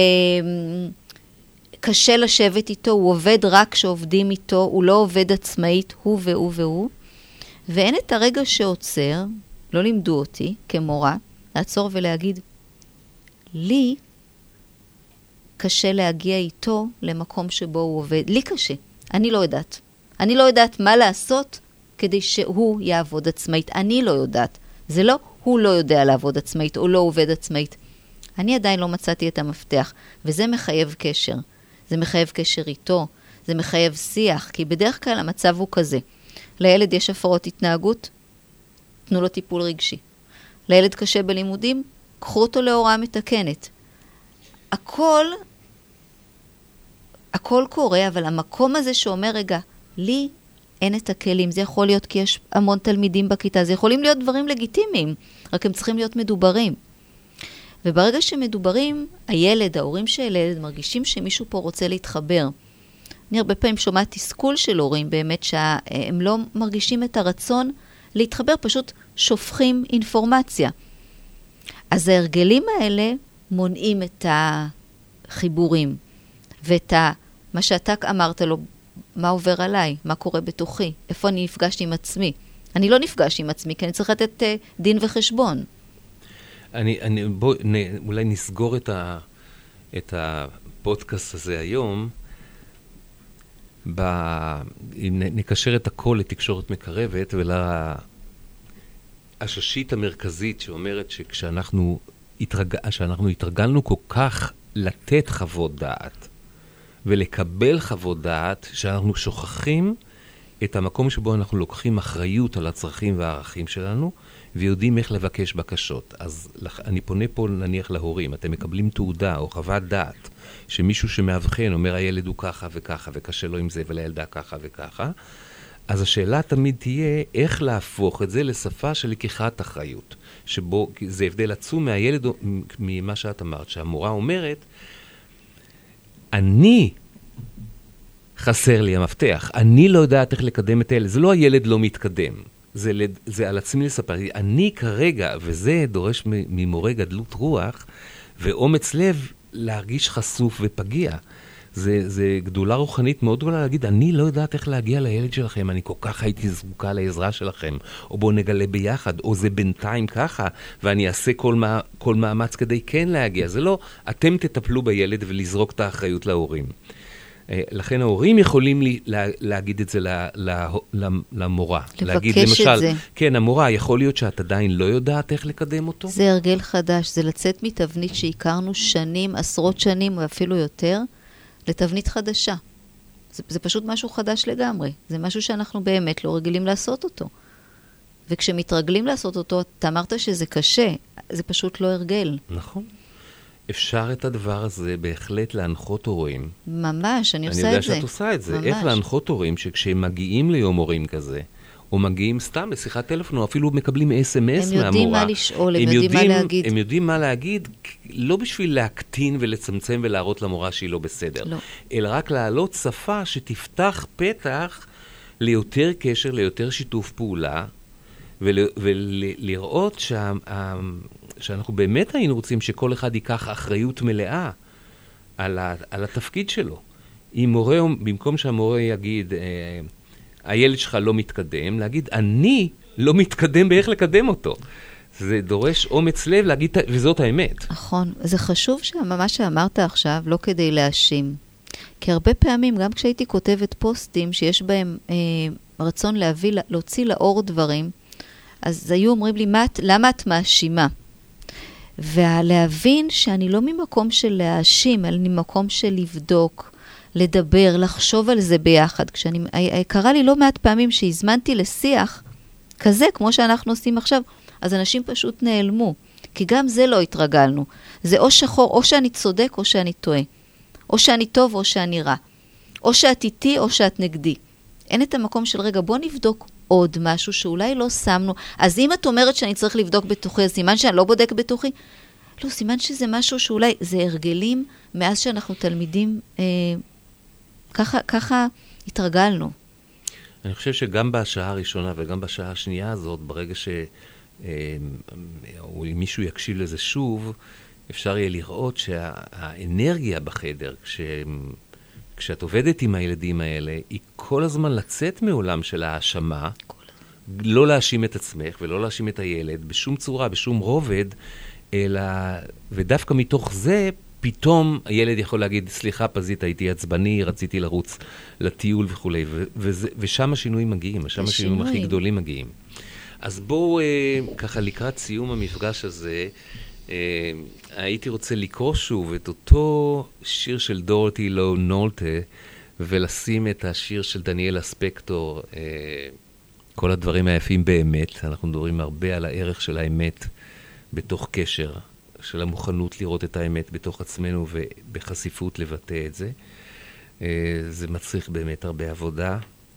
קשה לשבת איתו, הוא עובד רק כשעובדים איתו, הוא לא עובד עצמאית, הוא והוא והוא. ואין את הרגע שעוצר, לא לימדו אותי כמורה, לעצור ולהגיד, לי קשה להגיע איתו למקום שבו הוא עובד. לי קשה, אני לא יודעת. אני לא יודעת מה לעשות כדי שהוא יעבוד עצמאית. אני לא יודעת. זה לא, הוא לא יודע לעבוד עצמאית או לא עובד עצמאית. אני עדיין לא מצאתי את המפתח, וזה מחייב קשר. זה מחייב קשר איתו, זה מחייב שיח, כי בדרך כלל המצב הוא כזה. לילד יש הפרעות התנהגות, תנו לו טיפול רגשי. לילד קשה בלימודים, קחו אותו להוראה מתקנת. הכל קורה, אבל המקום הזה שאומר, רגע, לי אין את הכלים. זה יכול להיות כי יש המון תלמידים בכיתה, זה יכולים להיות דברים לגיטימיים, רק הם צריכים להיות מדוברים. וברגע שמדוברים, הילד, ההורים של הילד, מרגישים שמישהו פה רוצה להתחבר. אני הרבה פעמים שומעת תסכול של הורים, באמת שהם לא מרגישים את הרצון להתחבר, פשוט שופכים אינפורמציה. אז ההרגלים האלה מונעים את החיבורים, ואת מה שאתה אמרת לו, מה עובר עליי, מה קורה בתוכי, איפה אני נפגש עם עצמי. אני לא נפגש עם עצמי, כי אני צריכה לתת דין וחשבון. בוא, אולי נסגור את הפודקאסט הזה היום, נקשר את הכל לתקשורת מקרבת, ולששית המרכזית שאומרת שכשאנחנו התרגלנו כל כך לתת חוות דעת, ולקבל חוות דעת, שאנחנו שוכחים את המקום שבו אנחנו לוקחים אחריות על הצרכים והערכים שלנו, ויודעים איך לבקש בקשות. אז אני פונה פה נניח להורים, אתם מקבלים תעודה או חוות דעת, שמישהו שמאבחן אומר הילד הוא ככה וככה, וקשה לו עם זה, ולילדה ככה וככה, אז השאלה תמיד תהיה איך להפוך את זה לשפה של לקיחת אחריות, שבו זה הבדל עצום מהילד, ממה שאת אמרת, שהמורה אומרת, אני חסר לי המפתח, אני לא יודעת איך לקדם את הילד, זה לא הילד לא מתקדם, זה על עצמי לספר, אני כרגע, וזה דורש ממורה גדלות רוח, ואומץ לב להרגיש חשוף ופגיע. זה גדולה רוחנית מאוד גדולה להגיד, אני לא יודעת איך להגיע לילד שלכם, אני כל כך הייתי זקוקה לעזרה שלכם, או בואו נגלה ביחד, או זה בינתיים ככה, ואני אעשה כל מאמץ כדי כן להגיע. זה לא, אתם תטפלו בילד ולזרוק את האחריות להורים. לכן ההורים יכולים להגיד את זה למורה. לבקש למשל, את זה. כן, המורה, יכול להיות שאת עדיין לא יודעת איך לקדם אותו? זה הרגל חדש, זה לצאת מתבנית שהכרנו שנים, עשרות שנים, או אפילו יותר, לתבנית חדשה. זה פשוט משהו חדש לגמרי. זה משהו שאנחנו באמת לא רגילים לעשות אותו. וכשמתרגלים לעשות אותו, אתה אמרת שזה קשה, זה פשוט לא הרגל. נכון. אפשר את הדבר הזה בהחלט להנחות הורים. ממש, אני עושה את זה. אני יודע שאת עושה את זה. ממש. איך להנחות הורים שכשהם מגיעים ליום הורים כזה, או מגיעים סתם לשיחת טלפון, או אפילו מקבלים SMS מהמורה. הם יודעים מה לשאול, הם יודעים מה להגיד. הם יודעים מה להגיד, לא בשביל להקטין ולצמצם ולהראות למורה שהיא לא בסדר. לא. אלא רק להעלות שפה שתפתח פתח ליותר קשר, ליותר שיתוף פעולה, ולראות שאנחנו באמת היינו רוצים שכל אחד ייקח אחריות מלאה על התפקיד שלו. אם מורה, במקום שהמורה יגיד, הילד שלך לא מתקדם, להגיד, אני לא מתקדם באיך לקדם אותו. זה דורש אומץ לב להגיד, וזאת האמת. נכון. זה חשוב מה שאמרת עכשיו, לא כדי להאשים. כי הרבה פעמים, גם כשהייתי כותבת פוסטים שיש בהם רצון להוציא לאור דברים, אז היו אומרים לי, למה את מאשימה? ולהבין שאני לא ממקום של להאשים, אלא ממקום של לבדוק, לדבר, לחשוב על זה ביחד. קרה לי לא מעט פעמים שהזמנתי לשיח כזה, כמו שאנחנו עושים עכשיו, אז אנשים פשוט נעלמו, כי גם זה לא התרגלנו. זה או שחור, או שאני צודק, או שאני טועה. או שאני טוב, או שאני רע. או שאת איתי, או שאת נגדי. אין את המקום של רגע, בוא נבדוק עוד משהו שאולי לא שמנו. אז אם את אומרת שאני צריך לבדוק בתוכי, אז סימן שאני לא בודק בתוכי? לא, סימן שזה משהו שאולי, זה הרגלים מאז שאנחנו תלמידים, ככה התרגלנו. אני חושב שגם בשעה הראשונה וגם בשעה השנייה הזאת, ברגע מישהו יקשיב לזה שוב, אפשר יהיה לראות שהאנרגיה בחדר, כשאת עובדת עם הילדים האלה, היא כל הזמן לצאת מעולם של האשמה, לא להאשים את עצמך ולא להאשים את הילד, בשום צורה, בשום רובד, אלא, ודווקא מתוך זה, פתאום הילד יכול להגיד, סליחה, פזית, הייתי עצבני, רציתי לרוץ לטיול וכו'. ושם השינויים מגיעים, שם השינויים הכי גדולים מגיעים. אז בואו, ככה לקראת סיום המפגש הזה, הייתי רוצה לקרוא שוב את אותו שיר של דורותי לו נולטה, ולשים את השיר של דניאלה ספקטור, כל הדברים היפים באמת. אנחנו מדברים הרבה על הערך של האמת בתוך קשר, של המוכנות לראות את האמת בתוך עצמנו ובחשיפות לבטא את זה. זה מצריך באמת הרבה עבודה.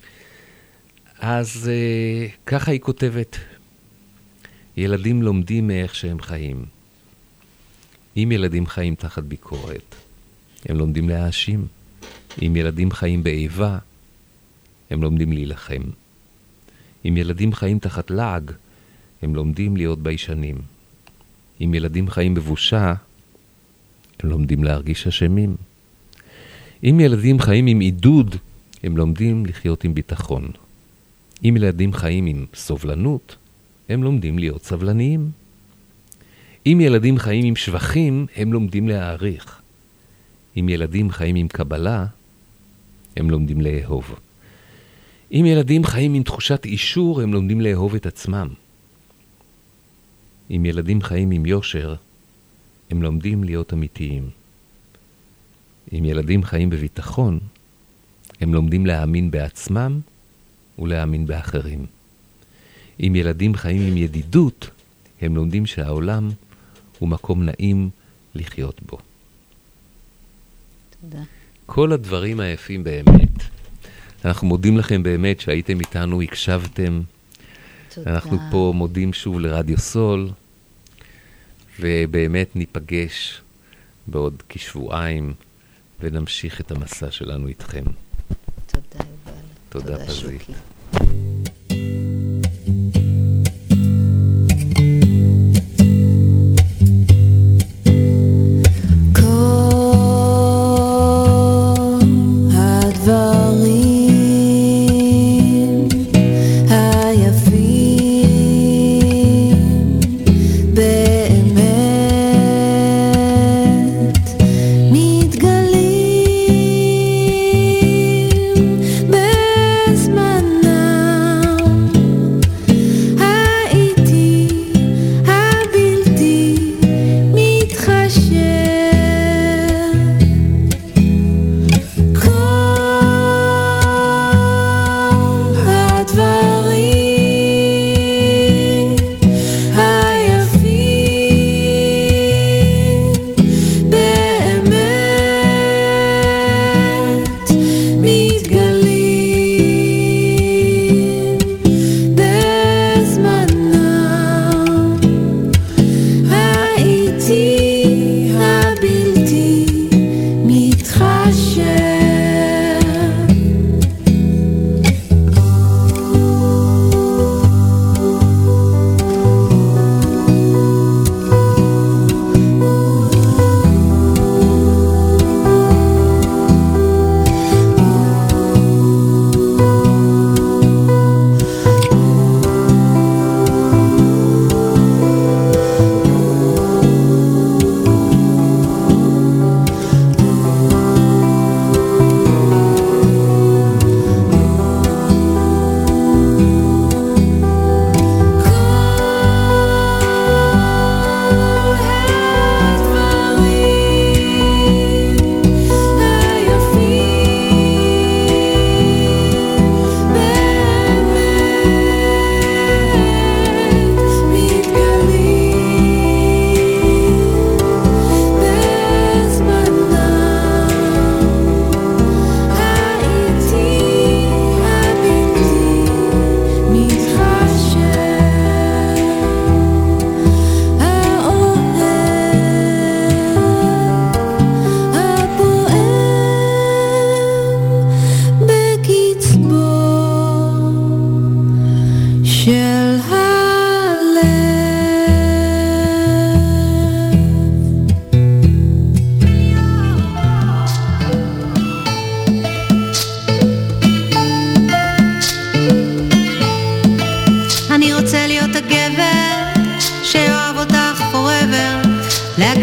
אז ככה היא כותבת, ילדים לומדים מאיך שהם חיים. אם ילדים חיים תחת ביקורת, הם לומדים להאשים. אם ילדים חיים באיבה, הם לומדים להילחם. אם ילדים חיים תחת לעג, הם לומדים להיות ביישנים. אם ילדים חיים בבושה, הם לומדים להרגיש אשמים. אם ילדים חיים עם עידוד, הם לומדים לחיות עם ביטחון. אם ילדים חיים עם סובלנות, הם לומדים להיות סבלניים. אם ילדים חיים עם שבחים, הם לומדים להעריך. אם ילדים חיים עם קבלה, הם לומדים לאהוב. אם ילדים חיים עם תחושת אישור, הם לומדים לאהוב את עצמם. אם ילדים חיים עם יושר, הם לומדים להיות אמיתיים. אם ילדים חיים בביטחון, הם לומדים להאמין בעצמם ולהאמין באחרים. אם ילדים חיים עם ידידות, הם לומדים שהעולם הוא מקום נעים לחיות בו. תודה. כל הדברים היפים באמת. אנחנו מודים לכם באמת שהייתם איתנו, הקשבתם. תודה. אנחנו פה מודים שוב לרדיו סול, ובאמת ניפגש בעוד כשבועיים, ונמשיך את המסע שלנו איתכם. תודה, יובל. תודה, פזית. מתגלים בזמן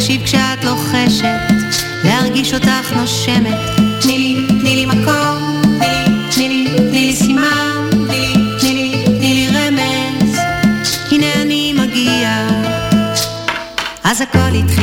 להקשיב כשאת לוחשת, להרגיש אותך נושמת. תני לי מקום, תני לי סימן, תני לי רמז, הנה אני מגיע. אז הכל התחיל